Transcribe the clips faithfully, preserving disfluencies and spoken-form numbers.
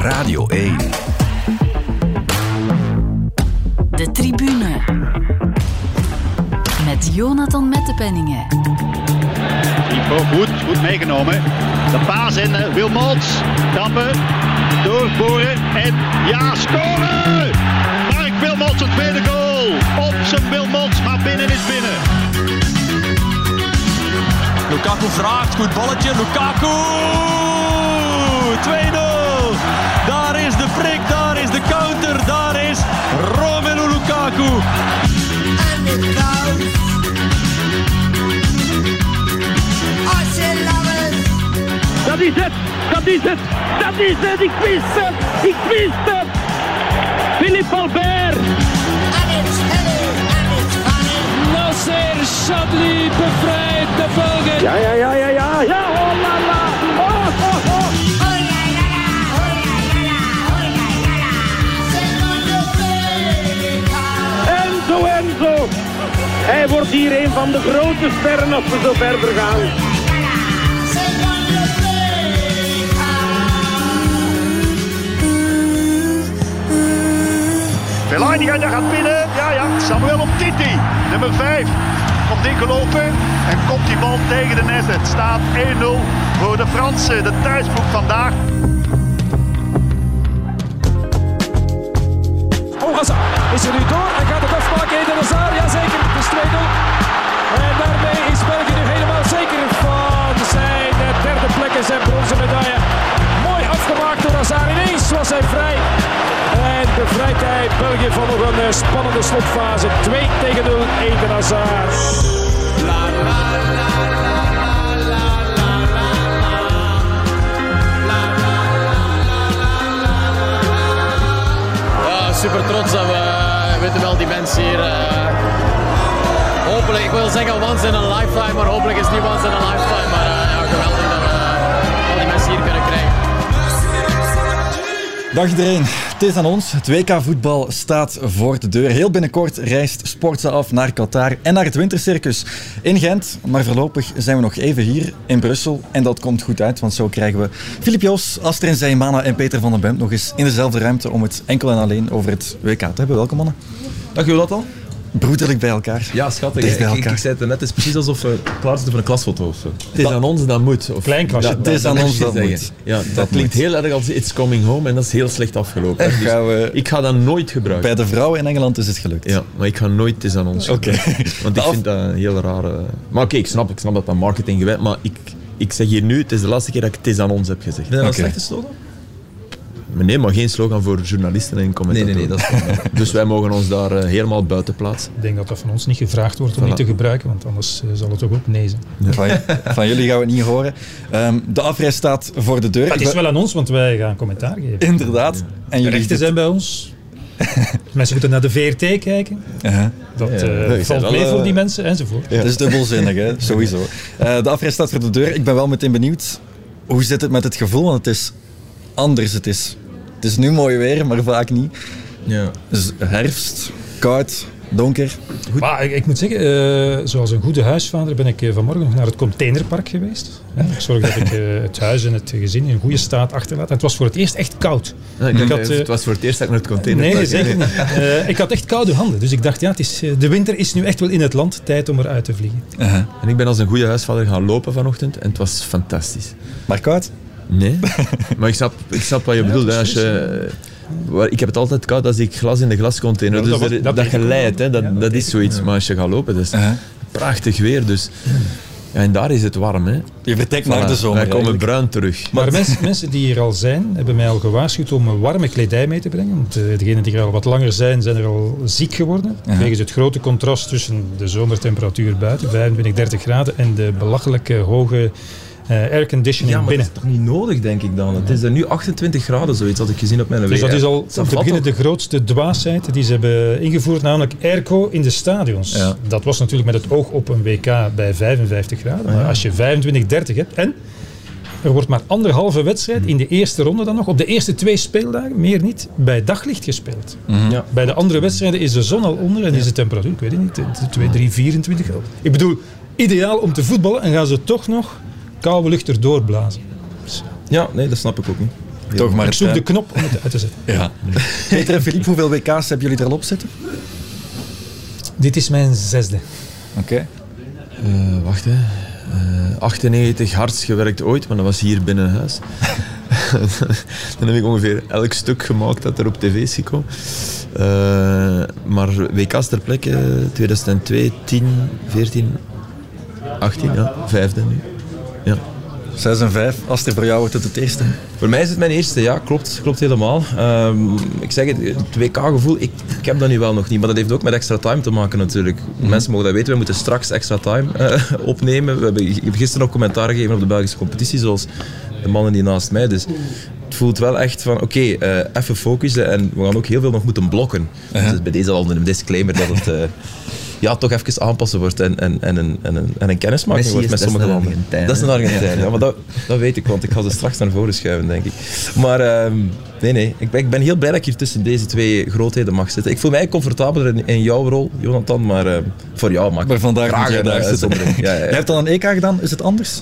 Radio één. De Tribune. Met Jonathan Mettepenningen. Ivo, goed, goed meegenomen. De paas in uh, Wilmots. Kampen, doorboren en ja, scoren! Mark Wilmots, het tweede goal. Op zijn Wilmots, maar binnen is binnen. Lukaku vraagt, goed balletje, Lukaku! twee nul! Daar is de prik, daar is de counter, daar is Romelu Lukaku. And it goes. Archie lovers. Dat is het, dat is het, dat is het, ik wist het, ik wist het. Philippe Albert. And it's heavy, and it's funny. Nasser Chadli bevrijdt de Belgen. Ja, ja, ja, ja, ja, ja, oh la la, oh, oh, oh. Enzo, Enzo. Hij wordt hier een van de grote sterren als we zo verder gaan. Fellaini gaat, gaat binnen. Ja, ja, Samuel Umtiti, nummer vijf. Komt ingelopen en komt die bal tegen de net. Het staat één nul voor de Fransen. De thuisploeg vandaag. Oh, Hazard is er nu door en gaat het afmaken. Eden Hazard, jazeker, het is twee nul. En daarmee is België nu helemaal zeker van zijn derde plek en zijn bronzen medaille. Mooi afgemaakt door Hazard. Ineens was hij vrij. En bevrijdt hij België van nog een spannende slotfase. twee tegen nul, Eden Hazard. La, la, la, la, la, la, la, la, la. Ja, super trots dat we, weten wel, die mensen hier. Uh, hopelijk, ik wil zeggen once in a lifetime, maar hopelijk is het niet once in a lifetime. Maar uh, ja, geweldig dat we al die mensen hier kunnen krijgen. Dag iedereen, het is aan ons. Het W K voetbal staat voor de deur. Heel binnenkort reist Sportza af naar Qatar en naar het wintercircus in Gent. Maar voorlopig zijn we nog even hier in Brussel. En dat komt goed uit, want zo krijgen we Filip Joos, Astrid Zeymana en Peter van den Bemt nog eens in dezelfde ruimte om het enkel en alleen over het W K te hebben. Welkom mannen. Dag Jonathan. Broederlijk bij elkaar. Ja, schattig. Dicht bij ik, elkaar. ik, ik zei het net, het is precies alsof we klaar zitten voor een klasfoto of zo. Het is aan ons, dat moet. Of, Klein klasje. Dat, het is dat, aan dat ons, dat zeggen. moet. Ja, dat, dat klinkt moet. heel erg als It's Coming Home en dat is heel slecht afgelopen. Dus we... Ik ga dat nooit gebruiken. Bij de vrouwen in Engeland is het gelukt. Ja, maar ik ga nooit Het is aan ons Oké. okay. Want ik af... vind dat een heel rare... Maar oké, okay, ik, snap, ik snap dat dat marketing gewijt, maar ik, ik zeg hier nu, het is de laatste keer dat ik Het is aan ons heb gezegd. Ben je dat okay. een slechte slogan? Nee, maar geen slogan voor journalisten en commentatoren. Nee, nee, nee, dat is goed. Dus wij mogen ons daar uh, helemaal buiten plaatsen. Ik denk dat dat van ons niet gevraagd wordt om voilà. niet te gebruiken, want anders uh, zal het toch ook nee zijn. Ja. Van, van jullie gaan we het niet horen. Um, de afreis staat voor de deur. Dat is wel aan ons, want wij gaan commentaar geven. Inderdaad. Ja. En jullie de rechten zijn bij ons. Mensen moeten naar de V R T kijken. Uh-huh. Dat uh, ja, ja. valt mee voor die mensen, enzovoort. Ja. Dat is dubbelzinnig, hè? Sowieso. Uh, de afreis staat voor de deur. Ik ben wel meteen benieuwd. Hoe zit het met het gevoel? Want het is anders. Het is, het is nu mooi weer, maar vaak niet. Ja. Dus herfst, koud, donker. Maar ik, ik moet zeggen, uh, zoals een goede huisvader ben ik uh, vanmorgen nog naar het containerpark geweest. Ja, ik zorg dat ik uh, het huis en het gezin in goede staat achterlaat. En het was voor het eerst echt koud. Ja, ik ik had, uh, het was voor het eerst dat ik naar het containerpark Nee, zeker niet. Uh, ik had echt koude handen. Dus ik dacht, ja, het is, uh, de winter is nu echt wel in het land. Tijd om eruit te vliegen. Uh-huh. En ik ben als een goede huisvader gaan lopen vanochtend. En het was fantastisch. Maar koud? Nee. Maar ik snap, ik snap wat je ja, bedoelt. Hè, als je... Ik heb het altijd koud als ik glas in de glascontainer. Ja, dus dat, dat, dat geleidt, hè, dat, ja, dat, dat is zoiets. Ja. Maar als je gaat lopen, dat is uh-huh. prachtig weer. Dus. Ja, en daar is het warm. Hè. Je vertrekt voilà. naar de zomer. Wij komen eigenlijk bruin terug. Maar mensen, mensen die hier al zijn, hebben mij al gewaarschuwd om warme kledij mee te brengen. Want uh, degenen die er al wat langer zijn, zijn er al ziek geworden. Uh-huh. Wegens het grote contrast tussen de zomertemperatuur buiten, vijfentwintig, dertig graden, en de belachelijke hoge... Uh, airconditioning ja, maar binnen. dat is toch niet nodig, denk ik dan? Het is er nu achtentwintig graden, zoiets had ik gezien op mijn dus W K. Dus dat is al om te beginnen de grootste dwaasheid die ze hebben ingevoerd, namelijk airco in de stadions. Ja. Dat was natuurlijk met het oog op een W K bij vijfenvijftig graden. Maar ja. als je vijfentwintig, dertig hebt en er wordt maar anderhalve wedstrijd in de eerste ronde dan nog, op de eerste twee speeldagen, meer niet, bij daglicht gespeeld. Mm-hmm. Ja. Bij de andere wedstrijden is de zon al onder en ja. is de temperatuur, ik weet het niet, twee, drie, vierentwintig graden. Ik bedoel, ideaal om te voetballen en gaan ze toch nog koude lucht erdoor blazen. Ja, nee, dat snap ik ook niet. Toch maar ik zoek de knop om het uit te zetten. Ja. Peter en Philippe, hoeveel W K's hebben jullie er al op zitten? Dit is mijn zesde. Oké. Okay. Uh, wacht, hè. Uh, achtennegentig hardst gewerkt ooit, maar dat was hier binnen huis. Dan heb ik ongeveer elk stuk gemaakt dat er op tv is gekomen. Uh, maar W K's ter plekke, tweeduizend twee, tien, veertien, achttien, ja, vijfde nu. Ja. Zes en vijf. Aster, voor jou wordt het het eerste? Voor mij is het mijn eerste, ja, klopt, klopt helemaal. Um, ik zeg het, het W K-gevoel, ik, ik heb dat nu wel nog niet, maar dat heeft ook met extra time te maken natuurlijk. Mm-hmm. Mensen mogen dat weten, we moeten straks extra time uh, opnemen. We hebben, ik heb gisteren nog commentaar gegeven op de Belgische competitie, zoals de mannen die naast mij. Dus het voelt wel echt van, oké, okay, uh, even focussen en we gaan ook heel veel nog moeten blokken. Uh-huh. Dus bij deze al een disclaimer dat het... Uh, ja, toch even aanpassen wordt en, en, en, een, en, een, en een kennismaking wordt met sommige landen. Dat is een Argentijn, ja, maar dat, dat weet ik, want ik ga ze straks naar voren schuiven, denk ik. Maar um, nee, nee, ik ben, ik ben heel blij dat ik hier tussen deze twee grootheden mag zitten. Ik voel mij comfortabeler in, in jouw rol, Jonathan, maar uh, voor jou mag ik maar vandaag graag jij daar zitten. Ja, ja, ja. Jij hebt dan een E K gedaan, is het anders?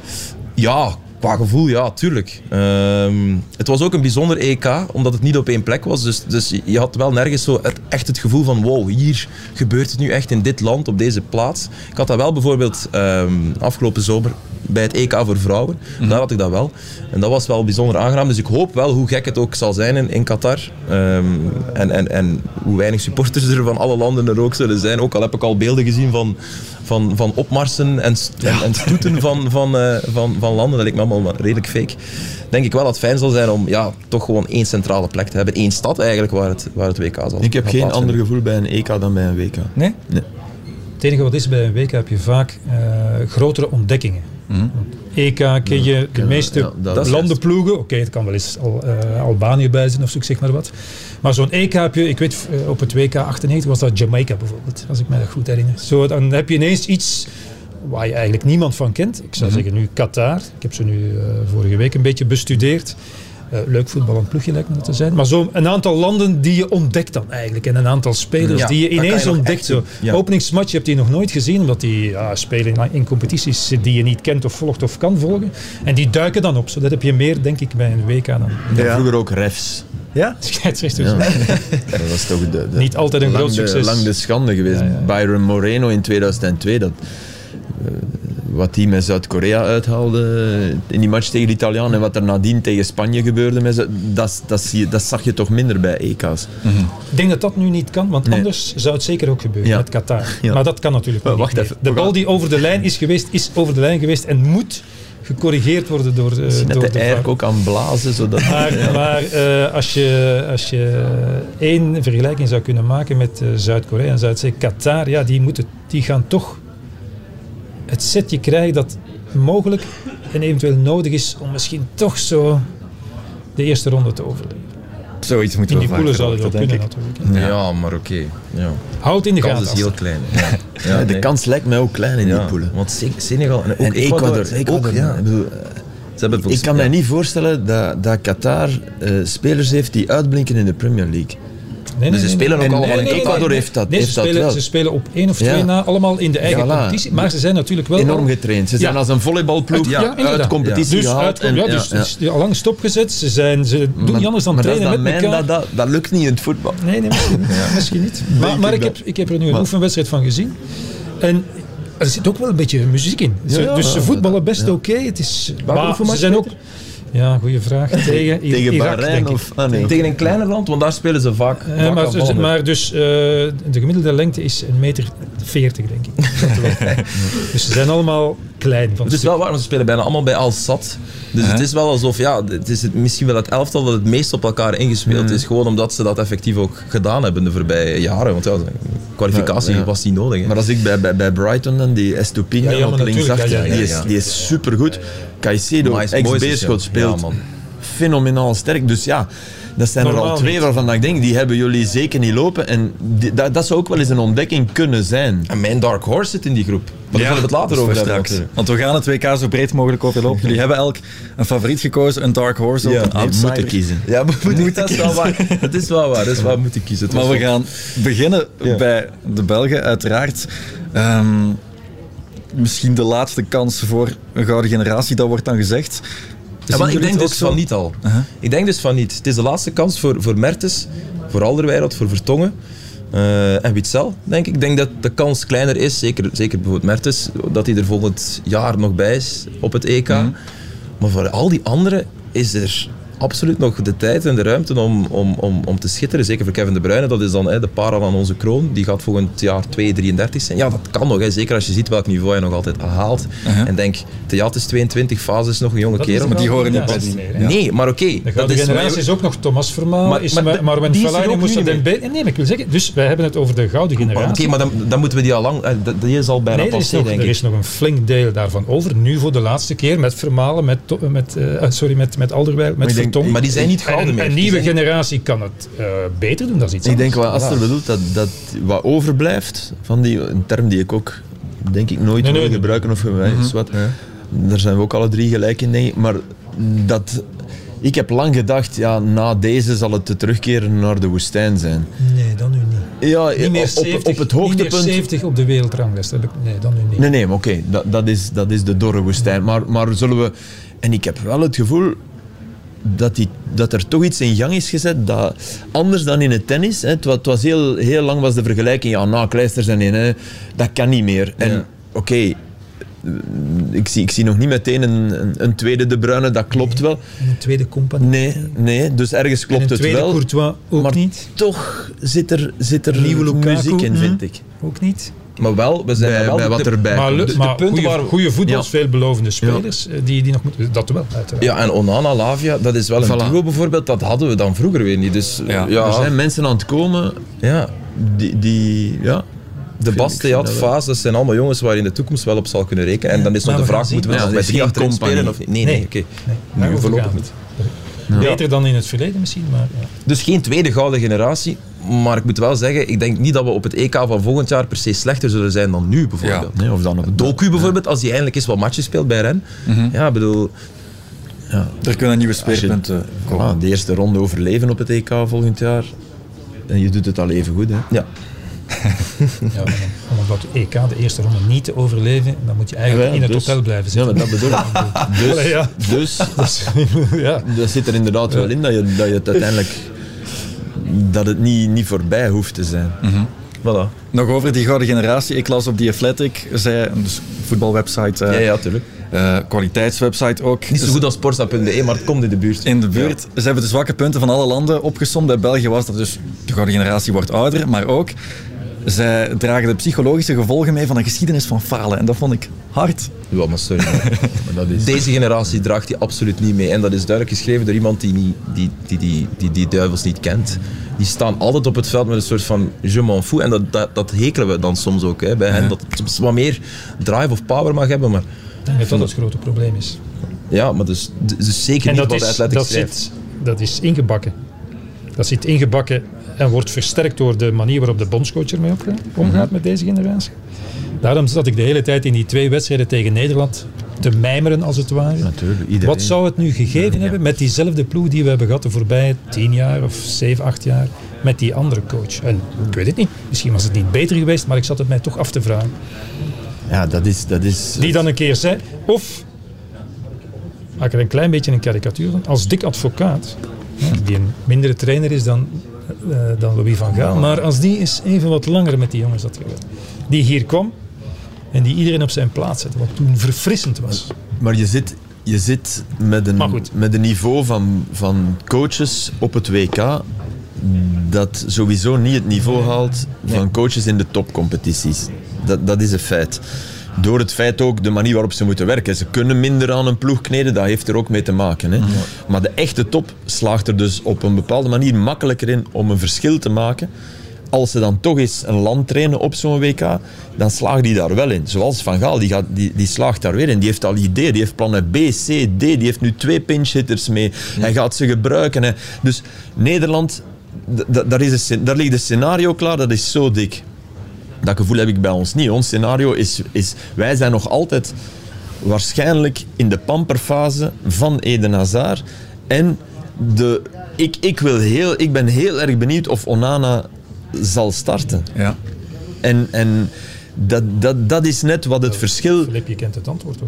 Ja, qua gevoel, ja, tuurlijk. Um, het was ook een bijzonder E K, omdat het niet op één plek was. Dus, dus je had wel nergens zo het, echt het gevoel van wow, hier gebeurt het nu echt in dit land, op deze plaats. Ik had dat wel bijvoorbeeld um, afgelopen zomer bij het E K voor vrouwen. Mm-hmm. Daar had ik dat wel. En dat was wel bijzonder aangenaam. Dus ik hoop wel, hoe gek het ook zal zijn in, in Qatar. Um, en, en, en hoe weinig supporters er van alle landen er ook zullen zijn. Ook al heb ik al beelden gezien van... Van, van opmarsen en, st- ja. en stoeten van, van, uh, van, van landen. Dat lijkt me allemaal redelijk fake. Denk ik wel dat het fijn zal zijn om ja, toch gewoon één centrale plek te hebben. Eén stad eigenlijk waar het, waar het W K zal. Ik heb geen ander gevoel bij een E K dan bij een W K. Nee? Nee. Het enige wat is bij een W K heb je vaak uh, grotere ontdekkingen. Mm-hmm. E K ken je de meeste ja, landenploegen. Oké, okay, het kan wel eens Al, uh, Albanië bij zijn of zo, ik zeg maar wat. Maar zo'n E K heb je, ik weet uh, op het W K achtennegentig was dat Jamaica bijvoorbeeld, als ik me dat goed herinner. Zo, dan heb je ineens iets waar je eigenlijk niemand van kent. Ik zou mm-hmm. zeggen nu Qatar. Ik heb ze nu uh, vorige week een beetje bestudeerd. Uh, leuk voetballend ploegje lijkt me dat te zijn. Maar zo een aantal landen die je ontdekt dan eigenlijk. En een aantal spelers ja, die je ineens je ontdekt. Zo. Ja. Openingsmatch heb je nog nooit gezien. Omdat die ja, spelen in, in competities die je niet kent of volgt of kan volgen. En die duiken dan op. Zo, dat heb je meer denk ik bij een W K dan. Ja, ja. Vroeger ook refs. Ja? Scheidsrechters. Ja. Dat was toch de, de, niet altijd een groot de, succes. Lang de schande geweest. Ja, ja. Byron Moreno in tweeduizend twee. Dat, uh, wat hij met Zuid-Korea uithaalde in die match tegen de Italianen en wat er nadien tegen Spanje gebeurde, met ze, dat, dat, dat zag je toch minder bij E K's. Mm-hmm. Ik denk dat dat nu niet kan, want nee. anders zou het zeker ook gebeuren ja. met Qatar. Ja. Maar dat kan natuurlijk wel. Wacht even. De bal die over de lijn is geweest, is over de lijn geweest en moet gecorrigeerd worden door, uh, net door de, de eier ook aan blazen. Zodat maar ja. maar uh, als, je, als je één vergelijking zou kunnen maken met uh, Zuid-Korea en Zuid-Zee, Qatar, ja, die, moeten, die gaan toch het setje krijgen dat mogelijk en eventueel nodig is om misschien toch zo de eerste ronde te overleven. Zoiets moeten we in die poelen zou het ook kunnen ik. natuurlijk. Ja, ja maar oké. Okay. Ja. Houd in de gaten. De kans is heel klein. Ja. Ja, de nee. kans lijkt mij ook klein in ja, die poelen. Want Senegal en, ook en Ecuador. Ecuador, Ecuador ja. Ik, bedoel, Ze hebben ik kan ja. mij niet voorstellen dat, dat Qatar uh, spelers heeft die uitblinken in de Premier League. Nee, nee, dus ze spelen nee, ook nee, allemaal nee, nee, in Ecuador nee, heeft dat, nee, heeft ze, spelen, dat wel. ze spelen op één of twee ja. na, allemaal in de eigen ja, competitie. Maar ze zijn natuurlijk wel enorm al, getraind. Ze zijn ja. als een volleybalploeg ja, ja, uit competitie ja. dus gehaald. Uit, ja, dus ja. Dus, ja. al lang stopgezet. Ze, zijn, ze doen maar, niet anders dan trainen met mijn, elkaar. Dat, dat, dat lukt niet in het voetbal. Nee, nee misschien, ja. misschien niet. Maar, maar ik, heb, ik heb er nu een maar. oefenwedstrijd van gezien. En er zit ook wel een beetje muziek in. Ja, ja, dus ze voetballen best ja. oké. Okay. Ze zijn ook... Ja, goede vraag. Tegen, tegen Irak, Bahrein of... Ah, nee. Tegen een kleiner land, want daar spelen ze vaak, uh, vaak maar, dus, maar dus uh, de gemiddelde lengte is een meter veertig, denk ik. Dus ze zijn allemaal klein. Van het is wel waar, want ze spelen bijna allemaal bij Al-Sadd. Dus uh-huh. het is wel alsof, ja, het is misschien wel het elftal dat het meest op elkaar ingespeeld uh-huh. is. Gewoon omdat ze dat effectief ook gedaan hebben de voorbije jaren. Want ja, de kwalificatie ja, ja. was niet nodig. Hè. Maar als ik bij, bij, bij Brighton dan die Estupinian ja, ja, op linksachter, ja, ja, ja, ja, ja. die is supergoed. Caicedo, ex-Beerschot, speelt ja, fenomenaal sterk. Dus ja, dat zijn Normaal er al twee niet. waarvan ik denk, die hebben jullie zeker niet lopen. En die, dat, dat zou ook wel eens een ontdekking kunnen zijn. En mijn dark horse zit in die groep. Maar daar ja, gaan we het later over hebben. Want we gaan het W K zo breed mogelijk overlopen. Jullie hebben elk een favoriet gekozen, een dark horse ja, of een outsider. moeten kiezen. Ja, we moeten moet dat, is wel waar. dat is wel waar. Dat is waar we moeten kiezen. Maar we gaan beginnen ja. bij de Belgen, uiteraard. Um, misschien de laatste kans voor een gouden generatie, dat wordt dan gezegd. Ja, maar ik denk dus van niet al. Uh-huh. Ik denk dus van niet. Het is de laatste kans voor, voor Mertens, voor Alderweireld, voor Vertongen uh, en Witsel, denk ik. Ik denk dat de kans kleiner is, zeker, zeker bijvoorbeeld Mertens, dat hij er volgend jaar nog bij is op het E K. Uh-huh. Maar voor al die anderen is er absoluut nog de tijd en de ruimte om, om, om, om te schitteren. Zeker voor Kevin De Bruyne, dat is dan hè, de parel aan onze kroon. Die gaat volgend jaar twee drieëndertig zijn. Ja, dat kan nog. Hè. Zeker als je ziet welk niveau hij nog altijd haalt. Uh-huh. En denk, Theat is tweeëntwintig, Fase is nog een jonge dat kerel. Maar die horen niet bij die meer. Ja. Nee, maar oké. Okay, de gouden generatie is, is ook nog Thomas Vermaelen. Maar, is maar, maar, maar die Fellaini moest er dan bij... Nee, maar ik wil zeggen, dus wij hebben het over de gouden generatie. Oké, okay, maar dan, dan moeten we die al lang... Die is al bijna nee, passé, denk ik. Er is nog een flink deel daarvan over. Nu voor de laatste keer met Vermaelen, met, met, uh, sorry, met, met Alderweireld, met Vertongen. Maar die zijn niet gouden meer. Een nieuwe generatie kan het uh, beter doen, dat is iets ik anders. Ik denk wat Aster bedoelt, dat, dat wat overblijft van die, een term die ik ook denk ik nooit nee, wil nee, gebruiken of gewijs, mm-hmm. wat. Ja. Daar zijn we ook alle drie gelijk in, denk ik. Maar dat, ik heb lang gedacht, ja, na deze zal het de terugkeren naar de woestijn zijn. Nee, dan nu niet. Ja, niet meer op, zeventig, op, op het hoogtepunt... Niet meer zeventig op de wereldranglijst. Nee, dan nu niet. Nee, nee, maar oké, okay, dat, dat, is, dat is de dorre woestijn. Maar, maar zullen we... En ik heb wel het gevoel... Dat, die, dat er toch iets in gang is gezet dat anders dan in het tennis. Hè. Het, was, het was heel, heel lang was de vergelijking, ja, na Kleisters en in, hè, dat kan niet meer. En ja. oké, okay, ik, zie, ik zie nog niet meteen een, een, een tweede De Bruyne, dat klopt nee, wel. Een tweede Company. Nee, nee, dus ergens klopt het wel. En een tweede Courtois ook maar niet. toch zit er, zit er nieuwe muziek in, vind ik. Ook niet. Maar wel, we zijn bij, wel bij wat de, erbij maar, komt. De, maar goede waar... voetbals, ja. veelbelovende spelers, ja. die, die nog moeten... Dat wel, uiteraard. Ja, en Onana, Lavia, dat is wel een voilà. duo bijvoorbeeld, dat hadden we dan vroeger weer niet. Dus, ja. Ja. Er zijn mensen aan het komen ja. die... die ja. De Bas, Theat, Faas, dat zijn allemaal jongens waar je in de toekomst wel op zal kunnen rekenen. En dan is nog de vraag, moeten we ja, nog met drie achterin spelen of niet? Nee, nee, nee. oké. Nee. Nu voorlopig niet. Ja. Beter dan in het verleden misschien, maar... Ja. Dus geen tweede gouden generatie, maar ik moet wel zeggen, ik denk niet dat we op het E K van volgend jaar per se slechter zullen zijn dan nu, bijvoorbeeld. Ja. Nee, of dan op Doku bijvoorbeeld, als hij eindelijk eens wat matches speelt bij Rennes. Mm-hmm. Ja, bedoel... Ja. Er kunnen nieuwe speerpunten komen. Ah, de eerste ronde overleven op het E K volgend jaar. En je doet het al even goed, hè? Ja. Ja, om op dat E K de eerste ronde niet te overleven, dan moet je eigenlijk ja, in het dus, hotel blijven zitten. Ja, maar dat bedoel ik. Dus, ja. dus ja. dat zit er inderdaad wel in dat je, dat je het uiteindelijk dat het niet, niet voorbij hoeft te zijn. Mm-hmm. Voilà. Nog over die gouden generatie. Ik las op The Athletic, zei, dus voetbalwebsite. Uh, ja, ja, tuurlijk. Uh, kwaliteitswebsite ook. Niet zo goed als sportsa punt be, maar het komt in de buurt. In de buurt. Ja. Ze hebben de zwakke punten van alle landen opgesomd. Bij België was dat dus, de gouden generatie wordt ouder, maar ook, zij dragen de psychologische gevolgen mee van een geschiedenis van falen. En dat vond ik hard. Ja, maar sorry. Maar dat is... Deze generatie draagt die absoluut niet mee. En dat is duidelijk geschreven door iemand die niet, die, die, die, die, die duivels niet kent. Die staan altijd op het veld met een soort van je m'en fous. En dat, dat, dat hekelen we dan soms ook hè, bij hen. Dat het soms wat meer drive of power mag hebben. Maar... Ik denk dat dat het grote probleem is. Ja, maar dus, dus zeker en niet wat is, Athletic dat schrijft. Zit, dat is ingebakken. Dat zit ingebakken en wordt versterkt door de manier waarop de bondscoach ermee omgaat mm-hmm. met deze generatie. Daarom zat ik de hele tijd in die twee wedstrijden tegen Nederland te mijmeren, als het ware. Natuurlijk, wat zou het nu gegeven ja. hebben met diezelfde ploeg die we hebben gehad de voorbije tien jaar of zeven, acht jaar met die andere coach? En ik weet het niet. Misschien was het niet beter geweest, maar ik zat het mij toch af te vragen. Ja, dat is... Dat is die dan een keer zei... Of, maak er een klein beetje een karikatuur van, als Dick Advocaat, die een mindere trainer is dan, uh, dan Louis van Gaal, maar als die eens even wat langer met die jongens had gewerkt. Die hier kwam en die iedereen op zijn plaats zette, wat toen verfrissend was. Maar je zit, je zit met, een, met een niveau van, van coaches op het W K dat sowieso niet het niveau haalt van nee. coaches in de topcompetities. Dat, dat is een feit. Door het feit ook de manier waarop ze moeten werken. Ze kunnen minder aan een ploeg kneden, dat heeft er ook mee te maken. Hè. Ja. Maar de echte top slaagt er dus op een bepaalde manier makkelijker in om een verschil te maken. Als ze dan toch eens een land trainen op zo'n W K, dan slaagt die daar wel in. Zoals Van Gaal, die, gaat, die, die slaagt daar weer in. Die heeft al ideeën, die heeft plannen B, C, D, die heeft nu twee pinch-hitters mee. Ja. Hij gaat ze gebruiken. Hè. Dus Nederland, d- d- daar, is een, daar ligt een scenario klaar, dat is zo dik. Dat gevoel heb ik bij ons niet. Ons scenario is, is wij zijn nog altijd waarschijnlijk in de pamperfase van Eden Hazard. En de, ik, ik, wil heel, ik ben heel erg benieuwd of Onana zal starten. Ja. En, en dat, dat, dat is net wat het verschil... Filip, je kent het antwoord toch al?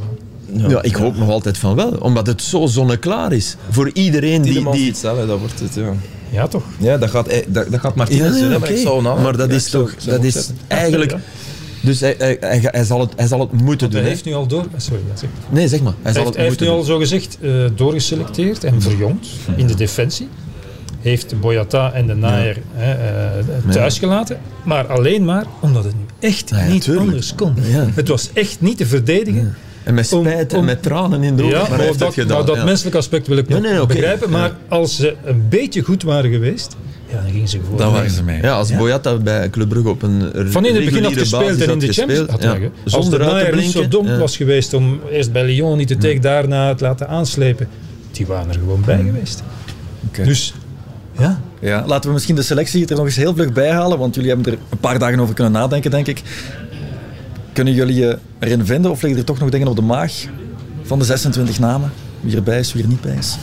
Ja, ja, ik hoop nog altijd van wel. Omdat het zo zonneklaar is. Voor iedereen die... die, die... Iets, hè, dat wordt het, ja. Ja, toch? Ja, dat gaat, dat, dat gaat Martinez ja, doen. Okay. Maar, nou, maar dat ja, is toch... Zou, zou dat is eigenlijk... Ja. Dus hij, hij, hij, hij, zal het, hij zal het moeten Want doen. Hij heeft nu al door... Sorry, dat zeg ik. Nee, zeg maar. Hij, Hij zal heeft, het hij heeft nu doen. al zo gezegd uh, doorgeselecteerd en verjongd in de defensie. Heeft Boyata en de Naer ja. uh, thuis gelaten. Maar alleen maar omdat het nu echt ja, ja, niet tuurlijk. anders kon. Ja. Het was echt niet te verdedigen. Ja. En met spijt om, om, en met tranen in de ogen. Ja, maar maar hij heeft dat, het gedaan. nou, dat ja. menselijke aspect wil ik nog ja, nee, okay. begrijpen. Maar ja. als ze een beetje goed waren geweest, ja, dan gingen ze gewoon. Dan waren ze mee. Ja, als ja. Boyata bij Club Brugge op een van in het begin af gespeeld en in de Champions had ja. Als de Naer niet zo dom ja. was geweest om eerst bij Lyon niet te tegen, ja. daarna het laten aanslepen, die waren er gewoon bij geweest. Okay. Dus ja. ja. Laten we misschien de selectie er nog eens heel vlug bij halen, want jullie hebben er een paar dagen over kunnen nadenken, denk ik. Kunnen jullie je erin vinden of liggen er toch nog dingen op de maag van de zesentwintig namen? Wie erbij is, wie er niet bij is?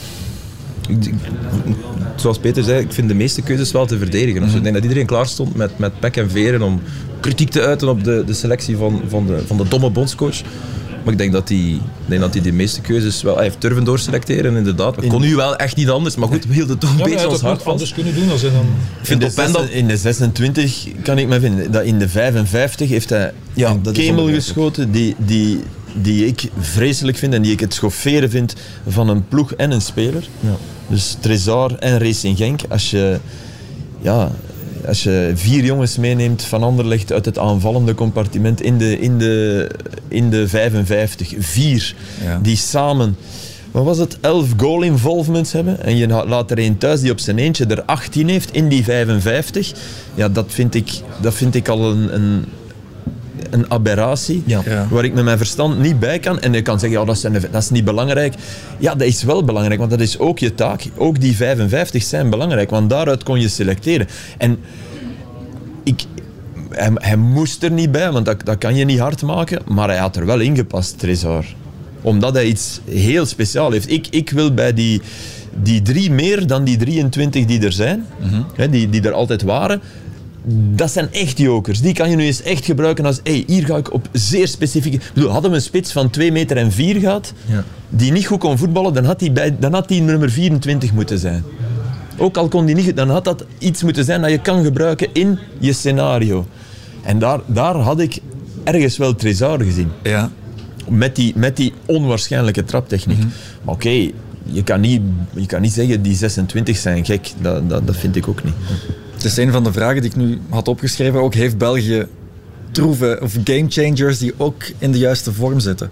Zoals Peter zei, ik vind de meeste keuzes wel te verdedigen. Mm-hmm. Ik denk dat iedereen klaar stond met, met pek en veren om kritiek te uiten op de, de selectie van, van, de, van de domme bondscoach. Maar ik denk dat hij, ik denk dat hij de meeste keuzes wel... Hij heeft durven doorselecteren, inderdaad. Dat kon nu wel echt niet anders, maar goed, we hielden toch een ja, beetje ons hart vast. Anders kunnen doen als hij dan... Ik vind in, de zes, dat... in de zesentwintig kan ik me vinden. Dat in de vijfenvijftig heeft hij ja, een kemel geschoten die, die, die ik vreselijk vind en die ik het schofferen vind van een ploeg en een speler. Ja. Dus Trésor en Racing Genk. Als je... Ja, Als je vier jongens meeneemt van Anderlecht uit het aanvallende compartiment in de, in de, in de vijfenvijftig, vier, ja. die samen, wat was het, elf goal involvements hebben en je laat er een thuis die op zijn eentje er achttien heeft in die vijfenvijftig, ja, dat vind ik, dat vind ik al een, een, een aberratie, ja. Ja. waar ik met mijn verstand niet bij kan. En je kan zeggen, ja, dat, zijn, dat is niet belangrijk. Ja, dat is wel belangrijk, want dat is ook je taak. Ook die vijfenvijftig zijn belangrijk, want daaruit kon je selecteren. En ik, hij, hij moest er niet bij, want dat, dat kan je niet hard maken, maar hij had er wel ingepast, Trésor. Omdat hij iets heel speciaals heeft. Ik, ik wil bij die, die drie meer dan die drieëntwintig die er zijn, mm-hmm. hè, die, die er altijd waren. Dat zijn echt jokers. Die kan je nu eens echt gebruiken als hey, hier ga ik op zeer specifieke... Ik bedoel, hadden we een spits van twee meter en vier gehad, ja. die niet goed kon voetballen, dan had die, bij, dan had die nummer vierentwintig moeten zijn. Ook al kon die niet, dan had dat iets moeten zijn dat je kan gebruiken in je scenario. En daar, daar had ik ergens wel Trésor gezien. Ja. Met, die, met die onwaarschijnlijke traptechniek. Mm-hmm. Maar oké, okay, je, kan niet, je kan niet zeggen die zesentwintig zijn gek. Dat, dat, dat vind ik ook niet. Het is een van de vragen die ik nu had opgeschreven. Ook heeft België troeven of gamechangers die ook in de juiste vorm zitten?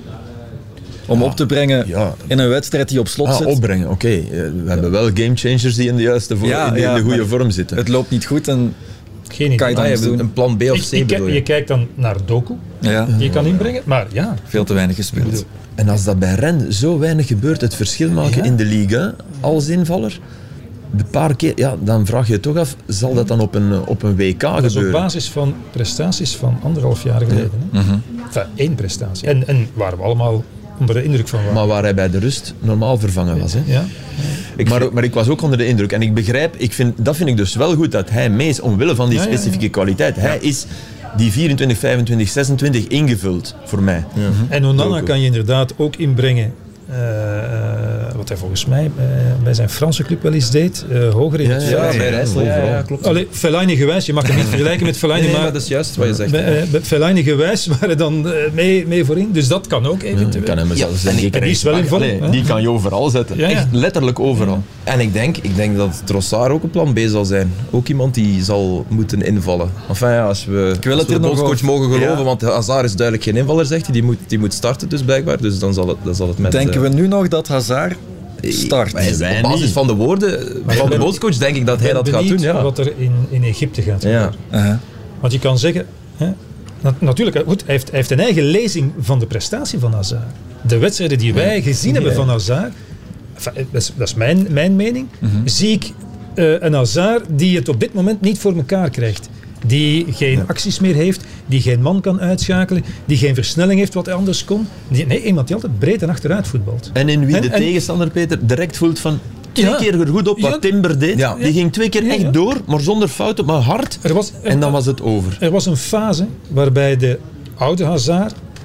Om ja, op te brengen ja. in een wedstrijd die op slot ah, zit. Opbrengen, oké. Okay. We ja. hebben wel gamechangers die in de juiste vorm, ja, in de, ja, de goede vorm zitten. Het loopt niet goed en geen idee. Kan je dan ah, je doen? Een plan B of C ik, ik, je kijkt dan naar Doku, ja. die je kan inbrengen, maar ja. Veel te weinig gespeeld. En als dat bij Rennes zo weinig gebeurt, het verschil maken ja. in de Liga als invaller, de paar keer, ja, dan vraag je je toch af, zal dat dan op een, op een W K gebeuren? Dat is op basis van prestaties van anderhalf jaar geleden. Ja. Hè? Mm-hmm. Enfin, één prestatie. En, en waar we allemaal onder de indruk van waren. Maar waar hij bij de rust normaal vervangen was. Hè? Ja. Ik maar, maar ik was ook onder de indruk. En ik begrijp, ik vind, dat vind ik dus wel goed, dat hij mee is omwille van die ja, specifieke ja, ja. kwaliteit. Hij is die vierentwintig, vijfentwintig, zesentwintig ingevuld voor mij. Ja. Mm-hmm. En Onana kan je inderdaad ook inbrengen. Uh, uh, wat hij volgens mij uh, bij zijn Franse club wel eens deed, uh, hoger in ja, het ja, veld. Ja, bij Rijssel, ja, ja, klopt. Allee, Fellaini gewijs, je mag hem niet vergelijken met Fellaini, nee, maar, maar dat is juist wat je zegt. Bij, uh, Fellaini gewijs waren dan uh, mee, mee voorin, dus dat kan ook eventueel. Ja, kan hem zelfs ja, en, en die is wel in vorm. Allee, die kan je overal zetten, ja, ja. Echt letterlijk overal. Ja. En ik denk, ik denk dat Trossard ook een plan B zal zijn. Ook iemand die zal moeten invallen. Enfin ja, als we, ik wil als het we de bondscoach mogen geloven, ja. want Hazard is duidelijk geen invaller, zegt hij. Die moet, die moet starten dus blijkbaar, dus dan zal het, dan zal het met... Denken uh, we nu nog dat Hazard start? Op basis van de woorden maar van de bondscoach denk ik dat hij dat gaat doen. Ja. Wat er in, in Egypte gaat gebeuren. Ja. Uh-huh. Want je kan zeggen, hè, na, natuurlijk, goed, hij, heeft, hij heeft een eigen lezing van de prestatie van Hazard. De wedstrijden die wij gezien ja. hebben van Hazard, enfin, dat, is, dat is mijn, mijn mening, uh-huh. zie ik uh, een Hazard die het op dit moment niet voor elkaar krijgt. Die geen ja. acties meer heeft, die geen man kan uitschakelen, die geen versnelling heeft wat hij anders kon. Die, nee, iemand die altijd breed en achteruit voetbalt. En in wie en, de en, tegenstander, Peter, direct voelt van twee ja. keer er goed op wat ja. Timber deed. Ja. Die ging twee keer echt ja, ja. door, maar zonder fouten, maar hard. Er was, er, en dan was het over. Er was een fase waarbij de oude Hazard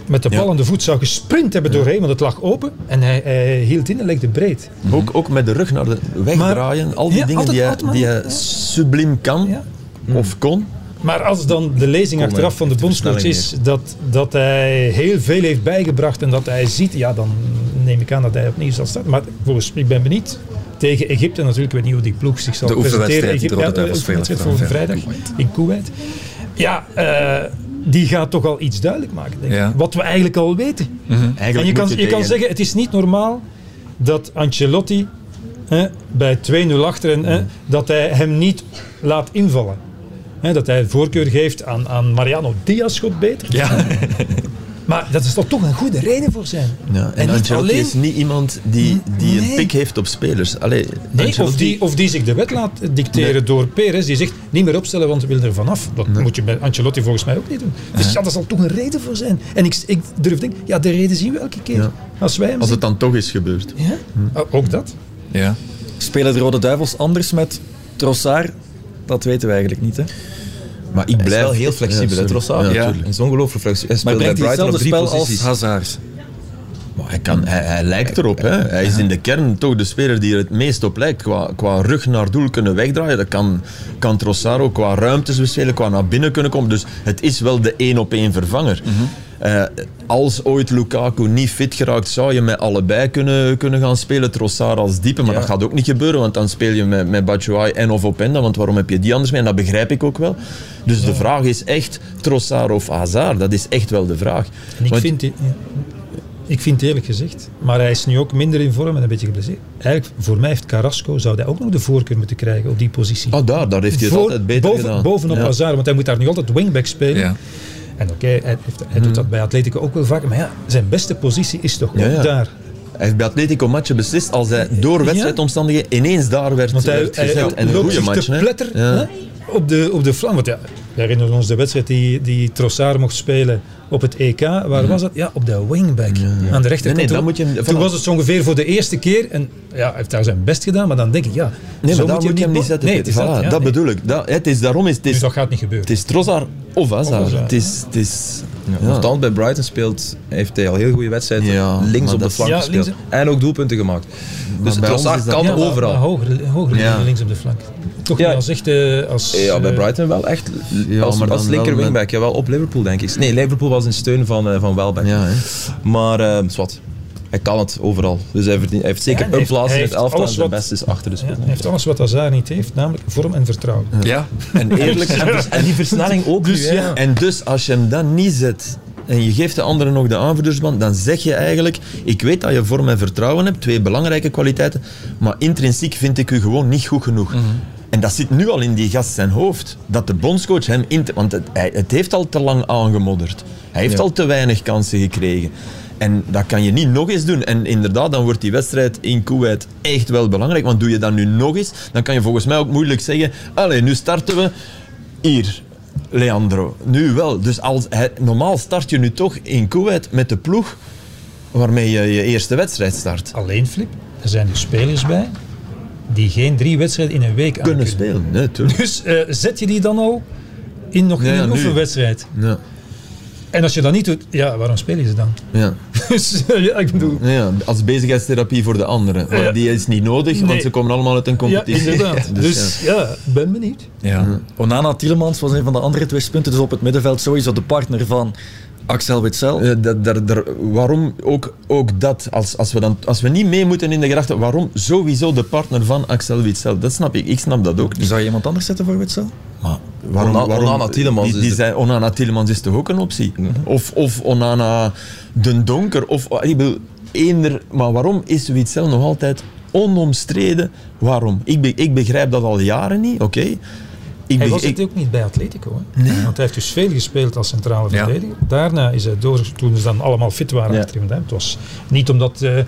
met de bal ja. aan de voet zou gesprint hebben ja. doorheen, want het lag open en hij, hij hield in en legde breed. Mm-hmm. Ook, ook met de rug naar de wegdraaien, maar, al die ja, dingen die hij, die hij subliem kan ja. of kon. Maar als dan de lezing Kom, achteraf van de bondscoach is dat, dat hij heel veel heeft bijgebracht en dat hij ziet, ja, dan neem ik aan dat hij opnieuw zal starten. Maar volgens ik ben benieuwd. Tegen Egypte natuurlijk, ik weet niet hoe die ploeg zich zal de presenteren. Egypte, de ja, de oefenwedstrijd voor vrijdag in Kuwait. Ja, uh, die gaat toch al iets duidelijk maken, denk ik. Ja. Wat we eigenlijk al weten. Mm-hmm. Eigenlijk en je kan, je, je kan zeggen, het is niet normaal dat Ancelotti eh, bij twee nul achter en eh, dat hij hem niet laat invallen. Eh, dat hij voorkeur geeft aan, aan Mariano Diaz, schot beter. Ja. Maar dat is toch toch een goede reden voor zijn. Ja, en en Ancelotti alleen... is niet iemand die, die nee. een pik heeft op spelers. Allee, nee, Ancelotti... of, die, of die zich de wet laat dicteren nee. door Perez. Die zegt, niet meer opstellen, want we willen er vanaf. Dat nee. moet je bij Ancelotti volgens mij ook niet doen. Dus ja, dat zal toch een reden voor zijn. En ik, ik durf denken, ja, de reden zien we elke keer. Ja. Als, wij hem Als zien. het dan toch is gebeurd. Ja? Hm. Oh, ook dat. Ja. Spelen de Rode Duivels anders met Trossard? Dat weten we eigenlijk niet, hè? Maar ik blijf hij is wel heel flexibel, ja, hè, Trossard. Ja, hij is ongelooflijk flexibel. Hij maar brengt hij hetzelfde spel posities. als Hazard? Maar hij, kan, hij, hij lijkt erop. Hè. Hij is in de kern toch de speler die er het meest op lijkt. Qua, qua rug naar doel kunnen wegdraaien. Dat kan, kan Trossard ook qua ruimtes bespelen, qua naar binnen kunnen komen. Dus het is wel de één op één vervanger. Mm-hmm. Uh, als ooit Lukaku niet fit geraakt, zou je met allebei kunnen, kunnen gaan spelen. Trossard als diepe, maar ja. dat gaat ook niet gebeuren. Want dan speel je met, met Batshuayi en of Openda. Want waarom heb je die anders mee? En dat begrijp ik ook wel. Dus ja. de vraag is echt Trossard of Hazard. Dat is echt wel de vraag. En ik, want, vind die, ja. ik vind het eerlijk gezegd, maar hij is nu ook minder in vorm en een beetje geblesseerd. Eigenlijk, voor mij heeft Carrasco, zou hij ook nog de voorkeur moeten krijgen op die positie. Oh, daar, daar heeft hij het Voor, altijd beter boven, gedaan. Bovenop ja. Hazard, want hij moet daar nu altijd wingback spelen. Ja. En oké, okay, hij, hij doet dat bij Atletico ook wel vaak, maar ja, zijn beste positie is toch ja, ook ja. daar. Hij heeft bij Atletico matchen beslist als hij door wedstrijdomstandigheden ineens daar werd, want hij, werd gezet. Hij, en een goede match. Te pletter, ja. hè, op, de, op de flank. Want ja, we herinneren ons de wedstrijd die, die Trossard mocht spelen op het E K. Waar ja. was dat? Ja, op de wingback. Ja, ja. Aan de rechterkant. Nee, nee, moet je, toen vanaf... was het zo ongeveer voor de eerste keer. En ja, hij heeft daar zijn best gedaan, maar dan denk ik, ja... Nee, zo maar moet je hem niet, niet zetten. Nee, het is voilà, dat, ja, dat nee. bedoel ik. Dat, het is daarom is het... Is, nu, dat gaat niet gebeuren. Het is Trossard of Hazard. Het is... Het is ja. Ja. Nochtans, bij Brighton speelt, heeft hij al heel goede wedstrijden ja, links op de flank ja, gespeeld. Links... En ook doelpunten gemaakt. Dus Trossard kan ja, overal. Maar hoger, hoger ja. links op de flank. Toch ja. als echt... Uh, als, ja, bij Brighton wel echt ja, als, maar als linker wingback. Met... Ja, wel op Liverpool, denk ik. Nee, Liverpool was in steun van, uh, van Welbeck. Ja, maar, uh, zwart. Hij kan het overal. Dus hij, verdient, hij heeft zeker ja, een plaats in het elftal en zijn beste is achter de spel. Ja, hij heeft alles wat Hazard niet heeft, namelijk vorm en vertrouwen. Ja, ja. En eerlijk. en, en die versnelling ook dus, nu, ja. En dus als je hem dan niet zet en je geeft de anderen nog de aanvoerdersband, dan zeg je eigenlijk, ik weet dat je vorm en vertrouwen hebt, twee belangrijke kwaliteiten, maar intrinsiek vind ik u gewoon niet goed genoeg. Mm-hmm. En dat zit nu al in die gast zijn hoofd. Dat de bondscoach hem... In te, want het, hij, het heeft al te lang aangemodderd. Hij heeft ja. al te weinig kansen gekregen. En dat kan je niet nog eens doen. En inderdaad, dan wordt die wedstrijd in Kuwait echt wel belangrijk. Want doe je dat nu nog eens, dan kan je volgens mij ook moeilijk zeggen... Allee, nu starten we hier, Leandro. Nu wel. Dus als hij, normaal start je nu toch in Kuwait met de ploeg waarmee je je eerste wedstrijd start. Alleen, Flip, er zijn er spelers bij die geen drie wedstrijden in een week kunnen, kunnen spelen. Nee, dus uh, zet je die dan al in nog ja, in een oefenwedstrijd? Ja. En als je dat niet doet, ja, waarom speel je ze dan? Ja. dus ja, ik bedoel... Ja, als bezigheidstherapie voor de anderen. Maar ja. die is niet nodig, nee. want ze komen allemaal uit een competitie. Ja, inderdaad. dus, dus ja, ja ben benieuwd. Ja. Ja. Onana Tielemans was een van de andere twee punten. Dus op het middenveld sowieso de partner van Axel Witsel. Uh, dat, dat, dat, waarom ook, ook dat, als, als, we dan, als we niet mee moeten in de gedachte, waarom sowieso de partner van Axel Witsel? Dat snap ik. Ik snap dat ook niet. Zou je iemand anders zetten voor Witsel? Maar waarom, Onana, waarom, Onana Tielemans die, die is de... zijn, Onana Tielemans is toch ook een optie? Mm-hmm. Of, of Onana Den Donker. Of, ik bedoel, eender, maar waarom is Witsel nog altijd onomstreden? Waarom? Ik, be, ik begrijp dat al jaren niet, oké. Okay. Ik hij was het ook niet bij Atletico. Hè? Nee. Want hij heeft dus veel gespeeld als centrale verdediger. Ja. Daarna is hij door, toen ze dan allemaal fit waren ja. achter hem. Het was niet omdat uh, uh,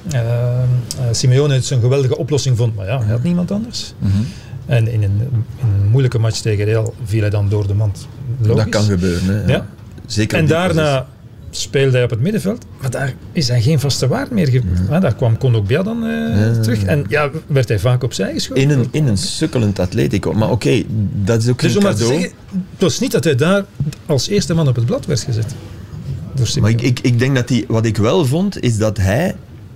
Simeone het een geweldige oplossing vond, maar ja, hij had niemand anders. Mm-hmm. En in een, in een moeilijke match tegen Real viel hij dan door de mand. Logisch. Dat kan gebeuren. Hè? Ja. Ja. Zeker en daarna speelde hij op het middenveld, maar daar is hij geen vaste waarde meer. Ge- mm. ja, daar kwam Kondogbia dan uh, ja. terug en ja, werd hij vaak opzij geschoten. In een, in een sukkelend Atletico, maar oké, okay, dat is ook dus een cadeau. Zeggen, het was niet dat hij daar als eerste man op het blad werd gezet. Maar ik, ik, ik denk dat hij... Wat ik wel vond, is dat hij...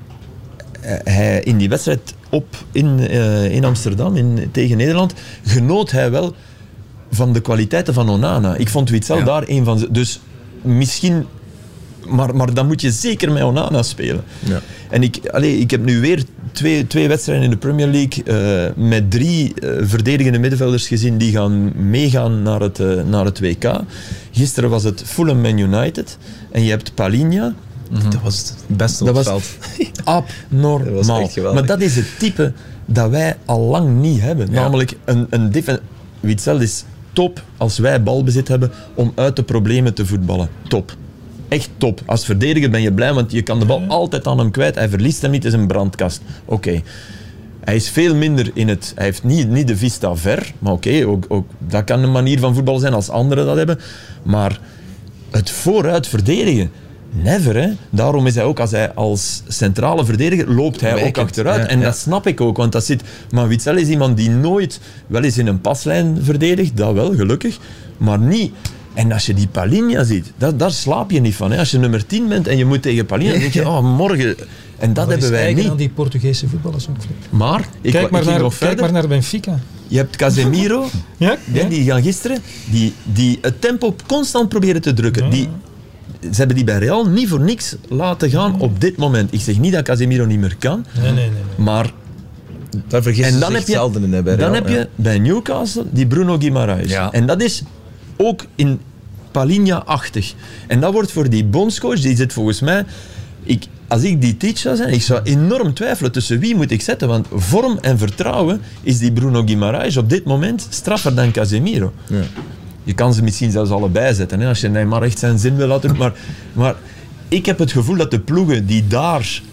hij in die wedstrijd op in, uh, in Amsterdam, in, tegen Nederland, genoot hij wel van de kwaliteiten van Onana. Ik vond Witsel ja. daar een van ze. Dus misschien... Maar, maar dan moet je zeker met Onana spelen. Ja. En ik, allez, ik heb nu weer twee, twee wedstrijden in de Premier League uh, met drie uh, verdedigende middenvelders gezien die gaan meegaan naar het, uh, naar het W K. Gisteren was het Fulham Man United en je hebt Palhinha. Mm-hmm. Dat was het beste op het veld. Abnormaal. Dat was echt geweldig. Maar dat is het type dat wij al lang niet hebben. Ja. Namelijk een, een defen- Witsel is top als wij balbezit hebben om uit de problemen te voetballen. Top. Echt top. Als verdediger ben je blij, want je kan de bal altijd aan hem kwijt. Hij verliest hem niet, het is een brandkast. Oké. Okay. Hij is veel minder in het... Hij heeft niet, niet de vista ver, maar oké, okay, ook, ook, dat kan een manier van voetbal zijn als anderen dat hebben. Maar het vooruit verdedigen, never, hè. Daarom is hij ook, als hij als centrale verdediger, loopt hij Wijkend. ook achteruit. Ja, en ja. dat snap ik ook, want dat zit... Maar Witsel is iemand die nooit wel eens in een paslijn verdedigt, dat wel, gelukkig, maar niet... En als je die Palhinha ziet, dat, daar slaap je niet van. Hè. Als je nummer tien bent en je moet tegen Palhinha, dan denk je, oh, morgen... En dat hebben wij niet. Aan die Portugese voetballers ook. Maar, ik, kijk, maar ik naar, nog kijk maar naar Benfica. Je hebt Casemiro, ja? Ja. die gaan gisteren, die, die het tempo constant proberen te drukken. Ja. Die, ze hebben die bij Real niet voor niks laten gaan op dit moment. Ik zeg niet dat Casemiro niet meer kan, nee, nee, nee, nee. maar... Daar vergis je zich zelden in, hè, bij Real. Dan heb je ja. bij Newcastle die Bruno Guimaraes. Ja. En dat is ook in Palhinha-achtig. En dat wordt voor die bondscoach, die zit volgens mij... Ik, als ik die teach zou zijn, ik zou enorm twijfelen tussen wie moet ik zetten. Want vorm en vertrouwen is die Bruno Guimaraes op dit moment straffer dan Casemiro. Ja. Je kan ze misschien zelfs allebei zetten, hè, als je Neymar echt zijn zin wil laten. Maar, maar ik heb het gevoel dat de ploegen die daar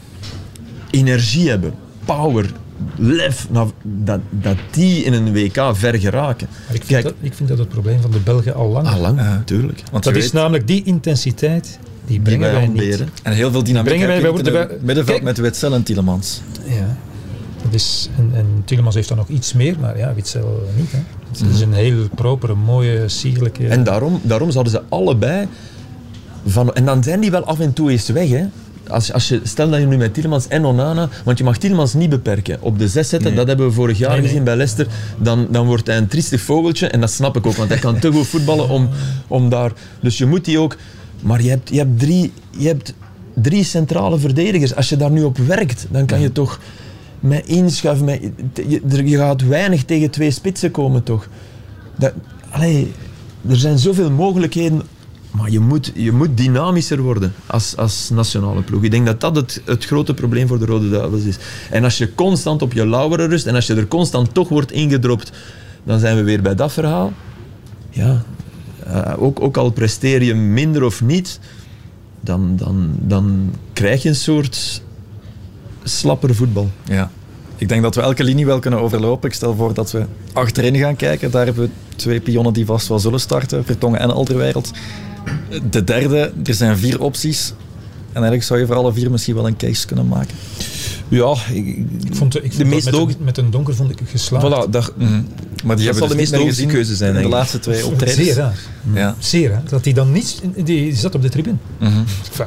energie hebben, power, lef, nou, dat, dat die in een W K ver geraken. Maar ik, vind Kijk, dat, ik vind dat het probleem van de Belgen al lang. Al lang, natuurlijk. Uh, Want dat is weet, namelijk die intensiteit, die brengen die wij, wij niet. En heel veel dynamiek brengen wij bij het middenveld Kijk, met Witsel en Tielemans. Ja. Dat is, en, en Tielemans heeft dan nog iets meer, maar ja, Witsel niet. Hè. Het is een heel propere, mooie, sierlijke... En daarom, daarom zouden ze allebei... Van, en dan zijn die wel af en toe eens weg, hè. Als, als je, stel dat je nu met Tielemans en Onana... Want je mag Tielemans niet beperken. Op de zes zetten, nee. dat hebben we vorig jaar nee, gezien nee. bij Leicester. Dan, dan wordt hij een triestig vogeltje. En dat snap ik ook, want hij kan te goed voetballen om, om daar... Dus je moet die ook... Maar je hebt, je hebt, drie, je hebt drie centrale verdedigers. Als je daar nu op werkt, dan kan je toch... Met inschuiven, met, je, je gaat weinig tegen twee spitsen komen, toch? Dat, allee, er zijn zoveel mogelijkheden... Maar je moet, je moet dynamischer worden als, als nationale ploeg. Ik denk dat dat het, het grote probleem voor de Rode Duivels is. En als je constant op je lauweren rust en als je er constant toch wordt ingedropt, dan zijn we weer bij dat verhaal. Ja, uh, ook, ook al presteer je minder of niet, dan, dan, dan krijg je een soort slapper voetbal. Ja. Ik denk dat we elke linie wel kunnen overlopen. Ik stel voor dat we achterin gaan kijken. Daar hebben we twee pionnen die vast wel zullen starten. Vertongen en Alderweireld. De derde, er zijn vier opties. En eigenlijk zou je voor alle vier misschien wel een case kunnen maken. Ja, ik, ik vond, ik vond de meest met, log- een, met een donker vond ik geslaagd. Voilà, dat, mm-hmm. Maar die dat zal dus de meest logische keuze zijn. In de laatste twee optredens. Zeer raar. Ja. Zeer raar. Dat hij dan niet... Die, die zat op de tribune. Mm-hmm.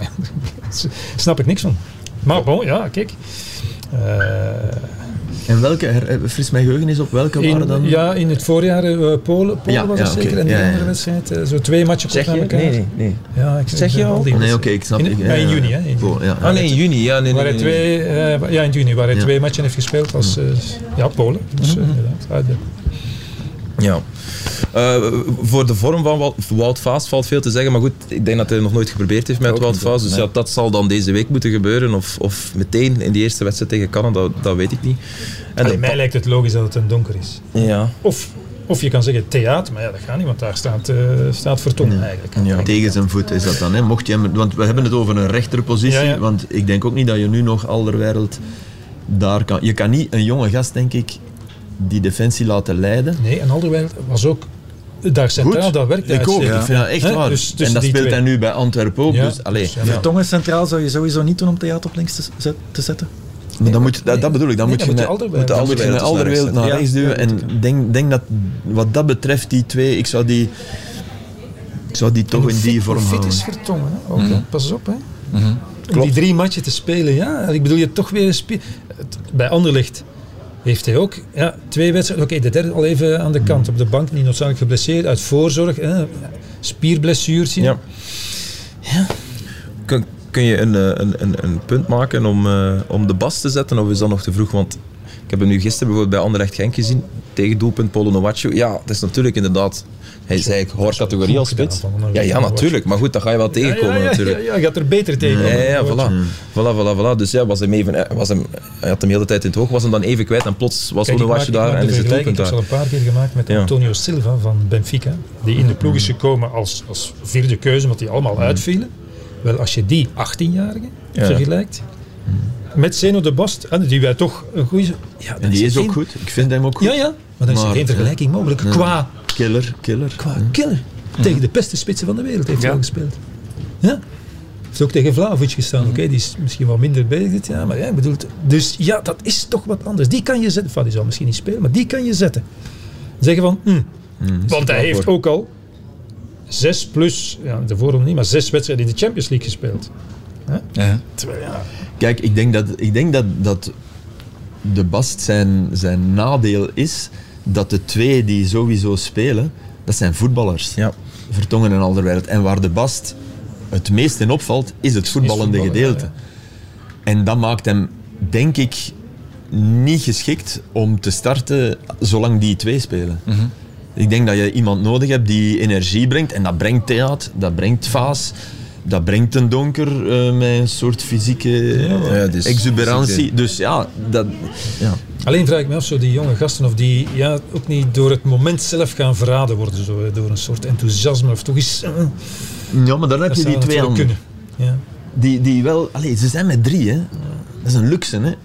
Snap ik niks van. Maar bon, ja, kijk. Uh, En welke, fris mijn geheugen is op welke in, waren dan? Ja, in het voorjaar uh, Polen, Polen ja, was het ja, zeker. Okay. En die ja, andere ja. wedstrijd. Uh, zo twee matchen kort aan elkaar. Nee, nee, nee. Ja, ik zeg je al? Nee, oké, okay, ik snap het. In, ja, in juni, hè. In juni. Ja. Ah, nee, in juni. Ja, nee, waar nee, hij twee, uh, ja, in juni, waar hij ja. twee matchen heeft gespeeld als uh, ja, Polen. Dus, uh, inderdaad. Ja. Uh, voor de vorm van Wout Vaas valt veel te zeggen, maar goed, ik denk dat hij nog nooit geprobeerd heeft met ook Wout Vaas, dus nee. ja, dat zal dan deze week moeten gebeuren, of, of meteen in die eerste wedstrijd tegen Canada, dat, dat weet ik niet. En Allee, mij lijkt het logisch dat het een donker is. Ja. Of, of je kan zeggen theater, maar ja, dat gaat niet, want daar staat, uh, staat Vertongen ja. eigenlijk. Ja. Tegen zijn voet is dat dan, hè? Mocht je hem, want we hebben het over een rechterpositie, ja, ja. want ik denk ook niet dat je nu nog Alderweireld daar kan... Je kan niet een jonge gast, denk ik, die defensie laten leiden. Nee, en Alderweireld was ook daar centraal, dat werkt ik ook, ja. ik vind dat echt He? waar. Dus, en dat speelt twee. hij nu bij Antwerpen ook. Ja. Dus, dus, ja. Vertongen centraal zou je sowieso niet doen om theater op links te, zet, te zetten? Maar nee, dan moet, nee, dat bedoel ik, dan nee, moet je een Alderweireld Alderweireld naar rechts duwen. En ik denk, denk dat wat dat betreft, die twee, ik zou die... Ik zou die toch En in hoe die fit- vorm hoe fit houden. is Vertongen, hè? Ook, Mhm. hè? Pas op, hè. Mm-hmm. Om die drie matchen te spelen, ja. Ik bedoel, je hebt toch weer een spie- het- bij Anderlecht heeft hij ook ja, twee wedstrijden. Oké, de derde al even aan de kant op de bank, niet noodzakelijk geblesseerd, uit voorzorg, hè. Spierblessuurs. Ja. Ja. Kun, kun je een, eh, een, een, een punt maken om, uh, om de Bas te zetten, of is dat nog te vroeg? Want ik heb hem nu gisteren bijvoorbeeld bij Anderlecht Genk gezien, tegen doelpunt Polo Novacio. Ja, dat is natuurlijk inderdaad, hij is eigenlijk hoorcategorie als spits. Ja, ja, natuurlijk. Maar goed, dat ga je wel tegenkomen ja, ja, ja, natuurlijk. Ja, ja, je gaat er beter tegen. Ja, ja, ja, voilà. Voilà, voilà, voilà. Dus ja, was hem even, was hem, hij had hem de hele tijd in het oog, was hem dan even kwijt en plots was Onowachu daar en is het doelpunt Ik heb daar. ze al een paar keer gemaakt met Ja. Antonio Silva van Benfica, die in de ploeg is gekomen als, als vierde keuze, omdat die allemaal uitvielen. Wel, als je die achttienjarigen Ja. vergelijkt, met Zeno de Bast, en die wij toch een goede... Ja, En die is ook geen, goed. Ik vind hem ook goed. Ja, ja, maar dan is er Maar, geen vergelijking mogelijk. ja. Qua, Killer, killer. qua killer. Tegen de beste spitsen van de wereld heeft hij al gespeeld. Ja. Heeft ook tegen Vlahovic gestaan. Oké, die is misschien wat minder bezig dit jaar, maar ja, ik bedoel, het- dus ja, dat is toch wat anders. Die kan je zetten. Enfin, die zal misschien niet spelen, maar die kan je zetten. Zeggen van, hm, want hij heeft ook al zes plus, ja, de voorronde niet, maar zes wedstrijden in de Champions League gespeeld. Ja. Terwijl, ja, Kijk, ik denk dat, ik denk dat, dat de Bast zijn, zijn nadeel is dat de twee die sowieso spelen, dat zijn voetballers. Ja. Vertongen en Alderweireld. En waar de Bast het meest in opvalt, is het voetballende voetballen, gedeelte. ja, En dat maakt hem, denk ik, niet geschikt om te starten zolang die twee spelen. Mm-hmm. Ik denk dat je iemand nodig hebt die energie brengt. En dat brengt Theat, dat brengt Vaas, dat brengt een Donker uh, met een soort fysieke uh, Ja, dus- exuberantie. Dus ja, dat... Ja. alleen vraag ik me af, zo die jonge gasten, of die ja, ook niet door het moment zelf gaan verraden worden, zo, door een soort enthousiasme, of toch eens... Uh, ja, maar dan heb dat je zou die twee natuurlijk anderen. kunnen. Ja. Die, die wel... Allee, ze zijn met drie, hè. Dat is een luxe, hè.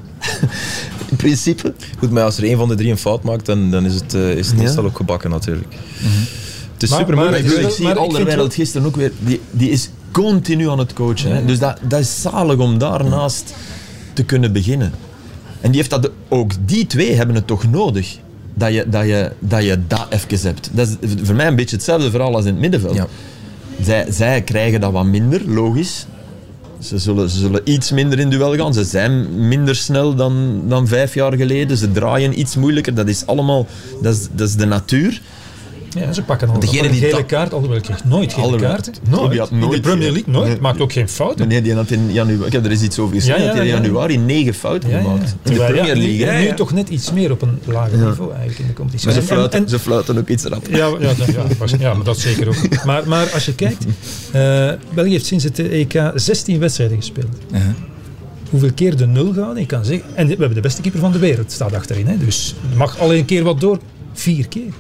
In principe. Goed, maar als er één van de drie een fout maakt, dan, dan is het, uh, is het Ja. meestal ook gebakken natuurlijk. Mm-hmm. Het is Maar- super maar moeilijk. het is Ik, wel- zie maar ik Alderweireld vind gisteren ook weer... Die, die is continu aan het coachen. Hè. Dus dat, dat is zalig om daarnaast te kunnen beginnen. En die heeft dat, ook die twee hebben het toch nodig. Dat je dat, je, dat, je dat even hebt. Dat is voor mij een beetje hetzelfde verhaal als in het middenveld. Ja. Zij, zij krijgen dat wat minder, logisch. Ze zullen, ze zullen iets minder in duel gaan. Ze zijn minder snel dan, dan vijf jaar geleden. Ze draaien iets moeilijker. Dat is allemaal... Dat is, dat is de natuur. Ja, ze pakken al Degene een die gele dat- kaart, alhoewel krijgt nooit gele Alderweireld. kaarten. Oh, die Nooit. had In de nooit Premier gele- League nooit. Nee. Maakt ook geen fouten. Nee, die had in januari... Ik heb er eens iets over geschreven. Ja, ja, dat hij in ja. januari negen fouten Ja, ja. gemaakt. In de Terwijl, Premier ja, nu- League. hè. Nu Ja. toch net iets meer op een lager niveau eigenlijk in de competitie. Maar ze En- en- fluiten, en- ze fluiten ook iets rap. Ja, ja, ja, ja, was- ja, maar dat zeker ook. Maar, maar als je kijkt, uh, België heeft sinds het E K zestien wedstrijden gespeeld. Uh-huh. Hoeveel keer de nul gaan? Ik kan zeggen, en we hebben de beste keeper van de wereld, staat achterin. Hè? Dus mag alleen een keer wat door. Vier keer.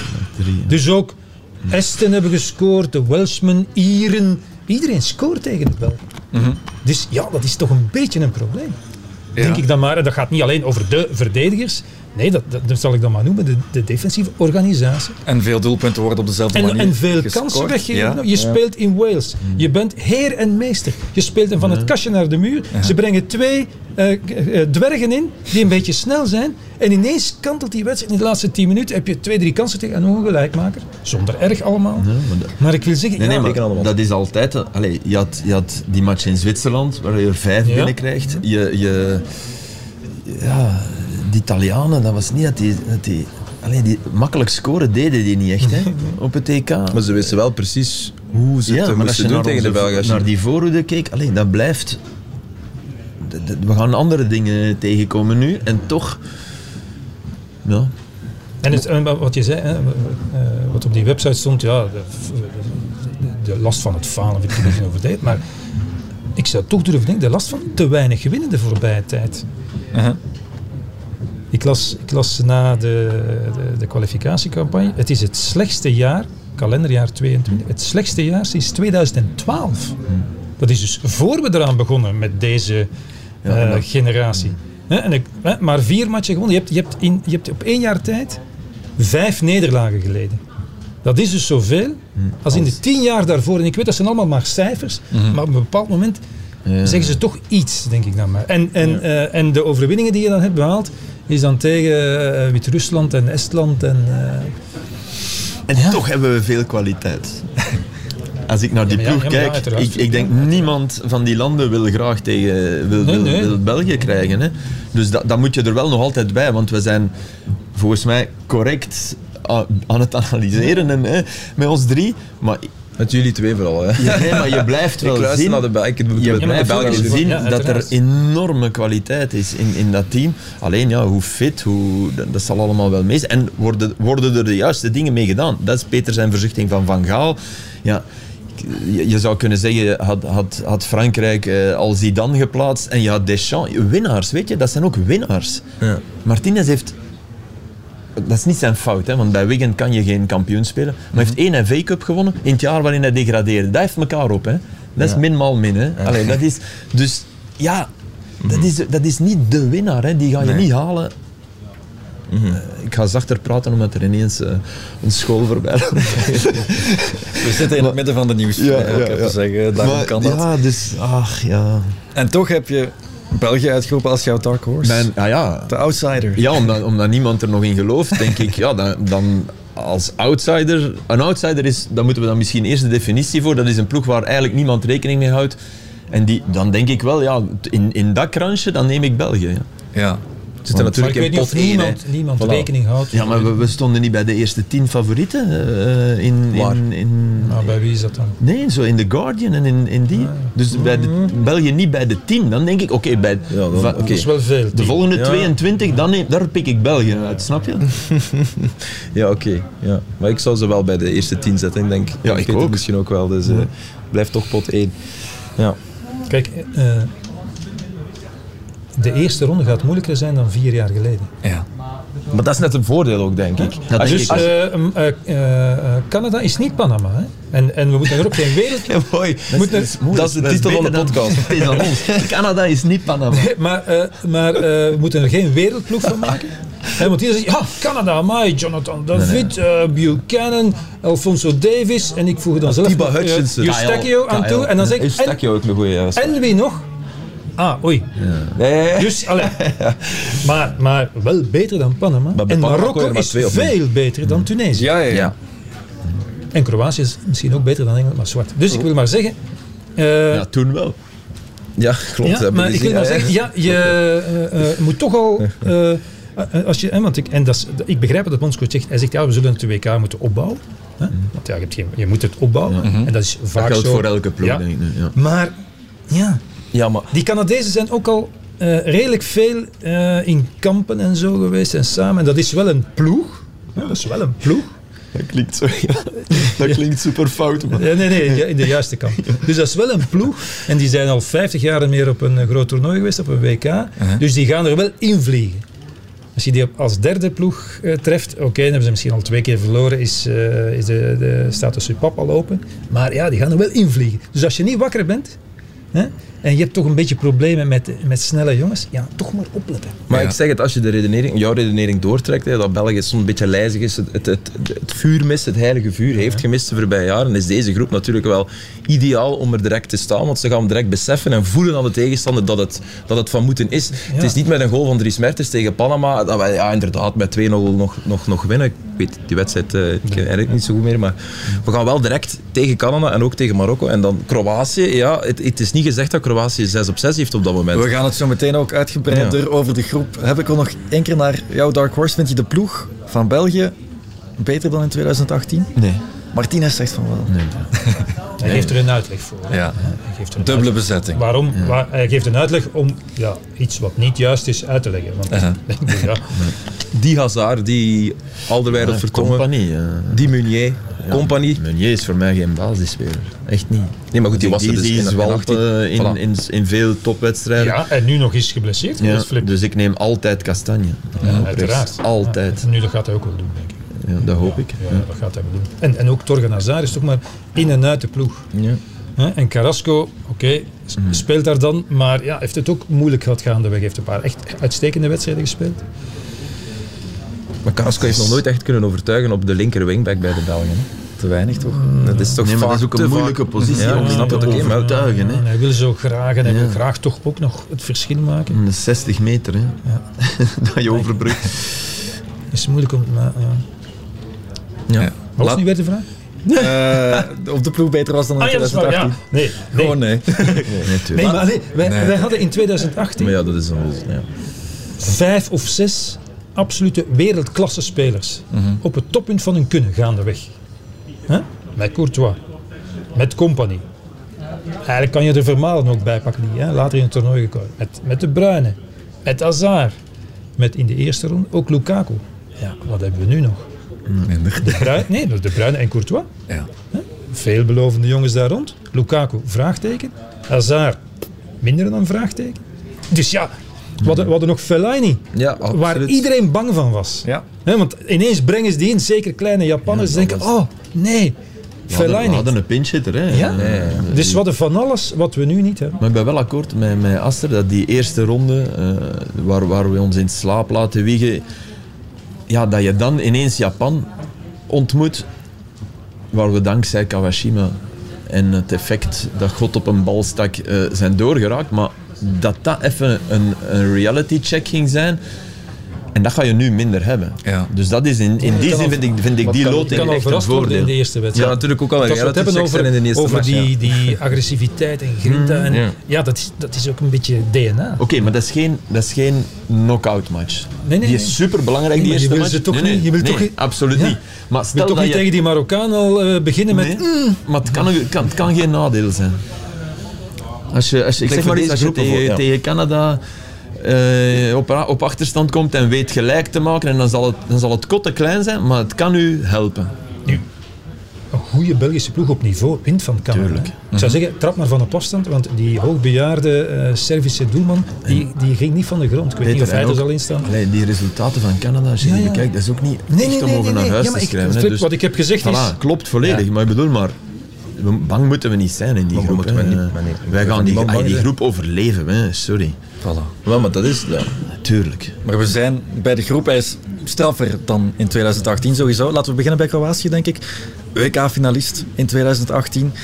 Dus ook Esten hebben gescoord, de Welshmen, Ieren. Iedereen scoort tegen de Belgen. Mm-hmm. Dus ja, dat is toch een beetje een probleem. Ja. Denk ik dan maar. En dat gaat niet alleen over de verdedigers. Nee, dat, dat, dat zal ik dan maar noemen. De, de defensieve organisatie. En veel doelpunten worden op dezelfde En, manier en veel gescoord. kansen weggeven. Ja. Nou, je speelt in Wales. Je bent heer en meester. Je speelt hem van het kastje naar de muur. Ze brengen twee uh, uh, dwergen in die een beetje snel zijn. En ineens kantelt die wedstrijd. In de laatste tien minuten heb je twee, drie kansen tegen en nog een gelijkmaker. Zonder erg allemaal. Ja, maar dat- Maar ik wil zeggen... Nee, nee, ja, maar dat is altijd... eh, Allez, je, had, je had die match in Zwitserland, waar je er vijf Ja. binnenkrijgt. Je, je, ja, die Italianen, dat was niet dat die... Dat die Allee, die makkelijk scoren deden die niet echt, hè, op het E K. Maar ze wisten wel precies hoe ze Ja, het maar als moesten je doen naar, tegen de onze- Belgen. Als je- naar die voorhoede keek, allee, dat blijft... d- d- We gaan andere dingen tegenkomen nu, en toch... Ja, En, het, en wat je zei, hè, uh, wat op die website stond, ja, de, de, de last van het falen vind ik een beetje overdreven. Maar ik zou toch durven denken, de last van te weinig winnen de voorbije tijd. Uh-huh. Ik las, ik las na de, de, de kwalificatiecampagne, het is het slechtste jaar, kalenderjaar tweeëntwintig, het slechtste jaar sinds tweeduizend twaalf. Dat is dus voor we eraan begonnen met deze Ja, uh, maar- generatie. Hè, en ik, hè, maar vier matchen gewonnen. Je hebt, je, hebt in, je hebt op één jaar tijd vijf nederlagen geleden. Dat is dus zoveel als in de tien jaar daarvoor. En ik weet, dat zijn allemaal maar cijfers, Mhm. maar op een bepaald moment Ja. zeggen ze toch iets, denk ik dan maar. En, en, Ja. eh, en de overwinningen die je dan hebt behaald, is dan tegen eh, Wit-Rusland en Estland. En, eh, En toch hebben we veel kwaliteit. als ik naar die Ja, maar ja, ploeg ja, maar ja, kijk, uiteraard. ik, ik denk Ja, niemand van die landen wil graag tegen wil, Nee, wil, nee. wil België krijgen. Hè. Dus dat, dat moet je er wel nog altijd bij, want we zijn volgens mij correct a- aan het analyseren en, hè, met ons drie. Maar Met jullie twee vooral. Hè. ja, nee, maar je blijft Ik wel luister zien, naar de Bel- ik- de- je de- blijft de wel Belgische zien Ja, dat er uiteraard. enorme kwaliteit is in, in dat team. Alleen ja, hoe fit, hoe, dat, dat zal allemaal wel mee zijn. En worden, worden er de juiste dingen mee gedaan? Dat is Peter zijn verzuchting van Van Gaal. Ja, je, je zou kunnen zeggen, had, had, had Frankrijk eh, al Zidane geplaatst en je had Deschamps. Winnaars, weet je, dat zijn ook winnaars. Ja. Martinez heeft... Dat is niet zijn fout, hè, want bij Wigan kan je geen kampioen spelen. Maar hij heeft één F A Cup gewonnen in het jaar waarin hij degradeerde. Dat heeft elkaar op. Hè. Dat is Ja. min maal min. Hè. Allee, dat is, dus ja, dat is, dat is niet de winnaar. Hè. Die ga je Nee. niet halen. Uh, ik ga zachter praten omdat er ineens uh, een school voorbij loopt. We zitten in het midden van de nieuws. Ja, Ja, ja, ja, ja. zeggen. Daarom Maar, kan dat. ja, dus, ach ja. En toch heb je België uitgeroepen als jouw dark horse. Mijn, ah, ja. De outsider. Ja, omdat, omdat niemand er nog in gelooft, denk ik, ja, dan, dan als outsider... Een outsider is, daar moeten we dan misschien eerst de definitie voor, dat is een ploeg waar eigenlijk niemand rekening mee houdt. En die, dan denk ik wel, ja, in, in dat krantje, dan neem ik België. Ja. Ja. Het zit er Maar natuurlijk ik in weet niet pot of één. niemand, niemand Voilà. rekening houdt. Ja, maar we, we stonden niet bij de eerste tien favorieten. Uh, in, Waar? in, in, Nou, bij wie is dat dan? nee, zo in The Guardian en in, in die. Dus bij de, België niet bij de tien. Dan denk ik, oké, okay, bij Ja, dan- va- oké. Dat is wel veel. de volgende Ja. tweeëntwintig, dan neem, daar pik ik België uit, snap je? Ja, oké. Ja. Maar ik zou ze wel bij de eerste tien zetten. Ik denk, Ja, ik Peter ook. misschien ook wel. Dus uh, blijft toch pot één. Ja. Kijk, eh, de eerste ronde gaat moeilijker zijn dan vier jaar geleden. Ja. Maar dat is net een voordeel ook, denk ik. Dat Als denk je- Dus ik. als- eh, um, eh, eh, eh, Canada is niet Panama. Hè? En, en we moeten er ook geen wereld... Ja, mooi. Moet dat, er- is, dat is de titel van de beter dan- podcast. Het is aan ons. Canada is niet Panama. Maar, eh, maar eh, we moeten er geen wereldploeg van maken. Hè, want hier zegt, ja, Canada, amai, Jonathan David, eh, Buchanan, Alfonso Davis en ik voeg er dan zelf Tiba nog, eh, Hutchinson. Eustachio aan toe. En dan zeg ik, en, Eustachio ook een goeie. Ja, en wie nog? Ah, oei. ja, ja, ja. Dus, allee. Maar, maar wel beter dan Panama. Maar bij En Panama kon je Marokko er maar is twee op doen. veel beter dan Tunesië. Ja, ja, ja. Ja. En Kroatië is misschien ook beter dan Engeland, maar zwart. Dus ik wil maar zeggen... eh, Ja, toen wel. Ja, klopt. ja, hebben we maar ik gezien. wil maar Ja, ja. zeggen, ja, je eh, eh, moet toch al... eh, eh, als je, hè, want ik, en dat is, ik begrijp wat de bondscoach zegt. Hij zegt, ja, we zullen het W K moeten opbouwen. Hè? Want ja, je, hebt geen, je moet het opbouwen. En dat is Dat vaak geldt zo. voor elke ploeg, Ja. denk ik. nu, Ja. Maar, ja... Ja, maar Die Canadezen zijn ook al eh, redelijk veel eh, in kampen en zo geweest en samen. En dat is wel een ploeg. Ja, dat is wel een ploeg. Dat klinkt zo, ja. Dat klinkt super fout, man. Nee, nee, nee, ja, in de juiste kant. Dus dat is wel een ploeg. En die zijn al vijftig jaar meer op een eh, groot toernooi geweest, op een W K. Dus die gaan er wel in vliegen. Als je die op- als derde ploeg eh, treft, oké, dan hebben ze misschien al twee keer verloren, is, eh, is de, de status Supap al open. Maar ja, die gaan er wel in vliegen. Dus als je niet wakker bent, hè, en je hebt toch een beetje problemen met, met snelle jongens, ja, toch maar opletten. Maar Ja. ik zeg het, als je de redenering, jouw redenering doortrekt, hè, dat België soms een beetje lijzig is, het, het, het, het vuur mist, het heilige vuur, heeft gemist de voorbije jaren, is deze groep natuurlijk wel ideaal om er direct te staan, want ze gaan direct beseffen en voelen aan de tegenstander dat het, dat het van moeten is. Het is niet met een goal van Dries Mertens tegen Panama, dat wij ja, inderdaad met twee nul nog, nog, nog winnen. Ik weet die wedstrijd uh, ik ken eigenlijk niet zo goed meer, maar we gaan wel direct tegen Canada en ook tegen Marokko. En dan Kroatië, ja, het, het is niet gezegd dat Kroatië zes op zes heeft op dat moment. We gaan het zo meteen ook uitgebreider Ja. over de groep. Heb ik wel nog één keer naar jouw dark horse. Vind je de ploeg van België beter dan in twintig achttien? Nee. Martinez zegt van wel. nee. Hij geeft er een uitleg voor. hè. Ja. Hij geeft er een Dubbele uitleg. bezetting. Waarom? Waar, hij geeft een uitleg om ja, iets wat niet juist is uit te leggen. Want, Uh-huh. ja, Die Hazard, die Alderweireld Vertongen, Compagnie. eh. die Meunier, Compagnie. Meunier is voor mij geen basisspeler. Echt niet. Nee, maar goed, die was er die, dus die in- in zwalpt achttien. eh, in, Voilà. in, in veel topwedstrijden. ja, en nu nog eens geblesseerd. Ja, Dat is flip. dus ik neem altijd Kastanje. Ja, Op uiteraard. rechts. Altijd. Ja, en nu dat gaat hij ook wel doen, denk ik. Ja, dat hoop ik. Ja, dat gaat hij wel doen. En, en ook Torgan Hazard is toch maar in en uit de ploeg. Ja. Hè? En Carrasco, oké, s- speelt daar dan, maar ja, heeft het ook moeilijk gehad gaandeweg. Heeft een paar echt uitstekende wedstrijden gespeeld. Maar Carrasco heeft nog nooit echt kunnen overtuigen op de linker wingback bij de Belgen. hè. Te weinig toch? Dat is toch Nee, maar vaak dat is ook te een vaak- moeilijke positie Ja, om ik snap te dat ook, hè, maar overtuigen. Hè. En hij wil zo graag en hij Ja. wil graag toch ook nog het verschil maken. Een zestig meter, hè. dat je overbrugt. Het is moeilijk om... Maar, ja. Ja. Wat was Laat- nu weer de vraag? Uh, of de ploeg beter was dan in ah, ja, twintig achttien? Ja. Nee, nee. Gewoon nee. Nee, nee, maar nee, wij, nee. wij hadden in twintig achttien maar ja, dat is dan, ja. vijf of zes absolute wereldklasse spelers. Mm-hmm. Op het toppunt van hun kunnen gaandeweg. Huh? Met Courtois. Met Company. Eigenlijk kan je de Vermaelen ook bijpakken die hè, later in het toernooi gekomen. Met, met de Bruyne. Met Hazard. Met in de eerste ronde ook Lukaku. Ja, wat hebben we nu nog? De Bruyne, nee, de Bruyne en Courtois. Ja. Huh? Veelbelovende jongens daar rond. Lukaku, vraagteken. Hazard, minder dan vraagteken. Dus ja, we hadden, we hadden nog Fellaini, ja, waar iedereen bang van was. Ja. He, want ineens brengen ze die in, zeker kleine Japanners, ja, denken, was... oh nee, we hadden, Fellaini. we hadden een pinchhitter. Hè? Ja? Ja, ja, ja. Dus we hadden van alles wat we nu niet hebben. Maar ik ben wel akkoord met, met Aster, dat die eerste ronde, uh, waar, waar we ons in slaap laten wiegen, ja, dat je dan ineens Japan ontmoet, waar we dankzij Kawashima en het effect dat God op een bal stak uh, zijn doorgeraakt, maar dat dat even een, een reality check ging zijn. En dat ga je nu minder hebben. Ja. Dus dat is in, in die zin vind ik, vind ik die kan, loting kan echt een voordeel. In de eerste wedstrijd. Ja, natuurlijk ook al een reality check over, zijn in de eerste over match. die, Ja. die agressiviteit en grinta. Mm, en, ja, ja dat, is, dat is ook een beetje D N A. Oké, okay, maar dat is geen, dat is geen knock-out match. Nee, nee, die is nee. super belangrijk, nee, die eerste je match. Ze toch nee, nee, niet, je wilt nee, toch niet, absoluut ja. niet. Maar stel je wilt toch dat niet je, tegen die Marokkaan al uh, beginnen nee, met... Mm. Maar het kan, het, kan, het kan geen nadeel zijn. Als je, als je, ik zeg maar iets, als je tegen, ja. tegen Canada uh, op, op achterstand komt en weet gelijk te maken, en dan zal het, dan zal het kotte klein zijn, maar het kan u helpen. Nu, een goede Belgische ploeg op niveau wint van Canada. Tuurlijk. Ik zou zeggen, trap maar van op afstand, want die hoogbejaarde uh, Servische doelman, die, die ging niet van de grond. Ik weet Peter, niet of hij ook, er zal instaan. Allee, die resultaten van Canada, als je ja, die ja. bekijkt, dat is ook niet nee, echt nee, om nee, over nee, naar huis ja, te ik, schrijven. Flip, Dus, wat ik heb gezegd voilà, is... klopt volledig, ja. Maar ik bedoel maar, bang moeten we niet zijn in die maar groep. moeten we niet, maar nee. Wij gaan die, bang die groep overleven, hè. Sorry. Voilà. Wel, maar dat is... Ja. Tuurlijk. Maar we zijn bij de groep, hij is straffer dan in twintig achttien sowieso. Laten we beginnen bij Kroatië, denk ik. W K-finalist in twintig achttien.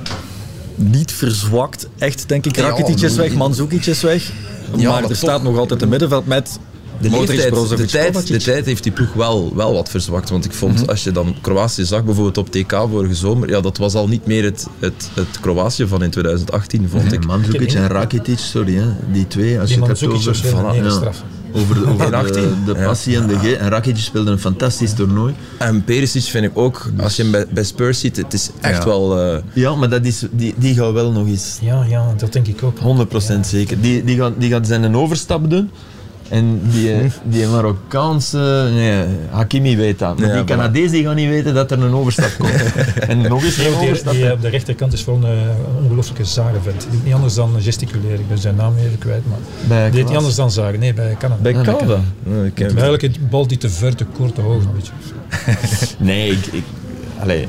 Niet verzwakt, echt, denk ik. Rakitic is weg, Mandzukic is weg. Ja, maar er toch, staat nog altijd een middenveld met... De, Modric, leeftijd, Brozovic, de, tijd, Kovacic. de tijd heeft die ploeg wel, wel wat verzwakt. Want ik vond, mm-hmm. als je dan Kroatië zag, bijvoorbeeld op T K vorige zomer, ja, dat was al niet meer het, het, het Kroatië van in twintig achttien, vond ik. Mandzukic en Rakitic, sorry, hè. Die twee. Als die je het hebt Mandzukic over, was voilà, een ja. straf. over, de, over achttien. de, de passie ja. en de G. En Rakitic speelde een fantastisch toernooi. En Perisic vind ik ook, als je hem bij, bij Spurs ziet, het is echt ja. wel... Uh... Ja, maar dat is, die, die gaat wel nog eens... Ja, ja, dat denk ik ook. honderd procent ja. zeker. Die, die, gaat, die gaat zijn een overstap doen. En die, die Marokkaanse... Nee, Hakimi weet dat. Maar ja, die Canadees die gaan niet weten dat er een overstap komt. En nog eens een die, overstap. Die, die op de rechterkant is gewoon een ongelooflijke zagenvent. Die doet niet anders dan gesticuleren. Ik ben zijn naam even kwijt. Maar bij die deed niet anders dan zagen. Nee, bij Canada. Bij Canada? Canada? Nee, ik eigenlijk een bal die te ver, te kort, te hoog. Een beetje. nee, ik... ik allee,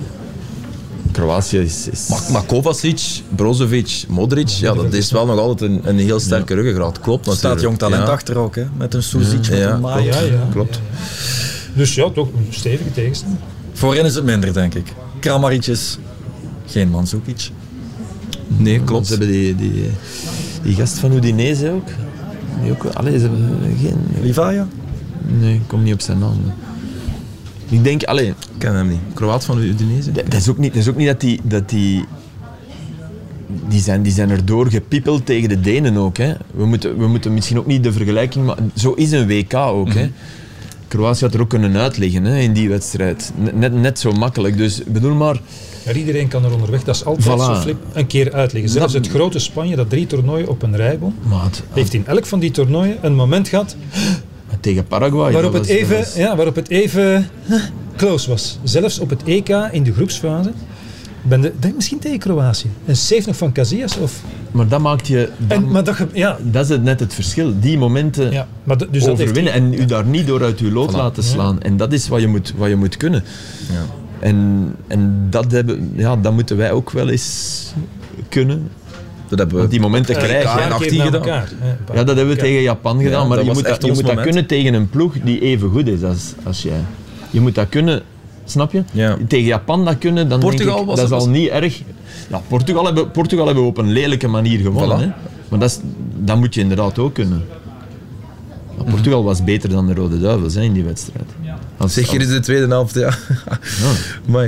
Kroatië is... is... Maar, maar Kovacic, Brozovic, Modric, ja, dat is wel nog altijd een, een heel sterke ja. ruggengraat. Klopt natuurlijk. Er staat jong talent ja. achter ook, hè? Met een Suzic, ja. met ja, een Maai. Ja, ja, klopt. Ja, ja. Dus ja, toch een stevige tegenstander. Voorin is het minder, denk ik. Kramaric is geen Mandzukic. Nee, klopt. Ze hebben die, die, die gast van Udinese ook. Die ook allee, ze hebben geen... Livaja? Nee, ik kom niet op zijn naam. Ik denk, allee... Ik ken hem niet. Kroaat van Udinese? Dat is ook niet dat, is ook niet dat die... Dat die die zijn, die zijn erdoor gepiepeld tegen de Denen ook. Hè. We, moeten, we moeten misschien ook niet de vergelijking maken. Zo is een W K ook. Mm-hmm. Hè. Kroatië had er ook kunnen uitleggen hè, in die wedstrijd. Net, net zo makkelijk. Dus bedoel maar... Ja, iedereen kan er onderweg, dat is altijd voilà. zo flip, een keer uitleggen. Zelfs Dat... het grote Spanje, dat drie toernooien op een rij won, Maat, heeft in elk van die toernooien een moment gehad tegen Paraguay. waarop, was, het even, was... ja, waarop het even close was. Zelfs op het E K in de groepsfase. Ben de, denk misschien tegen Kroatië. Een save nog van Casillas of... Maar dat maakt je... Dan, en, maar dat, ja. dat is het net het verschil. Die momenten ja, maar d- dus overwinnen dat en u daar niet door uit uw lood voilà. laten slaan. Ja. En dat is wat je moet, wat je moet kunnen. Ja. En, en dat, hebben, ja, dat moeten wij ook wel eens kunnen. Dat hebben we Want die momenten uh, krijgen. En achttien gedaan. Elkaar, ja, dat hebben we tegen Japan gedaan. Ja, maar dat je moet, dat, je moet dat kunnen tegen een ploeg die even goed is als, als jij. Je moet dat kunnen... Snap je? Ja. Tegen Japan dat kunnen, dan Portugal denk ik, was dat is het al niet erg. Ja, Portugal, hebben, Portugal hebben we op een lelijke manier gewonnen. Voilà. Hè? Maar dat, is, dat moet je inderdaad ook kunnen. Maar Portugal was beter dan de Rode Duivels hè, in die wedstrijd. Als zeg je is de tweede helft, ja. ja. Amai.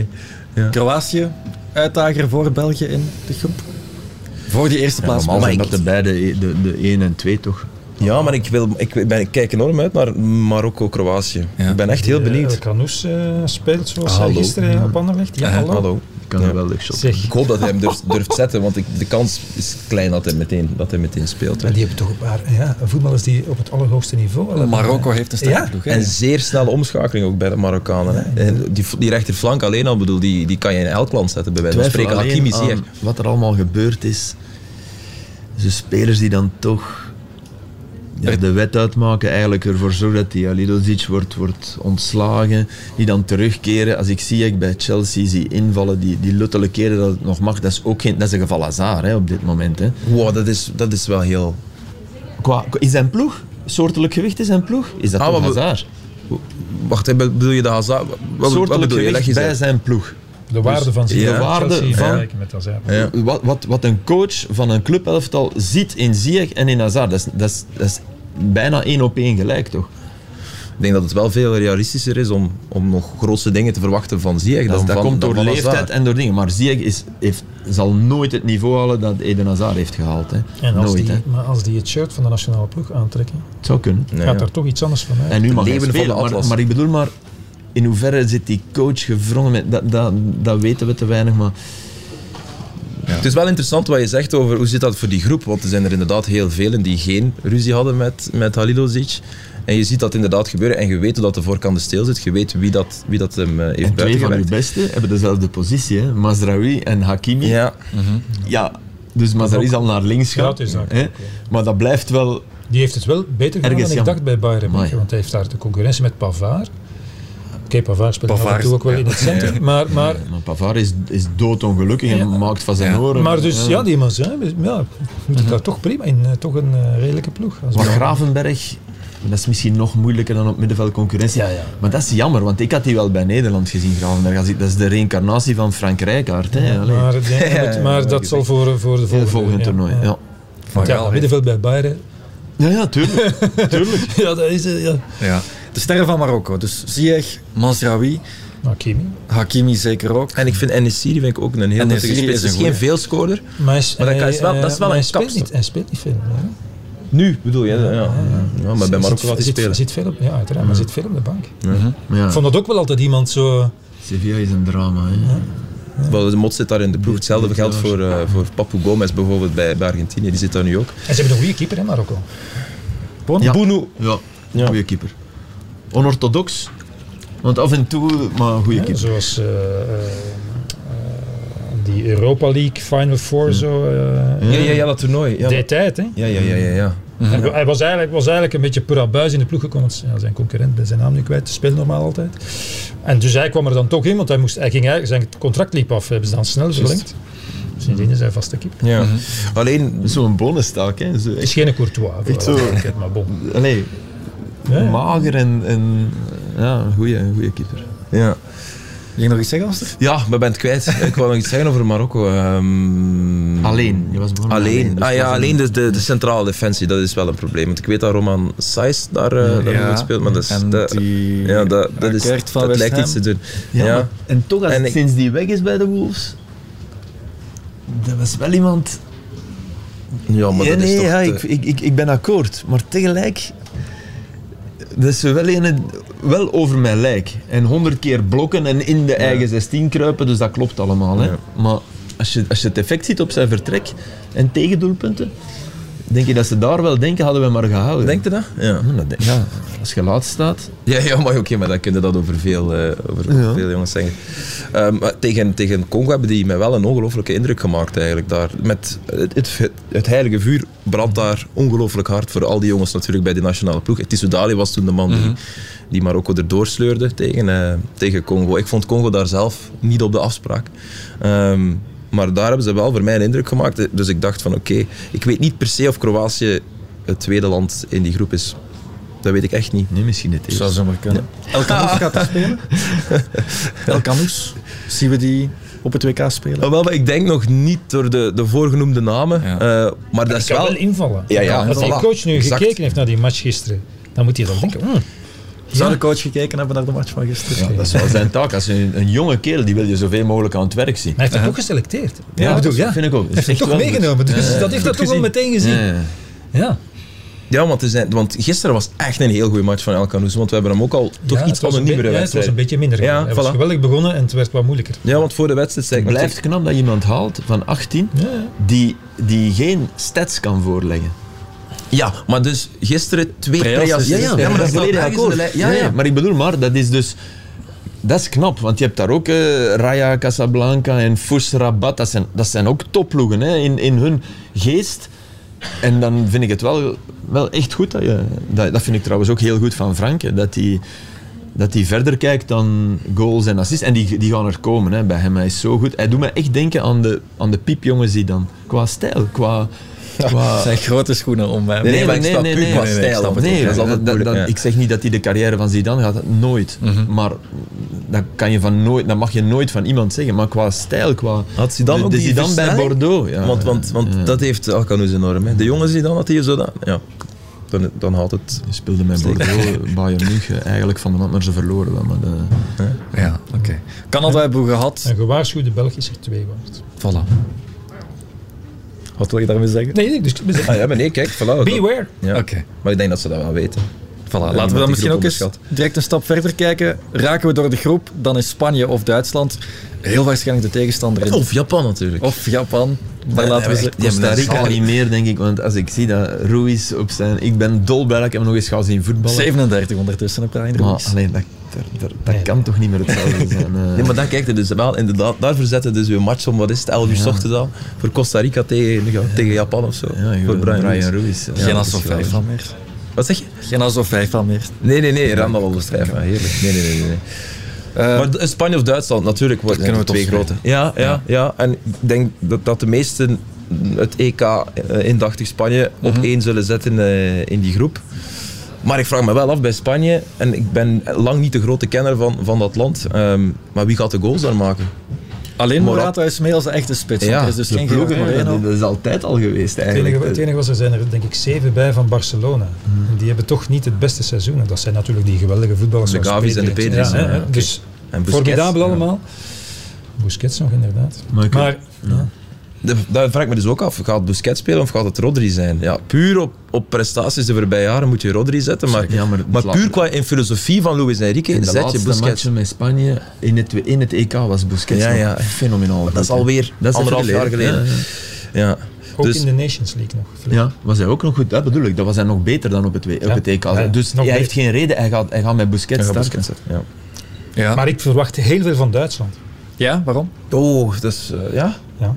Ja. Kroatië, uitdager voor België in de groep. Voor die eerste plaats. Ja, normaal zijn dat de beide, de, de één en twee toch? Ja, maar ik, wil, ik, ben, ik kijk enorm uit naar Marokko-Kroatië. Ja. Ik ben echt heel benieuwd. El Kanous uh, speelt zoals ah, hij gisteren ja. op Anderlecht. Ja, hallo. hallo. Kan ja. wel shot. Ik hoop dat hij hem durft, durft zetten, want ik, de kans is klein dat hij meteen, dat hij meteen speelt. En die hebben toch een paar ja, voetballers die op het allerhoogste niveau... Marokko heeft een sterke ja. ploeg. En zeer snelle omschakeling ook bij de Marokkanen. Ja, ja. En die, die rechterflank alleen al, bedoel, die, die kan je in elk land zetten. Bij wijze van spreken. Hakimi zie je. Wat er allemaal gebeurd is. Dus spelers die dan toch... Ja, de wet uitmaken, eigenlijk ervoor zorgen dat die Halilovic wordt, wordt ontslagen, die dan terugkeren. Als ik zie ik bij Chelsea zie invallen, die, die luttele keren dat het nog mag, dat is ook geen, dat is een geval Hazard hè, op dit moment. Hè. Wow, dat is, dat is wel heel... Qua, is zijn ploeg? Soortelijk gewicht is zijn ploeg? Is dat ah, toch Hazard? Wacht, bedoel je de Hazard? Wat, Soortelijk wat gewicht bij zijn ploeg. De waarde dus, van Ziyech. De waarde Chelsea, van... Met Hazard. Ja. Wat, wat, wat een coach van een clubelftal ziet in Ziyech en in Hazard, dat is, dat is, dat is bijna één op één gelijk, toch? Ik denk dat het wel veel realistischer is om, om nog grootste dingen te verwachten van Ziyech. Dat, dan dat van, komt door dan van leeftijd Hazard. en door dingen. Maar Ziyech is, heeft, zal nooit het niveau halen dat Eden Hazard heeft gehaald. Hè. En als nooit, die, hè. maar als die het shirt van de nationale ploeg aantrekken, het zou kunnen. gaat ja, ja. er toch iets anders van uit. En nu mag hij Leven spelen, van de maar, Atlas. maar ik bedoel maar, in hoeverre zit die coach gevrongen met... Dat, dat, dat weten we te weinig, maar... Ja. Het is wel interessant wat je zegt over hoe zit dat voor die groep, want er zijn er inderdaad heel velen die geen ruzie hadden met, met Halilovic. En je ziet dat inderdaad gebeuren en je weet hoe dat de voorkant stil zit, je weet wie dat, wie dat hem uh, heeft en twee van buitengewerkt. uw beste hebben dezelfde positie, hè? Mazraoui en Hakimi. Ja. Mm-hmm. Ja, dus Mazraoui zal naar links gaan, ja, hè? Maar dat blijft wel... Die heeft het wel beter gedaan dan ik dacht bij Bayern München, want hij heeft daar de concurrentie met Pavard. Oké, okay, Pavard speelt Pavard, af en toe ook wel ja. in het centrum, ja. maar... maar, maar Pavard is, is doodongelukkig en ja. maakt van zijn ja. oren... Maar dus, ja, ja die man zijn, ja, moet ik daar toch prima in, uh, toch een uh, redelijke ploeg. Maar Gravenberg, dat is misschien nog moeilijker dan op middenveld concurrentie, ja, ja. maar dat is jammer, want ik had die wel bij Nederland gezien, Gravenberg. Dat is de reïncarnatie van Frank Rijkaard. Hè. Ja, maar ja, ja, maar dat zal voor, voor de volgende, volgende toernooi. Ja. Ja. Ja. Ja, middenveld bij Bayern. Ja, ja, tuurlijk. tuurlijk. ja, dat is uh, ja. ja. De sterren van Marokko, dus Ziyech, Mazraoui, Hakimi. Hakimi zeker ook. En ik vind Enesiri vind ik ook een heel nuttige speler. Het is geen veelscorer, maar, is, maar dat, is wel, dat is wel een kapstok. Hij speelt niet veel. Ja. Nu bedoel je? Ja, ja. ja. ja maar bij Marokko gaat hij spelen. Zit veel op, ja, uiteraard, maar zit veel op de bank. Ja. Ja. Ik vond dat ook wel altijd iemand zo... Sevilla is een drama. Hè. Ja. Ja. Wel, de Mot zit daar in de ploeg. Hetzelfde geldt voor, uh, voor Papu Gomez bijvoorbeeld bij, bij Argentinië. Die zit daar nu ook. En ze hebben een goede keeper in Marokko. Ja. Bounou. Ja, ja. Goede keeper. Onorthodox, want af en toe, maar een goede ja, keeper. Zoals uh, uh, die Europa League Final Four, ja. zo. Uh, ja, ja, ja, dat toernooi. Ja, die tijd, hè? Ja, ja, ja, ja. ja. En hij was eigenlijk, was eigenlijk een beetje pur abuis in de ploeg gekomen. Ja, zijn concurrent, ben zijn naam niet kwijt, speelt normaal altijd. En dus hij kwam er dan toch in, want hij, moest, hij ging eigenlijk, zijn contract liep af, hebben ze dan snel verlengd. Sindsdien is hij vaste keeper. Ja. Mm-hmm. Alleen zo'n bonustaak, hè? Zo, het is geen Courtois, echt zo. Maar bon. Allee, ja, ja. mager en, en ja, een goede keeper. Ja. Wil je nog iets zeggen, Aster? Ja, maar ben het kwijt. Ik wou nog iets zeggen over Marokko. Um... Alleen. Je was begonnen alleen. alleen. Dus ah ja, alleen de, de, de centrale defensie, dat is wel een probleem. Want ik weet dat Roman Saiz daar, uh, daar ja. speelt, maar dat, is, dat, die ja, dat, dat, is, dat lijkt iets te doen. Ja, ja. Maar, en toch, als en ik, sinds die weg is bij de Wolves, dat was wel iemand... Ja, maar ja, dat nee, is toch ja, te... ik, ik, ik, ik ben akkoord, maar tegelijk... Dat is wel, een, wel over mijn lijk. En honderd keer blokken en in de eigen ja. zestien kruipen, dus dat klopt allemaal. Hè. Ja. Maar als je, als je het effect ziet op zijn vertrek en tegendoelpunten, denk je dat ze daar wel denken, hadden we maar gehouden. Denk je dat? Ja. ja als je laat staat... Ja, ja maar oké, okay, maar dan kun je dat over veel, uh, over ja. veel jongens zeggen. Um, tegen, tegen Congo hebben die mij wel een ongelooflijke indruk gemaakt eigenlijk daar. Met het, het, het heilige vuur brandt daar ongelooflijk hard voor al die jongens natuurlijk bij die nationale ploeg. Tissou Dali was toen de man mm-hmm. die, die Marokko erdoor sleurde tegen, uh, tegen Congo. Ik vond Congo daar zelf niet op de afspraak. Um, Maar daar hebben ze wel voor mij een indruk gemaakt. Dus ik dacht van oké, okay, ik weet niet per se of Kroatië het tweede land in die groep is. Dat weet ik echt niet. Nee, misschien het zou zo maar kunnen. Ja. El Kanous gaat er spelen? El Kanous? Zien we die op het W K spelen? Nou, wel, maar ik denk nog niet door de, de voorgenoemde namen. Ja. Uh, maar dat ik is wel... wel invallen. Ja, ja, als voilà. die coach nu exact. gekeken heeft naar die match gisteren, dan moet hij dan denken... Hmm, Zou de coach gekeken hebben naar de match van gisteren? Ja, dat is wel zijn taak. Als je een, een jonge kerel, die wil je zoveel mogelijk aan het werk zien. Hij heeft hem uh-huh. toch geselecteerd. Ja, ja, bedoel, ja. vind ik ook. Hij heeft hem toch meegenomen, dus ja, ja, dat heeft dat toch wel meteen gezien. Ja, ja. ja. Ja, want, zijn, want gisteren was echt een heel goede match van El Canoes, want we hebben hem ook al toch ja, iets van een nieuwere wedstrijd. Ja, het was een beetje minder. Ja, hij voilà. was geweldig begonnen en het werd wat moeilijker. Ja, want voor de wedstrijd zei ik... Het blijft knap dat je iemand haalt van achttien ja, ja. Die, die geen stats kan voorleggen. Ja, maar dus gisteren twee preas. Ja, ja, ja, maar dat is volledig akkoord. Ja, ja, ja, maar ik bedoel maar, dat is dus... Dat is knap, want je hebt daar ook uh, Raja Casablanca en Fus Rabat. Dat zijn, dat zijn ook topploegen hè, in, in hun geest. En dan vind ik het wel, wel echt goed. Dat, je, dat, dat vind ik trouwens ook heel goed van Frank. Dat hij dat hij verder kijkt dan goals en assists. En die, die gaan er komen hè, bij hem. Hij is zo goed. Hij doet me echt denken aan de, aan de piepjongens die dan. Qua stijl, qua... Qua... Het zijn grote schoenen om mij. Nee, nee, nee, nee, nee, nee, qua stijl. Nee, nee, dat, dat, dat, dat, ja. Ik zeg niet dat hij de carrière van Zidane gaat, nooit. Mm-hmm. Maar dat, kan je van nooit, dat mag je nooit van iemand zeggen. Maar qua stijl, qua... Had Zidane de, ook de die Zidane bij Bordeaux. Ja, want want, want ja. dat heeft El Canoes enorm. Hè. De jonge Zidane had hij zodanig. Ja. Dan, dan had het... Je speelde met Bordeaux, Bayern München, eigenlijk van de hand naar ze verloren. Maar de... ja, ja oké. Okay. Canada hebben we gehad. Een gewaarschuwde Belg is er twee waard. Voilà. Wat wil je daarmee zeggen? Nee, nee, dus ik ah, ja, maar nee, kijk, voilà. Beware. Ja. Okay. Maar ik denk dat ze dat wel weten. Voilà, laten we dan misschien ook eens direct een stap verder kijken. Raken we door de groep, dan is Spanje of Duitsland heel waarschijnlijk de tegenstander in. Of Japan natuurlijk. Of Japan. Maar nee, laten nee, we ze... Costa Rica niet meer, denk ik. Want als ik zie dat Ruiz op zijn... Ik ben dolblij dat ik hem nog eens ga zien voetballen. zevenendertig ondertussen, hè, Brian Ruiz. Maar alleen dat... Dat, dat, dat nee, kan nee. toch niet meer hetzelfde zijn. Uh... Nee, maar dan kijk je dus wel, inderdaad, daar verzetten dus weer match om, wat is het, elf uur ja. ochtends al, voor Costa Rica tegen, ja, tegen Japan of zo. Ja, voor Brian, Brian Ruiz. Ja, geen als of vijf van meer. Wat zeg je? Geen als of vijf van meer. Nee, nee, nee, Randal al de strijf, heerlijk. Nee, nee, nee. nee. Uh, maar Spanje of Duitsland, natuurlijk, wordt kunnen we twee grote. Ja, ja, ja, ja. En ik denk dat, dat de meesten het E K uh, indachtig Spanje op mm-hmm. één zullen zetten uh, in die groep. Maar ik vraag me wel af bij Spanje, en ik ben lang niet de grote kenner van, van dat land, um, maar wie gaat de goals daar maken? Alleen Morata is mee als de echte spits, ja, er is dus geen ploeg, dat, dat is altijd al geweest eigenlijk. Het enige, het enige was, er zijn er denk ik zeven bij van Barcelona. Hmm. En die hebben toch niet het beste seizoen. Dat zijn natuurlijk die geweldige voetballers. De Gavi's en de Pedri's. Ja, ja, okay. Dus formidabel allemaal. Busquets nog inderdaad. Maar, okay. maar ja. De, daar vraag ik me dus ook af, gaat Busquets spelen of gaat het Rodri zijn? Ja, puur op, op prestaties de voorbije jaren moet je Rodri zetten, maar, ja, maar, maar puur qua in filosofie van Luis Enrique zet je Busquets. De laatste met Spanje in het, in het E K was Busquets ja, ja. fenomenaal. Maar dat is alweer dat is anderhalf jaar geleden. Ja, ja. Ja. Ook dus, in de Nations League nog. Ja, was hij ook nog goed, dat bedoel ik. Dat was hij nog beter dan op het, op het E K. Ja, dus hij heeft geen reden, hij gaat, hij gaat met Busquets hij gaat starten. Busquets, ja. Ja. Maar ik verwacht heel veel van Duitsland. Ja, waarom? Oh, dat is... Uh, ja? Ja.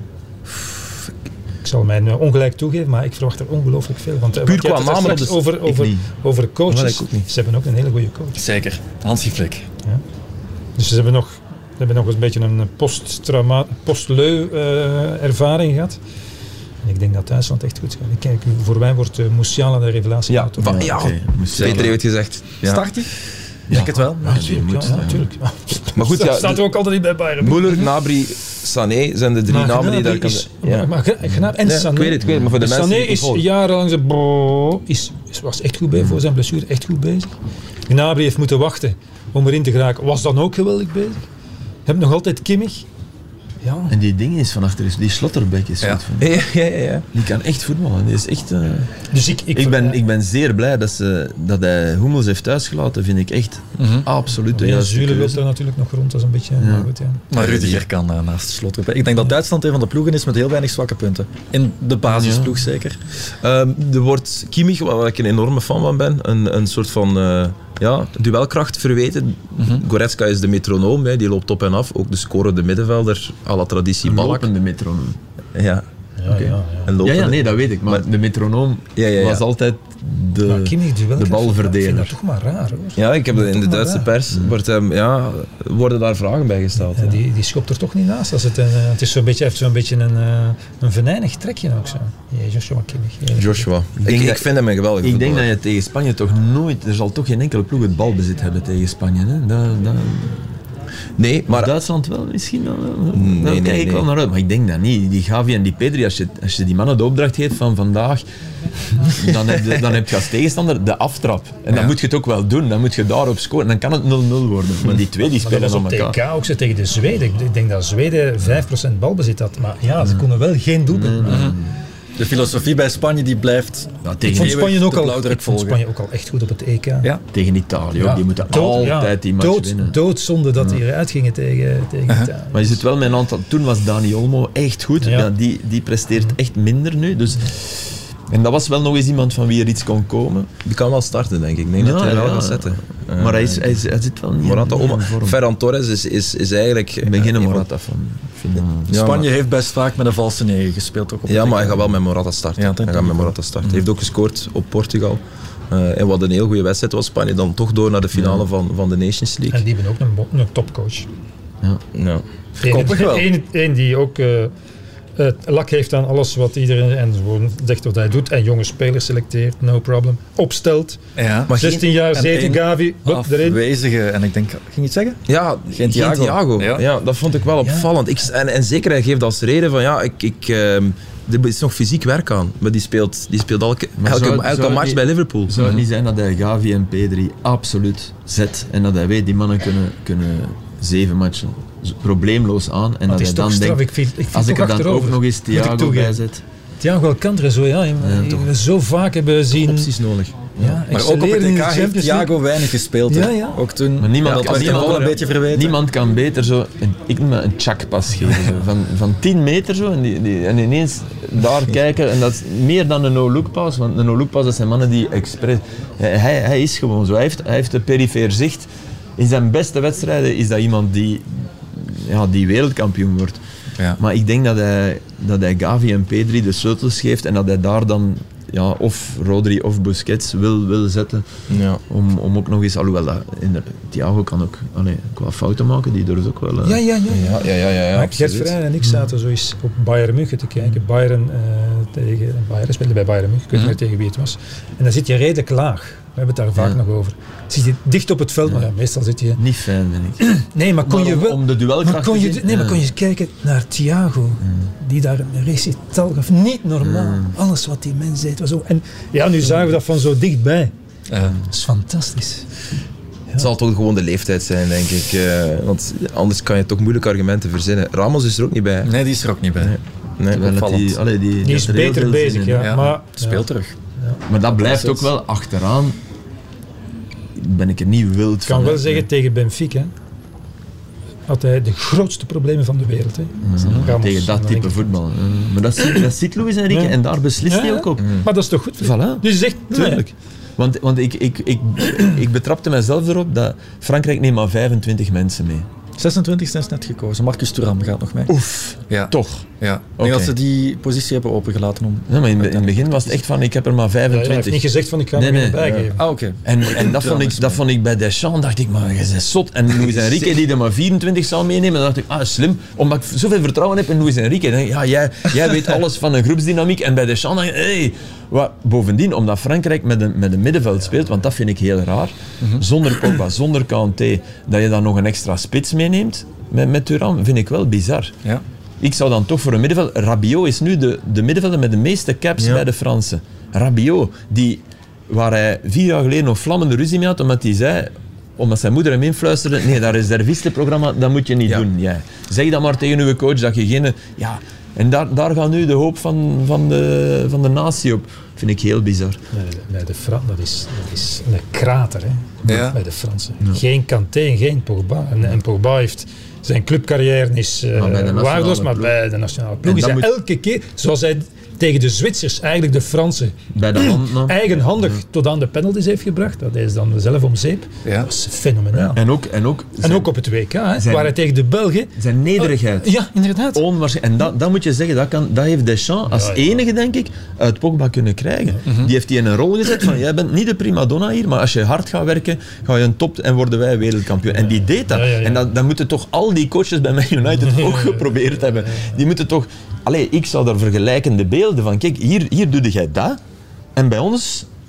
Ik zal mijn uh, ongelijk toegeven, maar ik verwacht er ongelooflijk veel. Want, uh, puur want qua namen dus over, over, over coaches. Ze hebben ook een hele goede coach. Zeker. Hansi Flick. Ja. Dus ze hebben nog, ze hebben nog een beetje een post-leu post uh, ervaring gehad. En ik denk dat Duitsland echt goed gaat. Kijk, voor mij wordt uh, Musiala de revelatie. Ja, ja, ja okay. Peter heeft gezegd. Ja. Start hij? Ja. Ik het wel. Ja, natuurlijk. Ja, ja, natuurlijk. Ja. Maar goed, ja, staat er ook altijd niet bij Bayern. Müller, Gnabry, Sané zijn de drie maar namen die daar kan... Is, ja. Maar Gnabry en ja, Sané. Ik weet het, ik weet het, maar voor de Sané is jarenlang zo, bro, is, was echt goed bij voor zijn blessure, echt goed bezig. Gnabry heeft moeten wachten om erin te geraken. Was dan ook geweldig bezig. Je hebt nog altijd Kimmich. Ja. En die ding is van achter, die Slotterbeck is ja. goed van. Ja, ja, ja, ja. Die kan echt voetballen. Die is echt, uh... dus ik, ik, ik, ben, ik ben zeer blij dat, ze, dat hij Hummels heeft thuisgelaten, vind ik echt mm-hmm. absoluut. Ja, Zule loopt er natuurlijk nog rond, dat is een beetje... Ja. Maar, goed, ja. maar Rudiger kan uh, naast Slotterbeck. Ik denk dat Duitsland een van de ploegen is met heel weinig zwakke punten. In de basisploeg ja. zeker. Um, er wordt Kimmich, waar ik een enorme fan van ben, een, een soort van... Uh, Ja, duelkracht verweten. Mm-hmm. Goretzka is de metronoom, hè, die loopt op en af. Ook de scorende middenvelder, à la traditie een Ballack. Lopende metronoom. Ja. Ja, okay. ja, ja. ja, ja, nee, dat weet ik. Maar, maar de metronoom ja, ja, ja. was altijd de, maar Kimmich, de balverdeler. Ik vind dat toch maar raar, hoor. Ja, ik heb dat in de Duitse raar. pers. Mm. Wordt, um, ja, worden daar vragen bij gesteld. Ja, die, die schopt er toch niet naast. Als het een, het is zo'n beetje, heeft zo'n beetje een, uh, een venijnig trekje ook zo. Ja, Joshua Kimmich. Ja, Joshua. Ik, ik, ik vind hem een geweldig Ik denk dat je tegen Spanje toch nooit... Er zal toch geen enkele ploeg het balbezit hebben tegen Spanje. Hè? Dat, dat... Nee, maar... Of Duitsland wel misschien? Dan, nee, daar nee, kijk ik nee. wel naar uit. Maar ik denk dat niet. Die Gavi en die Pedri, als je, als je die mannen de opdracht geeft van vandaag, dan heb je, dan heb je als tegenstander de aftrap. En dan Ja. moet je het ook wel doen. Dan moet je daarop scoren. Dan kan het nul nul worden. Maar die twee die Maar dat spelen was aan op T elkaar. K ook zo tegen de Zweden. Ik denk dat Zweden vijf procent balbezit had. Maar ja, ze konden wel geen doelpunt maken. De filosofie bij Spanje die blijft Ja, Ik tegen, vond Spanje ook de al, blauwdruk ik vond volgen. Spanje ook al echt goed op het E K. Ja. tegen Italië ook. Ja. Die moeten Dood- altijd ja, die match dood, winnen. Doodzonde dat die eruit gingen tegen, tegen Italië. Maar je zit wel met een aantal... Toen was Dani Olmo echt goed. Ja. Ja, die, die presteert echt minder nu. Dus... En dat was wel nog eens iemand van wie er iets kon komen. Die kan wel starten, denk ik. Ik denk Ja, dat hij er wel ja. gaat zetten. Uh, Maar hij, is, hij, is, hij zit wel niet Morata, in, niet om, in vorm. Ferran Torres is, is, is eigenlijk... Ik ben geen eh, Morata van. Vind ik. Ja, Spanje maar- heeft best vaak met een valse negen gespeeld. Ook op Ja, het maar hij E K. gaat wel met Morata starten. Ja, dat hij denk gaat met ik Morata starten. Hij heeft ook gescoord op Portugal. Uh, en wat een heel goede wedstrijd was. Spanje dan toch door naar de finale Ja. van, van de Nations League. En die hebben ook een, bo- een topcoach. Ja. Koppig wel. Eén één die ook uh, het lak heeft aan alles wat iedereen en gewoon zegt wat hij doet. En jonge spelers selecteert, no problem. Opstelt. Ja. Maar zestien jaar, en zeten één Gavi, hup, erin. Afwezige, en ik denk, ging je iets zeggen? Ja, Geen Thiago. geen Thiago. Ja. Ja. dat vond ik wel opvallend. Ik, en, en zeker, hij geeft als reden van ja, ik, ik, ehm, er is nog fysiek werk aan. Maar die speelt, die speelt elke, Maar elke, zou het- elke zou het match niet- bij Liverpool. Zou het niet zijn dat hij Gavi en Pedri absoluut zet en dat hij weet, die mannen kunnen, kunnen zeven matchen z- probleemloos aan en Maar dat het is hij toch dan straf. denkt, Ik vind, ik vind als toch ik er dan achterover. ook nog eens Moet ik Thiago toegeven. bij zet. Thiago Alcantara zo, ja. Ja, toch. we zo vaak hebben zien... Opties nodig. Ja, Maar ook op het excelleren in E de K heeft Champions League. Thiago weinig gespeeld. hè. Ja, ja. Ook toen Maar niemand ja, had- werd hem niemand- wel een beetje verweten. Niemand kan beter zo, een, ik noem het een chakpas geven, zo, van, van tien meter zo, en, die, die, en ineens daar kijken. En dat is meer dan een no-look pass, want een no-look pass dat zijn mannen die expres... Hij, hij is gewoon zo, hij heeft, hij heeft een perifeer zicht. In zijn beste wedstrijden is dat iemand die, ja, die wereldkampioen wordt. Ja. Maar ik denk dat hij, dat hij Gavi en Pedri de sleutels geeft en dat hij daar dan ja, of Rodri of Busquets wil, wil zetten. Ja. Om, om ook nog eens, alhoewel dat, in de, Thiago kan ook allee, qua fouten maken, die durft ook wel. eh. Ja, ja, ja. Ja, ja, ja, ja, ja, Maar Gert absoluut. Verheyen en ik zaten zo eens op Bayern München te kijken. Bayern uh, tegen Bayern speelde bij Bayern München. Ik weet niet meer tegen wie het was. En dan zit je redelijk laag. We hebben het daar vaak Ja. nog over. Zit je dicht op het veld, Ja. maar ja, meestal zit je... Niet fijn, vind ik. Nee, maar kon Maar je om- wel... om de duelkracht maar kon te je, zien, nee, maar ja. kon je eens kijken naar Thiago, die daar een recital gaf. Niet normaal. Alles wat die mens deed was zo... En ja, nu zagen we dat van zo dichtbij. Ja. Dat is fantastisch. Het zal toch gewoon de leeftijd zijn, denk ik. eh, want anders kan je toch moeilijke argumenten verzinnen. Ramos is er ook niet bij. Nee, die is er ook niet bij. Nee. Nee, Terwijl dat opvallend. die, allee, die, Die die is had er heel beter veel zin bezig, in. ja. Ja, Maar, speelt ja. terug. Maar dat blijft Dat ook is wel achteraan. Ben ik er niet wild Ik van. kan wel hè. zeggen, tegen Benfica had hij de grootste problemen van de wereld. Hè. Ramos. Tegen dat Dan type denk ik, voetbal. Eh, Maar dat ziet, dat ziet Luis Enrique Ja. en daar beslist Ja, hij ja. ook op. Maar dat is toch goed? Voilà. Dus je zegt, Tuurlijk. Want, want ik, ik, ik, ik betrapte mezelf erop dat Frankrijk neemt maar vijfentwintig mensen mee. zesentwintig is net gekozen. Marcus Thuram gaat nog mee. Oef, Ja. toch. Ja. Ik Oké. denk dat ze die positie hebben opengelaten om... Ja, maar in, in het begin was het echt van, ik heb er maar Ja, hij heeft vijfentwintig. niet gezegd van ik ga Nee, er nee. nee, bijgeven. Ah, oké. En, en dat, vond ik, dat vond ik bij Deschamps, dacht ik, maar je bent zot. En Luis Enrique die er maar vierentwintig zou meenemen, dan dacht ik, ah, slim. Omdat ik zoveel vertrouwen heb in Luis Enrique. Dan denk ik, ja, jij, jij weet alles van een groepsdynamiek. En bij Deschamps dacht ik, hey. Wat, bovendien, omdat Frankrijk met een, met een middenveld speelt, want dat vind ik heel raar, zonder Pogba, zonder Kanté, dat je dan nog een extra spits meeneemt met, met Thuram, vind ik wel bizar. Ja. Ik zou dan toch voor een middenveld... Rabiot is nu de, de middenvelder met de meeste caps Ja. bij de Fransen. Rabiot, die, waar hij vier jaar geleden nog vlammende ruzie mee had, omdat hij zei, omdat zijn moeder hem influisterde, nee, dat reservistenprogramma, dat moet je niet Ja. doen. Jij. Zeg dat maar tegen uw coach, dat je geen... Ja, en daar, daar gaat nu de hoop van, van, de, van de natie op. Vind ik heel bizar. Nee, nee, de Fran, dat, is, dat is een krater hè, Ja. bij de Fransen. Geen Kanté en geen Pogba. En, en Pogba heeft... Zijn clubcarrière is uh, Maar bij de nationale waardeloos, maar ploeg. bij de nationale ploeg En is dat hij moet- elke keer, zoals hij tegen de Zwitsers eigenlijk de Fransen Bij de hand nam. eigenhandig tot aan de penalties heeft gebracht, dat is dan zelf om zeep, Ja. dat is fenomenaal. En ook, en ook, En zijn, ook op het W K, hè, zijn- waar hij tegen de Belgen... zijn nederigheid. Ja, inderdaad. Onwaarschijnlijk. En dat, dat moet je zeggen, dat, kan, dat heeft Deschamps als Ja, ja. enige, denk ik, uit Pogba kunnen krijgen. Die heeft hij in een rol gezet van, jij bent niet de prima donna hier, maar als je hard gaat werken, ga je een top en worden wij wereldkampioen. En die deed dat. Ja, ja, ja. En dat, dat moeten toch al die coaches bij Man United ook geprobeerd hebben. Die moeten toch... Allee, ik zou daar vergelijkende beelden van, kijk, hier, hier doe jij dat, en bij ons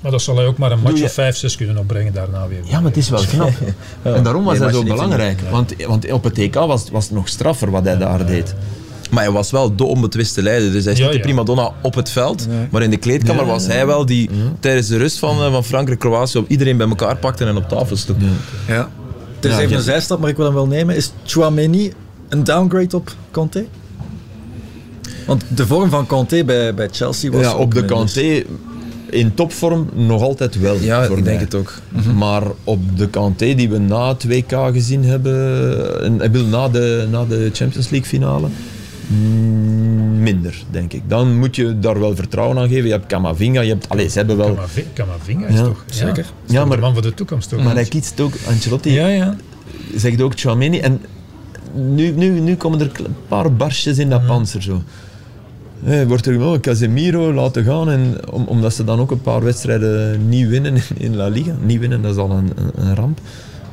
Maar dat zal hij ook maar een match of vijf, zes kunnen opbrengen daarna weer. Ja, maar het is wel knap. Ja. En daarom was nee, hij zo niet belangrijk. niet, want, want op het T K was, was het nog straffer wat hij daar deed. Maar hij was wel de onbetwiste leider. Dus hij is ja, niet de ja. primadonna op het veld. Nee. Maar in de kleedkamer Ja, was ja. hij wel die Ja. tijdens de rust van, van Frankrijk-Kroatië op iedereen bij elkaar pakte en op tafel sloeg. Ja. Ja. Het is Ja, even ja. een zijstap, maar ik wil hem wel nemen. Is Tchouaméni een downgrade op Kanté? Want de vorm van Kanté bij, bij Chelsea was Ja, ook op de minder. Kanté in topvorm nog altijd wel. Ja, voor ik denk mij. het ook. Mm-hmm. Maar op de Kanté die we na het W K gezien hebben, en, ik bedoel, na, de, na de Champions League finale, mm, minder, denk ik. Dan moet je daar wel vertrouwen aan geven. Je hebt Camavinga, je hebt... Allez, ze hebben wel... Camavinga, Camavinga is Ja, toch... Ja, zeker. is Ja, toch maar- de man voor de toekomst toch? Maar hij kiest ook, Ancelotti Ja, ja. zegt ook Tchouaméni. En nu, nu, nu komen er een paar barstjes in dat panzer. Zo. Hey, wordt er gewoon Casemiro laten gaan, en, om, omdat ze dan ook een paar wedstrijden niet winnen in, in La Liga. Niet winnen, dat is al een, een, een ramp.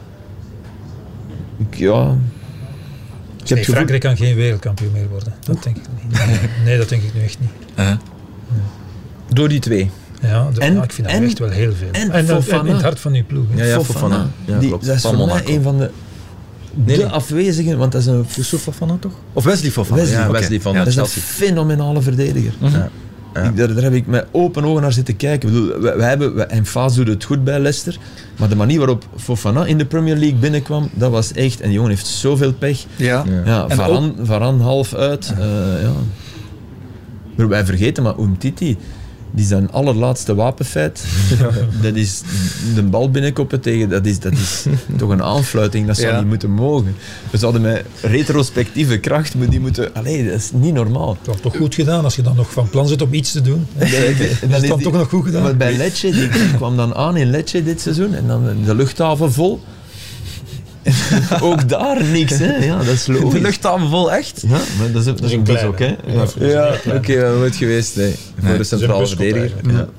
Ik, ja... Ik heb Nee, gevoel- Frankrijk kan geen wereldkampioen meer worden. Dat denk ik niet. Nee, nee, dat denk ik nu echt niet. Uh-huh. Door die twee. Ja, de, En- ja, ik vind dat en- echt wel heel veel. en en, Fofana. en in het hart van uw ploeg. hè. Ja, ja, Fofana. Fofana. Ja, die, klopt. dat is Van voor mij Monaco. een van de, Nee, de nee. afwezigen, want dat is een... Yusuf Fofana toch? Of Wesley Fofana? Wesley, Ja, oké. Wesley van Ja, Dat is een Chelsea. fenomenale verdediger. Ja. Ja. Ik, daar, daar heb ik met open ogen naar zitten kijken. Ik bedoel, wij, wij hebben, wij, en Faas doet het goed bij Leicester, maar de manier waarop Fofana in de Premier League binnenkwam, dat was echt... En die jongen heeft zoveel pech. Ja. Ja. Ja, En Varane, Varane half uit. Uh, ja. Maar wij vergeten, maar Umtiti, die zijn allerlaatste wapenfeit, dat is de bal binnenkoppen tegen, dat is, dat is toch een aanfluiting, dat zou Ja. niet moeten mogen. We zouden met retrospectieve kracht, maar die moeten... Allee, dat is niet normaal. Dat toch goed gedaan als je dan nog van plan zit om iets te doen. Dan Is het dan die- toch nog goed gedaan? Maar bij Lecce, die kwam dan aan in Lecce dit seizoen en dan de luchthaven vol. Ook daar niks, hè? Ja, dat is logisch. De luchthaven vol, echt? Ja, maar dat is, dat is een bus ook, hè? Ja. Ja, oké, okay, nooit geweest. Nee. Voor de centrale buskop verdediger.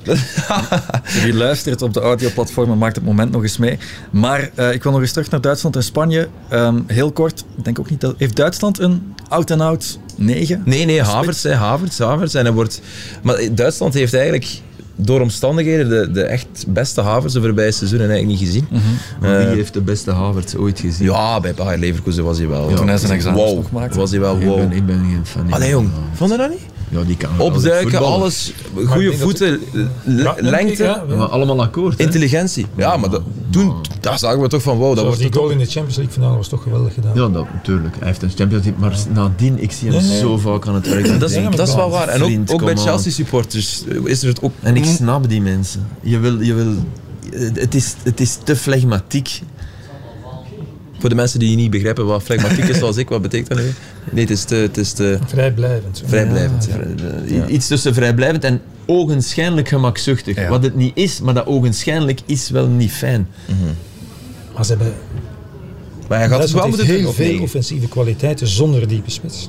Ja. Wie luistert op de audioplatformen maakt het moment nog eens mee. Maar uh, ik wil nog eens terug naar Duitsland en Spanje. Um, heel kort, ik denk ook niet dat... Heeft Duitsland een out-en-out negen? Nee, nee, Havertz, hè, Havertz, Havertz. En hij wordt... Maar Duitsland heeft eigenlijk door omstandigheden de, de echt beste Havertz de voorbije seizoenen eigenlijk niet gezien. Mm-hmm. Maar wie Uh, heeft de beste Havertz ooit gezien? Ja, bij Bayer Leverkusen was hij wel. Toen hij zijn examens wow, nog maakte. was hij wel Ik wow. ben, ik ben geen fan. Allee jong, vond je dat niet? Ja, die kan wel Opduiken, voetballen. alles, ik goede denk dat- voeten, l- Ja, lengte, ja, ja. Maar allemaal akkoord, hè? intelligentie. Ja, maar dat, toen daar zagen we toch van wow, dat Zoals wordt die het goal toch... in de Champions League finale was toch geweldig gedaan. Ja, dat, natuurlijk. Hij heeft een Champions League, maar nadien, ik zie hem Nee, nee. zo vaak aan het werk. Dat is, Ja, maar dat is wel wel. waar. En ook, Vriend, ook bij kom aan. Chelsea supporters is er het ook... En ik snap die mensen. Je wil, je wil, het, is, het is te flegmatiek. Voor de mensen die niet begrijpen wat flegmatiek is zoals ik, wat betekent dat nu? Nee, het is te... Het is te Vrijblijvend. zo. vrijblijvend. Ja. Ja. Iets tussen vrijblijvend en ogenschijnlijk gemakzuchtig. Ja. Wat het niet is, maar dat ogenschijnlijk is wel niet fijn. Maar ze hebben Maar hij gaat het wel Duitsland moeten heeft heel doen, of veel nee? offensieve kwaliteiten zonder diepe spits.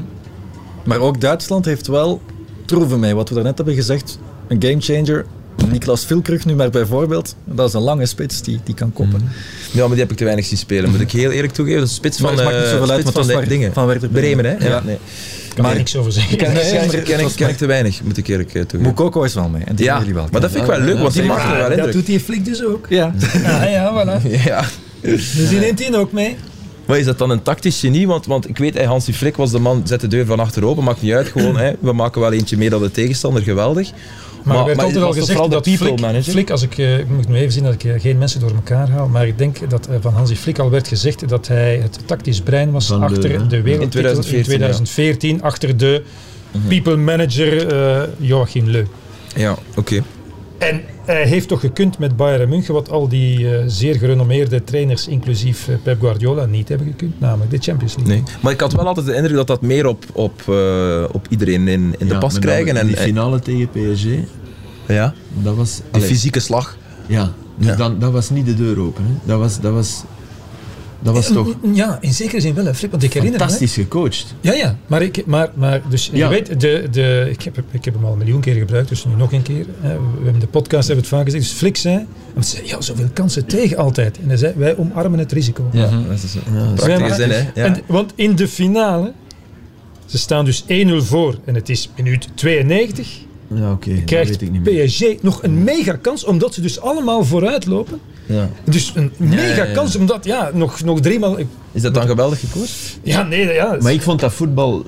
Maar ook Duitsland heeft wel troeven mee. Wat we daarnet hebben gezegd, een gamechanger. Niklas Füllkrug nu maar bijvoorbeeld. Dat is een lange spits die, die kan koppen. Ja, maar die heb ik te weinig zien spelen. Moet ik heel eerlijk toegeven. Dat is spits Maar van, het maakt niet eh, zoveel uit, spits want van dat is de maar dingen. van Werder Bremen, hè? Bremen. Ja. Ja. Nee. Kan Maar- er niks over zeggen. Ken, Nee, ken, maar ken, het ken, was ik- ken ik te weinig, moet ik eerlijk eh, toegeven. Moukoko is wel mee. En die Ja, jullie wel maar dat vind ik wel leuk, want die Ja, maakt er wel dat indruk. doet die Flik dus ook. Ja. Ja, ja, voilà. Ja. Dus die neemt die ook mee. Maar is dat dan een tactisch genie? Want, want ik weet, hey, Hansi Flick was de man, zet de deur van achter open, maakt niet uit. Gewoon, hey, we maken wel eentje mee dat de tegenstander geweldig. Maar, er werd maar altijd al was toch gezegd vooral dat de people Flik, manager? Flik, als ik, uh, ik moet nu even zien dat ik uh, geen mensen door elkaar haal, maar ik denk dat uh, van Hansi Flik al werd gezegd dat hij het tactisch brein was Van de- achter de, hè? wereldtitel In twintig veertien, in twintig veertien, achter de people manager uh, Joachim Löw. Ja, oké. Okay. En hij heeft toch gekund met Bayern München wat al die uh, zeer gerenommeerde trainers, inclusief uh, Pep Guardiola, niet hebben gekund, namelijk de Champions League. Nee. Maar ik had wel altijd de indruk dat dat meer op, op, uh, op iedereen in, in de Ja, pas maar krijgen. dan- En, die finale tegen P S G, ja, dat was... de allee, fysieke slag. Ja, dus Ja. Dan, dat was niet de deur open. Hè. Dat was... Dat was dat was toch Ja, in zekere zin wel, hè, Flik, want ik herinner me. fantastisch gecoacht. Ja, ja, maar, ik, maar, maar dus, Ja. je weet, de, de, ik, heb, ik heb hem al een miljoen keer gebruikt, dus nu nog een keer. Hè. We hebben de podcast hebben het vaak gezegd. Dus Flik zei, want hij zei, ja, zoveel kansen tegen altijd. En hij zei, wij omarmen het risico. Ja, dat is een prachtige maar- zin, hè. Ja. En, want in de finale, ze staan dus één nul voor en het is minuut tweeënnegentig. Ja, oké. Okay, krijgt P S G nog een mega kans, omdat ze dus allemaal vooruit lopen. Ja. Dus een mega ja, ja, ja. kans, omdat ja, nog, nog driemaal... Is dat dan geweldig gekozen? Ja, nee, ja. Maar ik vond dat voetbal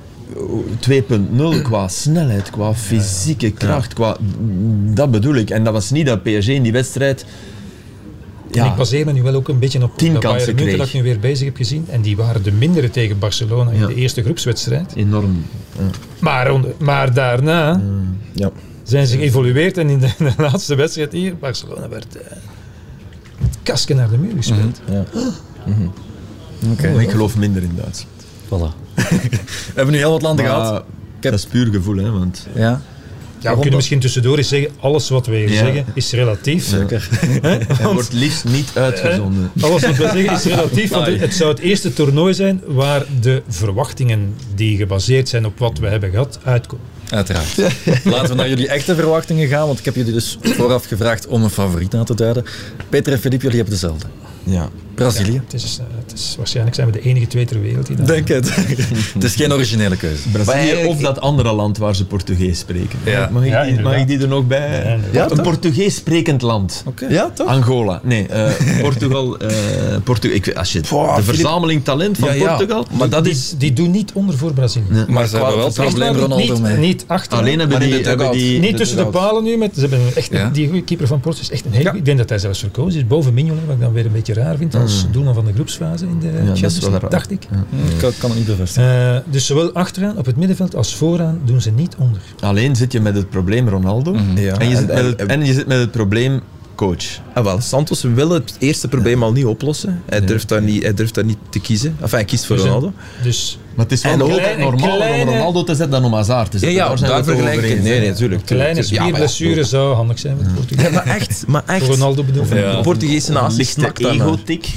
twee punt nul qua snelheid, qua fysieke kracht, qua... Dat bedoel ik. En dat was niet dat P S G in die wedstrijd... Ja. En ik baseer me nu wel ook een beetje op Tien dat kansen Bayern dat ik nu weer bezig heb gezien. En die waren de mindere tegen Barcelona in ja. de eerste groepswedstrijd. Enorm. Ja. Maar, maar daarna mm. ja. zijn ze geëvolueerd. En in de, de laatste wedstrijd hier, Barcelona werd uh, kasken naar de muur gespeeld. Mm-hmm. Ja. Mm-hmm. Okay. Oh, ik geloof minder in Duitsland. Voilà. We hebben nu heel wat landen maar, gehad. Dat is puur gevoel, hè. Want... Ja. Ja, we kunnen misschien tussendoor eens zeggen, alles wat wij hier ja. zeggen is relatief. Zeker. Het wordt liefst niet uitgezonden. Eh, alles wat wij zeggen is relatief, want het zou het eerste toernooi zijn waar de verwachtingen die gebaseerd zijn op wat we hebben gehad, uitkomen. Uiteraard. Laten we naar jullie echte verwachtingen gaan, want ik heb jullie dus vooraf gevraagd om een favoriet aan te duiden. Peter en Philippe, jullie hebben dezelfde. Ja. Brazilië. Ja, het, is, uh, het is waarschijnlijk zijn we de enige twee ter wereld die dat... Denk het. Het is geen originele keuze. Brazilië of dat andere land waar ze Portugees spreken. Ja. Mag, ik ja, die, mag ik die er nog bij? Ja, ja, een Portugees sprekend land. Okay. Ja, toch? Angola. Nee, uh, Portugal. Uh, Portu- ik, als je Wow, de Philippe... verzameling talent van ja, ja. Portugal. Maar dat is, die doen niet onder voor Brazilië. Nee, maar, maar ze hebben wel het probleem Ronaldo niet, mee. Niet achter. Alleen hebben die, hebben die... Niet tussen de palen nu. Met, ze hebben echt, ja. Die keeper van Porto is echt een heel... Ja. Ik denk dat hij zelfs verkozen is. Boven Mignolet, wat ik dan weer een beetje raar vind. Als mm. doelman van de groepsfase in de ja, Champions League, dacht ik. Ja. Ik kan, kan het niet bevestigen. Uh, dus zowel achteraan, op het middenveld, als vooraan doen ze niet onder. Alleen zit je met het probleem Ronaldo. Mm-hmm. Ja. En, je zit met het, en je zit met het probleem coach. Ah, wel, Santos wil het eerste probleem al niet oplossen. Hij durft, ja. daar, niet, hij durft daar niet te kiezen. Enfin, hij kiest voor dus, Ronaldo. Dus, maar het is wel ook kleine, normaal kleine... om Ronaldo te zetten dan om Hazard te zetten. Ja, ja, daar, daar vergelijk ik. Nee, nee, natuurlijk. Een kleine spierblessure ja, zou handig zijn met Portugal. Ja, maar echt. Maar echt. Ronaldo bedoelt. Ja. De Portugese natie snakt de ego-tik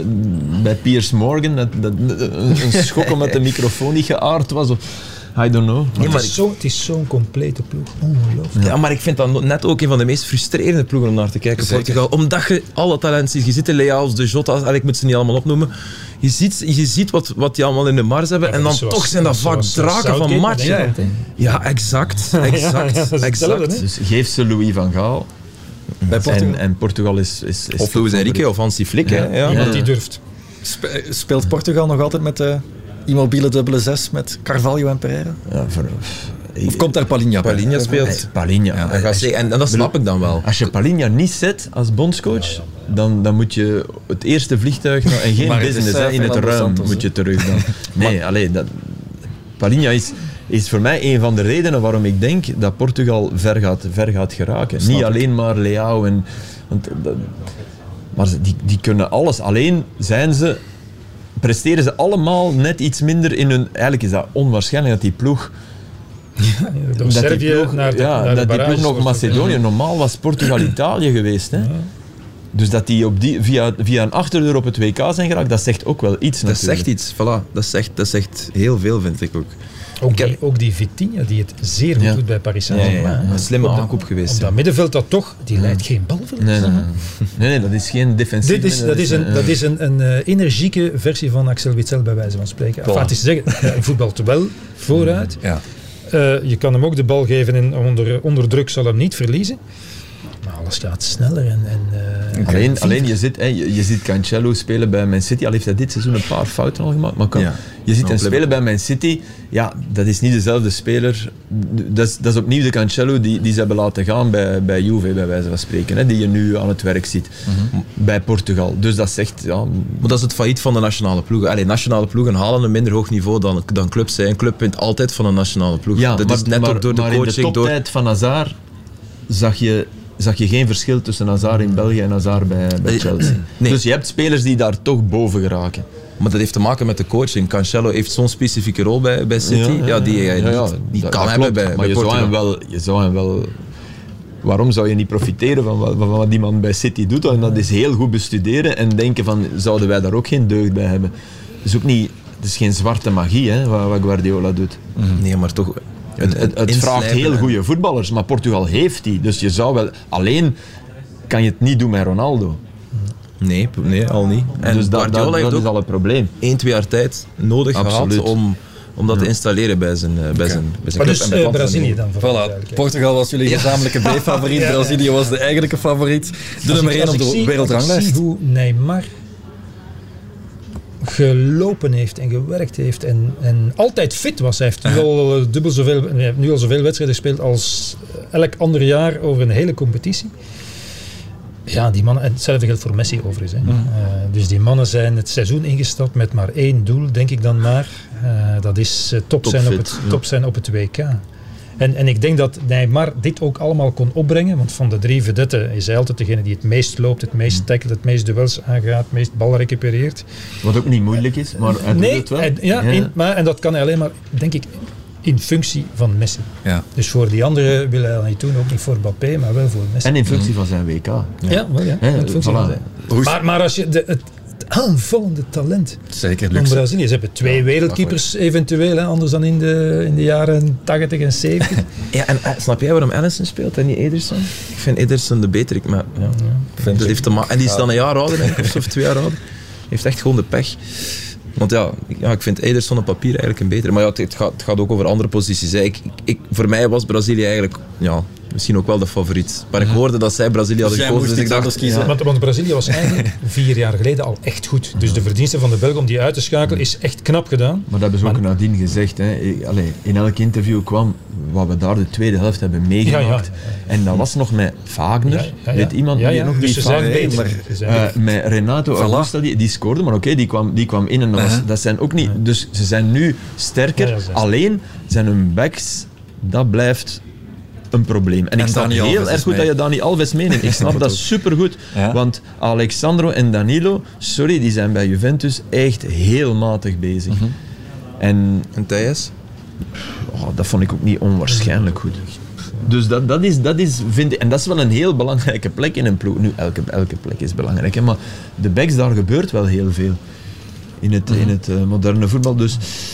bij Piers Morgan. Dat, dat, een schok omdat de microfoon niet geaard was. Of, I don't know. Nee, maar het, is zo, het is zo'n complete ploeg. Ongelooflijk. Ja, maar ik vind dat net ook een van de meest frustrerende ploegen om naar te kijken. Portugal. Omdat je alle talent ziet. Je ziet de Leao's, de Jota's, ik moet ze niet allemaal opnoemen. Je ziet, je ziet wat, wat die allemaal in de mars hebben. Ja, en dan zoals, toch zijn dat vaak draken van match. Ja, ja, exact. exact, ja, ja, exact. Dus geef ze Louis van Gaal. Bij Portugal. En, en Portugal is... is, is of Luis Enrique of Hansi Flick. Ja, hè. Ja. Ja. Die durft. Spe- speelt Portugal nog altijd met de immobiele dubbele zes met Carvalho en Pereira? Ja, voor, of komt daar Palinha bij? Palinha speelt. Palinha. Ja, en, en, en, en dat snap ik dan wel. Als je Palinha niet zet als bondscoach, dan, dan moet je het eerste vliegtuig nou, en geen business hè, in het ruim Santos, moet je terug dan. Nee, alleen dat Palinha is, is voor mij een van de redenen waarom ik denk dat Portugal ver gaat, ver gaat geraken. Snap niet ik. Alleen maar Leao en want, dat, maar die, die kunnen alles. Alleen zijn ze presteren ze allemaal net iets minder in hun... Eigenlijk is dat onwaarschijnlijk dat die ploeg... Ja, dat Servië die ploeg, naar de, ja, naar de dat die ploeg nog Macedonië... Ja. Normaal was Portugal Italië geweest. Hè? Ja. Dus dat die, op die via, via een achterdeur op het W K zijn geraakt, dat zegt ook wel iets. Dat natuurlijk. zegt iets, voilà. Dat zegt, dat zegt heel veel, vind ik ook. Ook die, ook die Vitinha, die het zeer goed ja. doet bij Paris Saint-Germain. Ja, ja, ja. Een slimme aankoop geweest. Op dat middenveld dat toch, die ja. leidt geen balverlies. Nee nee. nee, nee, dat is geen defensief. Dit is, dat, is een, dat is een, een uh, energieke versie van Axel Witsel, bij wijze van spreken. Enfin, het is te zeggen, hij voetbalt wel vooruit. Ja. Uh, je kan hem ook de bal geven en onder, onder druk zal hem niet verliezen. Maar alles gaat sneller. En, en, uh, alleen, en alleen je ziet, hè, je, je ziet Cancelo spelen bij Man City. Al heeft hij dit seizoen een paar fouten al gemaakt. Maar kan, ja. je ziet hem spelen bij Man City. Ja, dat is niet dezelfde speler. Dat is, dat is opnieuw de Cancelo die, die ze hebben laten gaan bij, bij Juve, bij wijze van spreken. Hè, die je nu aan het werk ziet. Mm-hmm. Bij Portugal. Dus dat zegt... Ja, maar dat is het failliet van de nationale ploegen. Allee, nationale ploegen halen een minder hoog niveau dan, dan clubs. Hè. Een club wint altijd van een nationale ploeg. Ja, dat maar, is net maar, ook door de maar coaching. in de toptijd door... van Hazard zag je... zag je geen verschil tussen Hazard in België en Hazard bij, bij Chelsea. Nee. Dus je hebt spelers die daar toch boven geraken. Maar dat heeft te maken met de coaching. Cancelo heeft zo'n specifieke rol bij, bij City, ja, ja, ja, die hij ja, ja, niet, niet dat, kan dat hebben bij, maar bij je Portugal. Zou hem wel, je zou hem wel... Waarom zou je niet profiteren van wat, van wat die man bij City doet? En dat is heel goed bestuderen en denken van, zouden wij daar ook geen deugd bij hebben? Het is ook niet... Het is geen zwarte magie, hè, wat, wat Guardiola doet. Mm-hmm. Nee, maar toch... Het, het, het vraagt heel goede voetballers, maar Portugal heeft die. Dus je zou wel... Alleen kan je het niet doen met Ronaldo. Nee, nee al niet. En dus dat, dat, dat is al het probleem. één, twee jaar tijd nodig Absoluut. gehad om, om dat ja. te installeren bij zijn, uh, bij okay. zijn, bij zijn club. Dus en bij uh, Brazilië dan? Voilà. Portugal was jullie gezamenlijke ja. B-favoriet, ja. Brazilië was de eigenlijke favoriet. De nummer één op de zie, wereldranglijst. Als ik zie hoe Neymar gelopen heeft en gewerkt heeft en, en altijd fit was. Hij heeft nu, uh-huh. al, dubbel zoveel, hij heeft nu al zoveel wedstrijden gespeeld als elk ander jaar over een hele competitie. Ja, die mannen, hetzelfde geldt voor Messi overigens. Hè. Mm. Uh, dus die mannen zijn het seizoen ingestapt met maar één doel, denk ik dan maar. Uh, dat is uh, top, top, zijn op het, ja. top zijn op het W K. En, en ik denk dat Neymar dit ook allemaal kon opbrengen, want van de drie vedetten is hij altijd degene die het meest loopt, het meest tackelt, het meest duels aangaat, het meest bal recupereert. Wat ook niet moeilijk is, maar hij doet nee, het wel. Hij, ja, ja. In, maar, en dat kan hij alleen maar, denk ik, in functie van Messi. Ja. Dus voor die anderen wil hij dat niet doen, ook niet voor Mbappé, maar wel voor Messi. En in functie van zijn W K. Ja, ja, wel, ja. He, in functie voilà. van zijn. Maar, maar als je de, het, het aanvallende talent Zeker, van Brazilië, ze hebben twee ja, wereldkeepers eventueel, hè, anders dan in de, in de jaren tachtig en zeventig. Ja, en snap jij waarom Alisson speelt en niet Ederson? Ik vind Ederson de betere, maar ja, ja, vind dat heeft te ma- en die is dan een jaar ouder, denk ik, of twee jaar ouder. Heeft echt gewoon de pech. Want ja, ja, ik vind Ederson op papier eigenlijk een betere. Maar ja, het gaat, het gaat ook over andere posities. Ik, ik, ik, voor mij was Brazilië eigenlijk ja, misschien ook wel de favoriet. Maar ik hoorde dat zij Brazilië hadden gekozen. Dus ik dacht, kiezen. Ja. Want, want Brazilië was eigenlijk vier jaar geleden al echt goed. Dus de verdienste van de Belgen om die uit te schakelen is echt knap gedaan. Maar dat hebben ze ook maar, nadien gezegd. Hè. Ik, allee, in elk interview kwam wat we daar de tweede helft hebben meegemaakt. Ja, ja, ja. En dat was nog met Wagner. Ja, ja, ja. Weet iemand ja, ja. nog dus wie ze zijn beter. Maar, uh, met Renato voilà. Augusta, die, die scoorde, maar oké, okay, die, kwam, die kwam in en dat, was, uh-huh. dat zijn ook niet... Dus ze zijn nu sterker, ja, ja, alleen zijn hun backs, dat blijft een probleem. En, en ik snap heel erg goed mee. Dat je Dani Alves meeneemt. Ik snap dat supergoed, ja? Want Alexandro en Danilo, sorry, die zijn bij Juventus echt heel matig bezig. Uh-huh. En, en Thijs? Oh, dat vond ik ook niet onwaarschijnlijk goed. Dus dat, dat, is, dat is, vind ik, en dat is wel een heel belangrijke plek in een ploeg. Nu, elke, elke plek is belangrijk, hè, maar de backs, daar gebeurt wel heel veel. In het, mm-hmm. in het uh, moderne voetbal. Dus,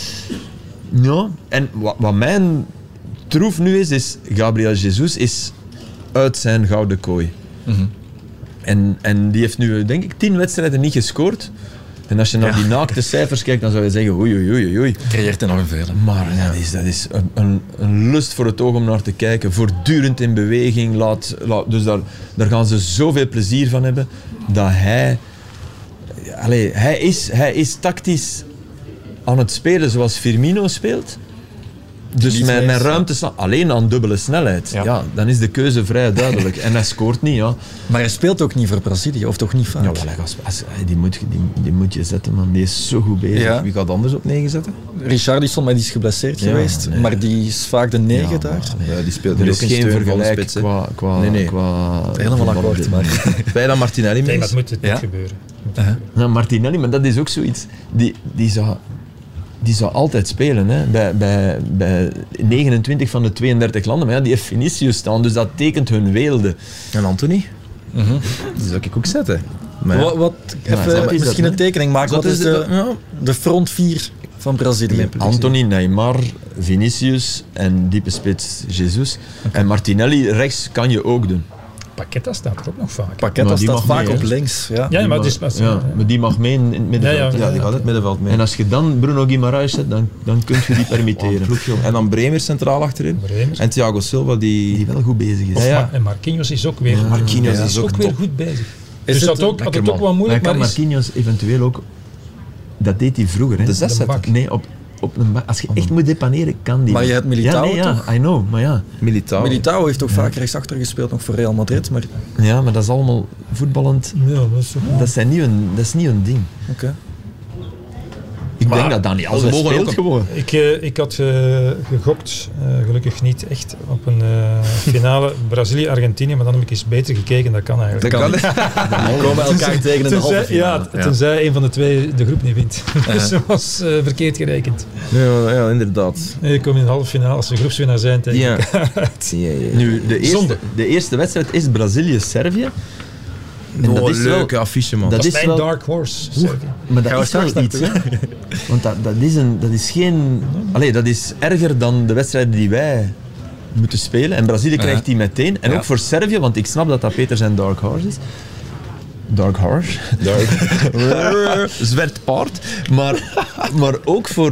ja. En wat, wat mijn troef nu is, is Gabriel Jesus is uit zijn gouden kooi. Mm-hmm. En, en die heeft nu, denk ik, tien wedstrijden niet gescoord. En als je naar ja. die naakte cijfers kijkt, dan zou je zeggen oei, oei, oei, oei. Creëert enorm veel. Maar ja. dat is, dat is een, een, een lust voor het oog om naar te kijken. Voortdurend in beweging. Laat, laat, dus daar, daar gaan ze zoveel plezier van hebben, dat hij... Allee, hij, is, hij is tactisch aan het spelen zoals Firmino speelt. Dus met, met ruimte staan, alleen aan dubbele snelheid. Ja. Ja, dan is de keuze vrij duidelijk. En hij scoort niet. Ja. Maar hij speelt ook niet voor Brazilië, of toch niet vaak? Ja, wel, als, als, die, moet, die, die moet je zetten, man. Die is zo goed bezig. Ja. Wie gaat anders op negen zetten? Richarlison, maar die is geblesseerd ja, geweest. Nee. Maar die is vaak de negen ja, daar. Ja, die speelt er is ook geen vergelijk qua, qua, nee, nee. qua... Helemaal akkoord, maar... Bij dat Martinelli nee, maar het moet, het moet ja? gebeuren. Moet uh-huh. ja, Martinelli, maar dat is ook zoiets. Die, die zou... Die zou altijd spelen, hè? Bij, bij, bij negenentwintig van de tweeëndertig landen. Maar ja, die heeft Vinicius staan, dus dat tekent hun weelde. En Anthony? Mm-hmm. Die zou ik ook zetten. Maar ja. Wat, wat, even ja, misschien dat, een tekening maken. Wat, wat is de, de, ja. de front vier van Brazilië? Anthony, Neymar, Vinicius en diepe spits Jesus. Okay. En Martinelli rechts kan je ook doen. Paqueta staat er ook nog vaak. Paqueta staat vaak mee, op links. Ja, ja, maar, mag, is pas, ja, ja. maar die mag mee in het middenveld. Ja, ja, ja, die gaat het middenveld mee. En als je dan Bruno Guimaraes zet, dan, dan kun je die permitteren. Oh, en dan Bremer centraal achterin. Bremers. En Thiago Silva die... die wel goed bezig is. Ja, ja. En Marquinhos is ook weer, ja, Marquinhos ja, is ook, ook weer goed bezig. Is dus dat ook, had het ook wel moeilijk. Maar kan maar Marquinhos is... eventueel ook... Dat deed hij vroeger. Hè? De zes zetten? Nee, op... Op een, als je echt moet depaneren, kan die. Maar je hebt Militao ja, nee, ja, toch? I know, maar ja. Militao, Militao heeft ook ja. vaak rechtsachter gespeeld, nog voor Real Madrid. Maar... Ja, maar dat is allemaal voetballend. Ja, dat, is dat, zijn niet een, dat is niet een ding. Oké. Okay. Ik maar, denk dat Dani Alves speelt gewoon. Ik, uh, ik had uh, gegokt, uh, gelukkig niet echt, op een uh, finale Brazilië-Argentinië, maar dan heb ik eens beter gekeken, dat kan eigenlijk. Dat kan niet. We komen elkaar tegen in de halve finale. Ja, tenzij ja. een van de twee de groep niet wint. Dus dat was uh, verkeerd gerekend. Ja, ja, inderdaad. Ik kom in de halve finale als ze groepswinnaar zijn tegen ja. elkaar uit. Ja, ja, ja. Nu, de eerste, de eerste wedstrijd is Brazilië-Servië. En oh, dat is leuke affiche, man. Dat, dat is mijn wel... dark horse. Maar dat is wel iets, hè? Want dat, dat, is een, dat is geen... Allee, dat is erger dan de wedstrijden die wij moeten spelen. En Brazilië krijgt uh-huh. die meteen. En ja. ook voor Servië, want ik snap dat dat Peter zijn dark horse is. Dark horse? Dark. Zwart paard. Maar, maar ook voor...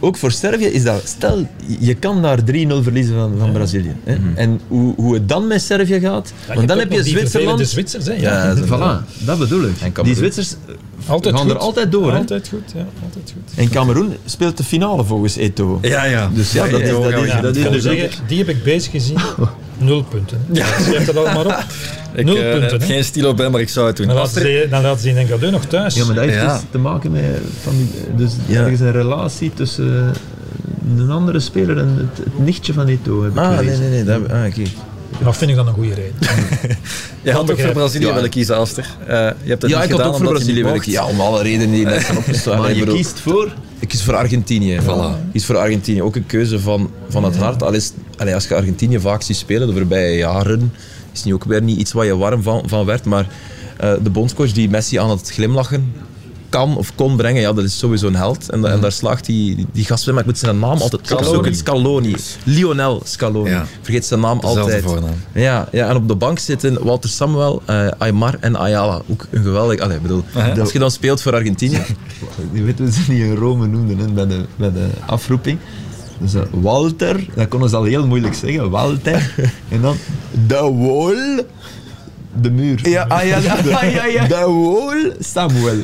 ook voor Servië is dat... Stel, je kan daar drie nul verliezen van, van Brazilië. Hè? Mm-hmm. En hoe, hoe het dan met Servië gaat... Ja, want dan heb je Zwitserland... De Zwitsers, hè? Ja, ja, ja, voilà, dat bedoel ik. Die Zwitsers altijd gaan goed. er altijd door. Altijd hè? goed, ja. Altijd goed. En Cameroen speelt de finale volgens Eto'o. Ja, ja. Dus ja, dat is... Dat is, Ja, dat is, dat dat zeggen, die heb ik bezig gezien. Nul punten. Ja. Schrijf dat allemaal op. Ik Nul uh, punten. heb Hè? geen stilo bij, maar ik zou het doen. Dan laten ze, dan laten ze in Engadeu nog thuis. Ja, maar dat heeft Ja. dus te maken met familie, dus Ja. er is een relatie tussen een andere speler en het, het nichtje van Eto'o. Heb ik Ah, nee, gelezen. nee, nee. Dat, ah, oké. Dat vind ik dan een goede reden. Je had ook voor Brazilië Ja. willen kiezen, Aster. Uh, je hebt het Ja, niet ik had gedaan ook voor omdat je Brazilië niet willen mocht. kiezen. Ja, om alle redenen die net zijn opgeslagen. Maar Ik je bedoel, kiest voor... Ik kies voor Argentinië. Voilà. Ik kies voor Argentinië. Ook een keuze van, van het hart. Al is, allee, als je Argentinië vaak ziet spelen de voorbije jaren, is nu ook weer niet iets waar je warm van, van werd. Maar uh, de bondscoach die Messi aan het glimlachen kan of kon brengen, ja, dat is sowieso een held. En, en daar slaagt die, die gast weer, maar ik moet zijn naam altijd Scaloni. opzoeken. Scaloni. Lionel Scaloni. Ja. Vergeet zijn naam Dezelfde altijd. voornaam. Ja, ja, en op de bank zitten Walter Samuel, uh, Aymar en Ayala. Ook een geweldig... Allee, bedoel, Uh-huh. als je dan speelt voor Argentinië... Je weet hoe ze die in Rome noemden hè, bij, de, bij de afroeping. Dus uh, Walter, dat konden ze al heel moeilijk zeggen. Walter. En dan de Wall. De muur. Ja, ah, ja, ja, ja, ja. De Wall Samuel.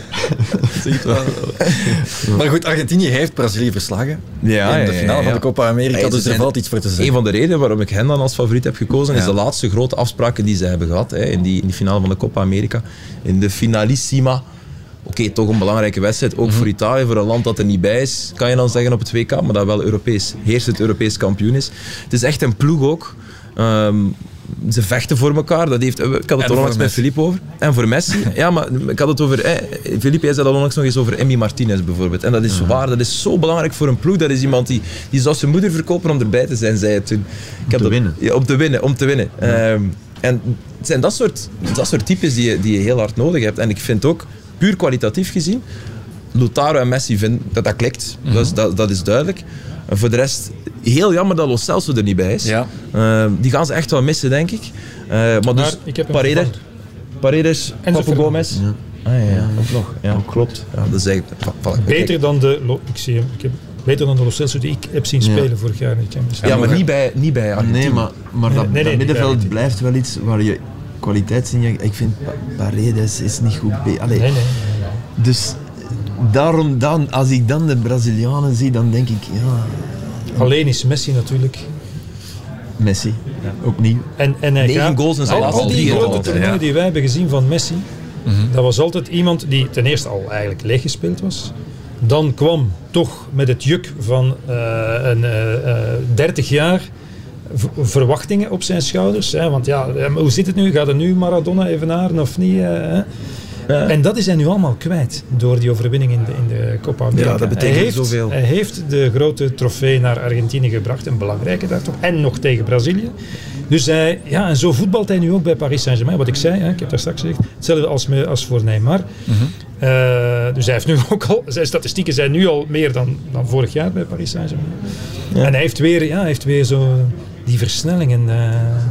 Maar goed, Argentinië heeft Brazilië verslagen Ja, in de ja, finale ja, ja. van de Copa America, Hey, ze dus er zijn valt iets voor te zeggen. Een van de redenen waarom ik hen dan als favoriet heb gekozen, is Ja. de laatste grote afspraken die ze hebben gehad hè, in, die, in die finale van de Copa America. In de finalissima. Oké, okay, toch een belangrijke wedstrijd, ook mm-hmm. voor Italië, voor een land dat er niet bij is, kan je dan zeggen op het W K, maar dat wel Europees, heerst het Europees kampioen is. Het is echt een ploeg ook. Um, ze vechten voor elkaar. Dat heeft, ik had het er onlangs met Philippe over. En voor Messi. Ja, maar ik had het over... Eh, Philippe, jij zei dat onlangs nog eens over Emi Martinez bijvoorbeeld. En dat is waar. Dat is zo belangrijk voor een ploeg. Dat is iemand die, die zou zijn moeder verkopen om erbij te zijn, zei het toen. Ik om te dat, winnen. Ja, om te winnen. Om te winnen. Ja. Um, en het zijn dat soort, dat soort types die je, die je heel hard nodig hebt. En ik vind ook, puur kwalitatief gezien, Lautaro en Messi vinden dat dat klikt. Mm-hmm. dat, is, dat, dat is duidelijk. En voor de rest, heel jammer dat Lo Celso er niet bij is. Ja. Uh, die gaan ze echt wel missen, denk ik. Uh, maar, maar dus ik heb Paredes, Paredes, Papu Gomez. Ja. Ah ja, ja, ook nog. Ja, ook klopt. Ja, dat is eigenlijk, voilà, beter kijk. dan de... Ik zie hem. Ik heb, beter dan de Lo Celso die ik heb zien spelen ja. vorig jaar in de Champions League. Ja, maar niet bij, niet bij Argentinië. Nee, maar, maar dat, nee, nee, dat middenveld bij blijft wel iets waar je kwaliteit ziet. Ik vind Paredes is niet goed bij. Allee. Nee, nee, nee. Dus daarom, dan, als ik dan de Brazilianen zie, dan denk ik, ja... Alleen is Messi natuurlijk... Messi, ja. opnieuw. En, en hij negen gaat, goals in zijn al, laatste al die drie grote goals. toernooien Ja. die wij hebben gezien van Messi, Mm-hmm. dat was altijd iemand die ten eerste al eigenlijk leeggespeeld was. Dan kwam toch met het juk van uh, een uh, uh, dertig jaar v- verwachtingen op zijn schouders. Hè? Want ja, hoe zit het nu? Gaat er nu Maradona evenaren of niet? Uh, hè? Ja. En dat is hij nu allemaal kwijt door die overwinning in de, in de Copa America. Ja, dat betekent hij heeft, zoveel. Hij heeft de grote trofee naar Argentinië gebracht, een belangrijke daar toch, en nog tegen Brazilië. Dus hij, ja, en zo voetbalt hij nu ook bij Paris Saint-Germain. Wat ik zei, hè, ik heb daar straks gezegd, hetzelfde als, me, als voor Neymar. Mm-hmm. Uh, dus hij heeft nu ook al, zijn statistieken zijn nu al meer dan, dan vorig jaar bij Paris Saint-Germain. Ja. En hij heeft weer, ja, hij heeft weer zo die versnellingen. Uh,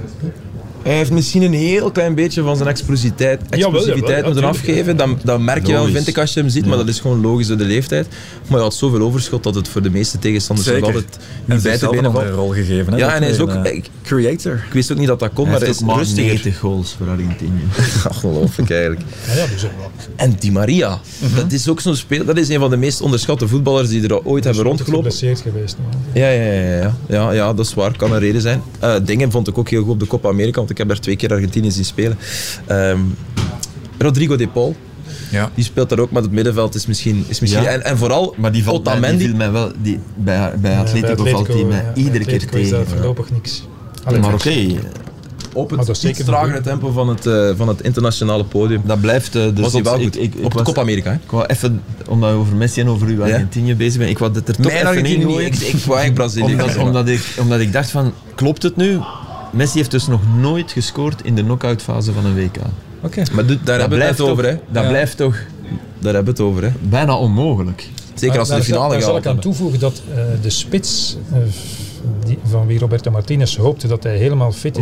Hij heeft misschien een heel klein beetje van zijn explosiviteit, explosiviteit jawel, moeten jawel, afgeven. Dat, dat merk je wel, vind ik, als je hem ziet. Ja. Maar dat is gewoon logisch door de leeftijd. Maar hij had zoveel overschot dat het voor de meeste tegenstanders nog altijd niet bij te benen een valt. rol gegeven. Hè? Ja, en hij is ook... Een, uh, ik, creator. ik wist ook niet dat dat kon, Hij maar hij heeft is ook maar rustiger. negentig goals voor Argentinië. Ongelooflijk eigenlijk. ja, dus ook wel. En Di Maria, mm-hmm. dat is ook zo'n speler. Dat is een van de meest onderschatte voetballers die er ooit hebben rondgelopen. Geblesseerd geweest. Nu. Ja, ja, ja, ja. Ja, ja, dat is waar. Kan een reden zijn. Uh, Dingen vond ik ook heel goed op de Copa America, want ik heb daar twee keer Argentinië zien spelen. Um, Rodrigo de Paul. Ja. Die speelt daar ook, maar het middenveld is misschien... Is misschien Ja. en, en vooral Maar die, valt mij, die Otamendi. viel mij wel... Die, bij, bij Ja, Atletico, bij valt hij mij ja, iedere bij keer Atletico is tegen. daar voorlopig niks. Allee, Maar oké, niks. okay, Op Maar het dat is zeker iets tragere goed. tempo van het, uh, van het internationale podium. dat blijft uh, de Was hij zot- wel ik- goed. ik- ik op was- de Copa America, hè? Ik wou even, omdat we over Messi en over uw Argentinië bezig ben, ik wou dit er toch Mijn even Argentinië niet, ingooien. ik, ik wou eigenlijk Brazilië. Omdat, omdat, ik, omdat ik dacht van, klopt het nu? Messi heeft dus nog nooit gescoord in de knock-out fase van een W K. Oké. Maar doet, daar hebben we het toch, over, hè? dat Ja. blijft toch Daar hebben we het over, hè? bijna onmogelijk. Zeker als ze daar de finale daar zal gehaald ik aan hebben. toevoegen dat uh, de spits uh, die, van wie Roberto Martinez hoopte dat hij helemaal fit is, Ook.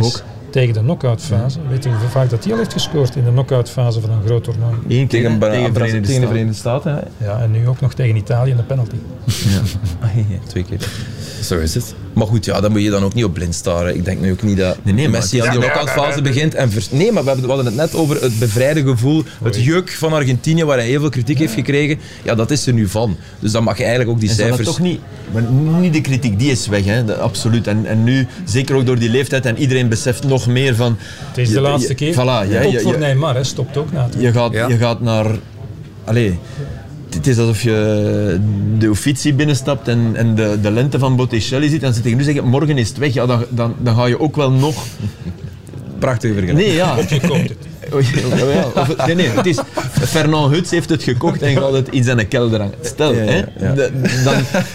tegen de knock-outfase. Weet je hoe vaak dat hij al heeft gescoord in de knock-outfase van een groot toernooi? Eén keer tegen, tegen, tegen, Verenigde tegen de Verenigde Staten. Hè? Ja, en nu ook nog tegen Italië in de penalty. Ja. Ah, ja, twee keer. Zo is het. Maar goed, ja, dan moet je dan ook niet op blind staren. Ik denk nu ook niet dat nee, nee, Messi aan die knock-outfase begint. En vers- nee, maar we, hebben, we hadden het net over het bevrijde gevoel. Het juk van Argentinië, waar hij heel veel kritiek heeft gekregen. Ja, dat is er nu van. Dus dan mag je eigenlijk ook die en cijfers... toch niet, maar niet de kritiek, die is weg, hè, de, absoluut. En, en nu, zeker ook door die leeftijd, en iedereen beseft nog meer van... Het is de je, laatste je, keer. Voilà, ja, ook je, voor je, Neymar, hè, stopt ook na. je, gaat, ja. je gaat naar... Allee, het is alsof je de Uffizi binnenstapt en, en de, de lente van Botticelli ziet en ze tegen nu zeggen, morgen is het weg. Ja, dan, dan, dan ga je ook wel nog... Prachtige vergelijking. Nee, ja. Of je koopt het. Oh, ja, ja, of het, nee, nee, het is... Fernand Huts heeft het gekocht en gaat het in zijn kelder hangen. Stel, Ja, ja, ja. hè, de, dan,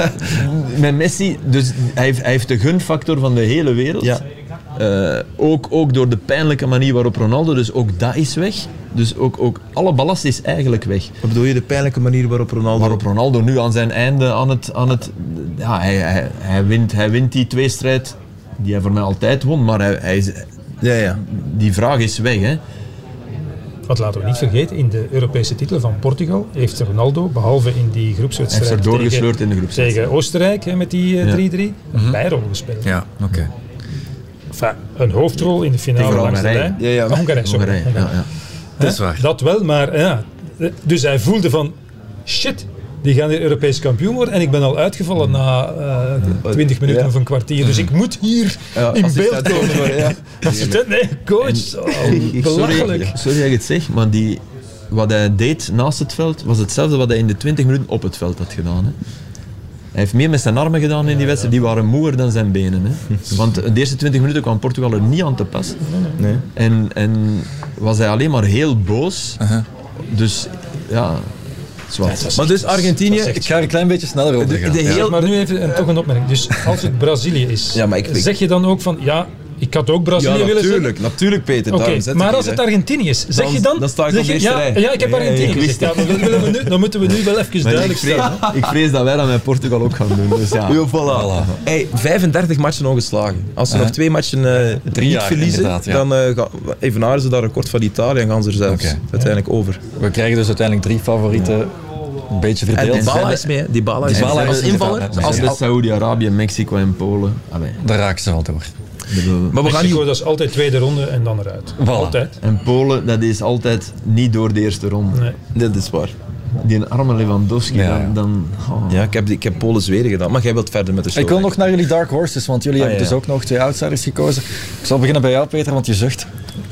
met Messi, dus hij heeft, hij heeft de gunfactor van de hele wereld. Ja. Uh, ook, ook door de pijnlijke manier waarop Ronaldo, dus ook dat is weg. Dus ook, ook alle ballast is eigenlijk weg. Wat bedoel je, de pijnlijke manier waarop Ronaldo... Waarop Ronaldo nu aan zijn einde aan het... Aan het ja, hij, hij, hij, wint, hij wint die tweestrijd die hij voor mij altijd won, maar hij, hij is, Ja, ja. die vraag is weg, hè. Want laten we niet vergeten, in de Europese titel van Portugal heeft Ronaldo, behalve in die groepswedstrijd Hij heeft er doorgesleurd tegen, in de groepswedstrijd. tegen Oostenrijk hè, met die uh, drie drie, een bijrol gespeeld. Ja, oké. Okay. Enfin, een hoofdrol in de finale Tegen langs de Hongarije. lijn. Ja, ja. Hongarije, sorry. Hongarije, ja, ja. Hè? Dat is waar. Dat wel, maar ja. Dus hij voelde van, shit, die gaan hier Europees kampioen worden en ik ben al uitgevallen na uh, twintig minuten Ja. of een kwartier. Dus ik moet hier Ja, in assistent beeld komen. worden, ja. Assistent, nee, coach. Oh, Ik- belachelijk. Sorry, sorry dat ik het zeg, maar die, wat hij deed naast het veld was hetzelfde wat hij in de twintig minuten op het veld had gedaan. Hè. Hij heeft meer met zijn armen gedaan in die wedstrijd, die waren moeer dan zijn benen. Hè. Want de eerste twintig minuten kwam Portugal er niet aan te pas. Nee. En, en was hij alleen maar heel boos. Uh-huh. Dus ja, zwart. Maar dus Argentinië... Ik ga er een klein beetje sneller over De, gaan. de heel, Maar nu even en toch een opmerking. Dus als het Brazilië is, Ja, maar ik- zeg je dan ook van, ja, ik had ook Brazilië ja, willen natuurlijk, zeggen? natuurlijk Peter. Oké, daarom zet maar ik als hier, het hè. Argentinië is, zeg Dan- je dan... dan sta ik zeg op je, deze ja, rij. ja, ik heb Ja, ja, Argentinië ik gezegd. Ja, maar dat willen we nu, dan moeten we nu wel even Maar duidelijk ik, vrees, stellen. hè. ik vrees dat wij dat met Portugal ook gaan doen. Dus ja. Ja, voilà. Hey, vijfendertig matchen ongeslagen. Als ze Uh-huh. nog twee matchen uh, Drie niet jaar, verliezen, inderdaad, ja. dan uh, ga, evenaren ze dat record van Italië en gaan ze er zelfs Oké. uiteindelijk over. We krijgen dus uiteindelijk drie favorieten. Een beetje En verdeeld. Dybala is mee, hè. Dybala is Dybala mee. is als invaller. inderdaad Als, mee. als, Saoedi-Arabië, Mexico en Polen. Allee, Daar raken ze al door. bedoel, maar we gaan Mexico, niet... dat is altijd tweede ronde en dan eruit. Voilà. Altijd. en Polen, dat is altijd niet door de eerste ronde. Nee. Dit is waar. Die een arme Lewandowski, Ja, ja. dan... dan oh. Ja, ik heb, die- ik heb Polen-Zweden gedaan, maar jij wilt verder met de show. Ik wil nog naar jullie Dark Horses, want jullie Ah, hebben ja. dus ook nog twee outsiders gekozen. Ik zal beginnen bij jou, Peter, want je zucht.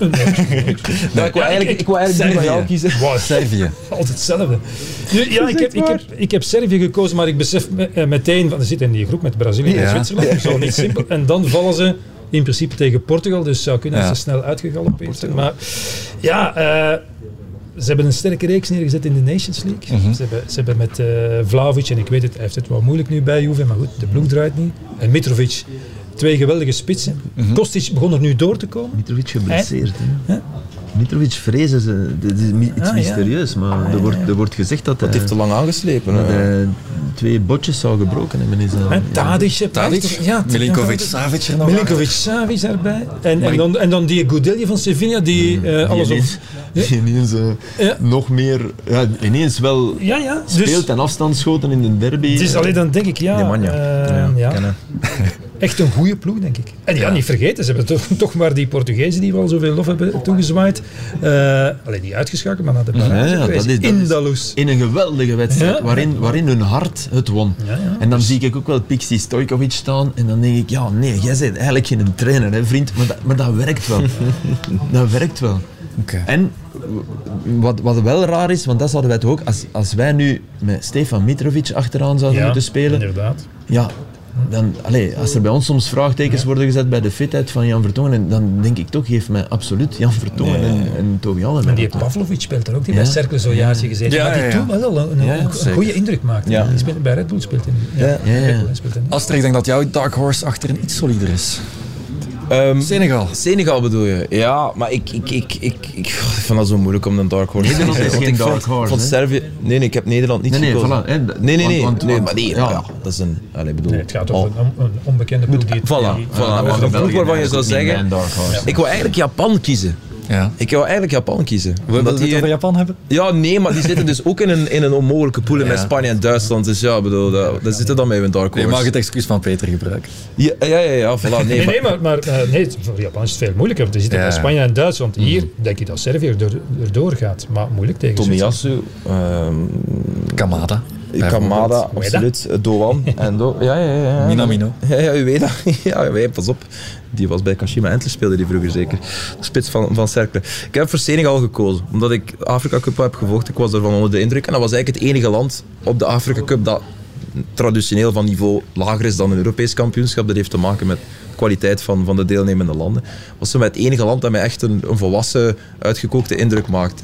Ja, ik wil eigenlijk, ik wil eigenlijk die van jou kiezen. Wow, Servië. altijd hetzelfde. Nu, ja, ik heb, ik, heb, ik heb Servië gekozen, maar ik besef me- eh, meteen, van, ze zitten in die groep met Brazilië en Ja. Zwitserland, dat is al niet simpel. En dan vallen ze in principe tegen Portugal, dus zou kunnen dat Ja. ze snel uitgegalopeerd zijn. Maar ja, eh, ze hebben een sterke reeks neergezet in de Nations League. Mhm. Ze, hebben, ze hebben met eh Vlahovic, en ik weet het, hij heeft het wel moeilijk nu bij Juve, maar goed, de ploeg draait niet. En Mitrovic, twee geweldige spitsen. Mhm. Kostic begon er nu door te komen. Mitrovic geblesseerd. Hè? Ja. Mitrovic vrezen ze. Dit is mi- iets Ah, ja. mysterieus, maar er, wordt, er wordt gezegd dat, Dat hij, heeft te lang aangeslepen. dat hè. hij twee botjes zou gebroken hebben. Is dat, En Tadic, hè, Tadic, prachtig. Ja, Milinkovic, Savic er nog. Milinkovic, Savic daarbij. En, en, dan, en dan die Goudelje van Sevilla, die eh, die alles op... ineens, die ineens eh, Ja. nog meer, ja, ineens wel Ja, ja. speelt Dus en afstandsschoten in de derby. het is alleen dan denk ik, ja, Nemanja. eh, Ja, ja, kennen. echt een goede ploeg, denk ik. En ja, niet vergeten, ze hebben toch, toch maar die Portugezen die we al zoveel lof hebben toegezwaaid. Uh, alleen niet uitgeschakeld, maar naar de barrage Ja, ja, geweest. dat is- dat in is- Dalus. In een geweldige wedstrijd, Ja. waarin, waarin hun hart het won. Ja, ja. En dan zie ik ook wel Pixie Stojkovic staan en dan denk ik, ja nee, jij bent eigenlijk geen trainer, hè, vriend, maar dat, maar dat werkt wel. Dat werkt wel. Oké. En wat, wat wel raar is, want dat zouden wij toch ook, als, als wij nu met Stefan Mitrovic achteraan zouden Ja, moeten spelen, inderdaad. ja, dan, allez, als er bij ons soms vraagtekens worden gezet bij de fitheid van Jan Vertongen, en dan denk ik toch, geef mij absoluut Jan Vertongen en, en Toby Allen. En die Pavlovic speelt er ook, die Ja. bij Cercle zo'n jaartje gezeten. Ja, maar die ja, ja. toen wel een, een, Ja, een zeker. goede indruk maakte. Ja. Die speelt, bij Red Bull speelt hij. Ja, Ja, ja, ja. Red Bull speelt hij. Aster, ik denk dat jouw Dark Horse achterin iets solider is. Um, Senegal. Senegal bedoel je? Ja, maar ik, ik, ik, ik, ik, ik vind dat zo moeilijk om een dark horse te Nederland is zeggen. geen Want ik dark vond- horse, vond hè? Servië... Nee, nee, ik heb Nederland niet Nee, nee, gekozen. voilà, hè, d- nee, nee, nee. want- want- nee want- maar nee, ja. ja, dat is een... Allez, bedoel, Nee, het gaat oh. over een, een onbekende ploeg die... Voilà, die- voilà. dan mag Een de ploeg Belgen waarvan je zou eigenlijk ook niet zeggen... mijn dark horse. Ik wil eigenlijk Japan kiezen. Ja. Ik wil eigenlijk Japan kiezen. We willen die, het over Japan hebben? Ja, nee, maar die zitten dus ook in een, in een onmogelijke pool Ja. met Spanje en Duitsland. Dus ja, bedoel, daar, daar zitten dan mee een dark Je horse. mag het excuus van Peter gebruiken. Ja, ja, ja, ja voilà. Nee, Nee, maar- nee, maar, maar uh, nee, voor Japan is het veel moeilijker. Want die zitten Ja. bij Spanje en Duitsland. Hier denk je dat Servië erdoor, erdoor gaat. Maar moeilijk tegen Zwitserland. Tomiyasu, ehm Kamada. Kamada, absoluut. Doan en Do. Ja, ja, ja, ja. Minamino. Ja, ja, u weet dat. Ja, wij, pas op. Die was bij Kashima Antlers, speelde die vroeger zeker. De spits van, van Cercle. Ik heb voor Senegal gekozen, omdat ik Afrika Cup heb gevochten. Ik was ervan onder de indruk. En dat was eigenlijk het enige land op de Afrika Cup dat traditioneel van niveau lager is dan een Europees kampioenschap. Dat heeft te maken met de kwaliteit van, van de deelnemende landen. Was het enige land dat mij echt een, een volwassen, uitgekookte indruk maakt.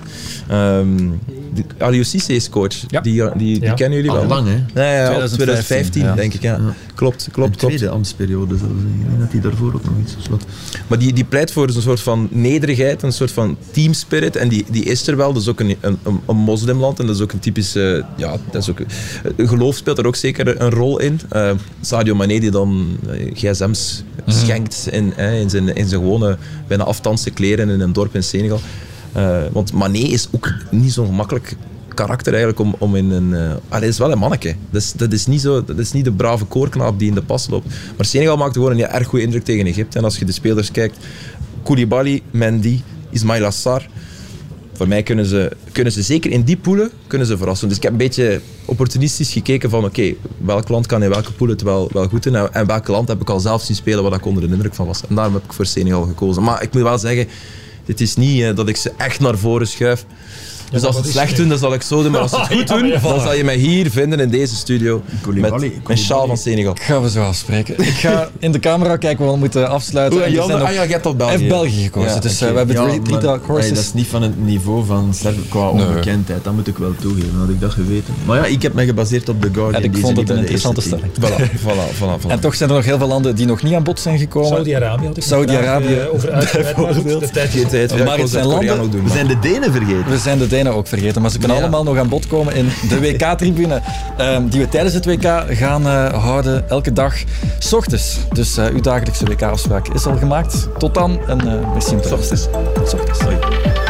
Um, Aliou Cissé is coach. Ja. Die, die, die Ja. kennen jullie wel. Al lang, hè? Ja, ja, op twintig vijftien, twintig vijftien, ja. denk ik. Ja. Ja. Klopt, klopt, De klopt. tweede ambtsperiode zelfs. Ik denk dat hij daarvoor ook nog iets was. Maar die, die pleit voor een soort van nederigheid, een soort van teamspirit. En die, die is er wel. Dat is ook een, een, een moslimland. En dat is ook een typische... Ja, dat is ook, geloof speelt er ook zeker een rol in. Uh, Sadio Mané die dan uh, gsm's schenkt in, uh, in, zijn, in zijn gewone bijna aftanse kleren in een dorp in Senegal. Uh, want Mané is ook niet zo'n gemakkelijk karakter eigenlijk om, om in een... Uh, ah, hij is wel een manneke. Dat is, dat, is niet zo, dat is niet de brave koorknaap die in de pas loopt. Maar Senegal maakte gewoon een erg goede indruk tegen Egypte. En als je de spelers kijkt, Koulibaly, Mendy, Ismail Assar, voor mij kunnen ze, kunnen ze zeker in die poelen kunnen ze verrassen. Dus ik heb een beetje opportunistisch gekeken van oké, okay, welk land kan in welke poelen het wel, wel goed doen en, en welk land heb ik al zelf zien spelen waar ik onder de indruk van was. En daarom heb ik voor Senegal gekozen. Maar ik moet wel zeggen, dit is niet uh, dat ik ze echt naar voren schuif. Dus Ja, als ze dat het is slecht doen, dan zal ik zo doen. Maar als ze het goed Ja, doen, ja, dan voilà. zal je mij hier vinden in deze studio Koulibaly, met een sjaal van Senegal. Gaan we zo afspreken. Ik ga in de camera kijken, we moeten afsluiten. Oeh, en En er Jan, zijn nog- ah ja, je hebt al Hij heeft België. België gekozen, Ja, dus oké. uh, we hebben Ja, drie, drie maar, dark horses. nee, dat is niet van het niveau van Servië qua Nee. onbekendheid, dat moet ik wel toegeven, had ik dat geweten. Maar ja, ik heb mij gebaseerd op The Guardian. En ik die vond zijn het een niet bij de interessante eerste stelling. Voilà, voilà, voilà, voilà. En toch zijn er nog heel veel landen die nog niet aan bod zijn gekomen. Saudi-Arabië had ik Saudi-Arabië, uh, over uitgebreid, maar goed, de tijd Geen tijd, ja, Maar ik het wou zijn Zuid-Korea landen- nog doen, We maar- zijn de Denen vergeten. We zijn de Denen ook vergeten, maar ze kunnen Ja. allemaal nog aan bod komen in de W K-tribune um, die we tijdens het W K gaan uh, houden, elke dag, 's ochtends. Dus uh, uw dagelijkse W K-afspraak is al gemaakt. Tot dan en uh, merci. 's ochtends. 's ochtends.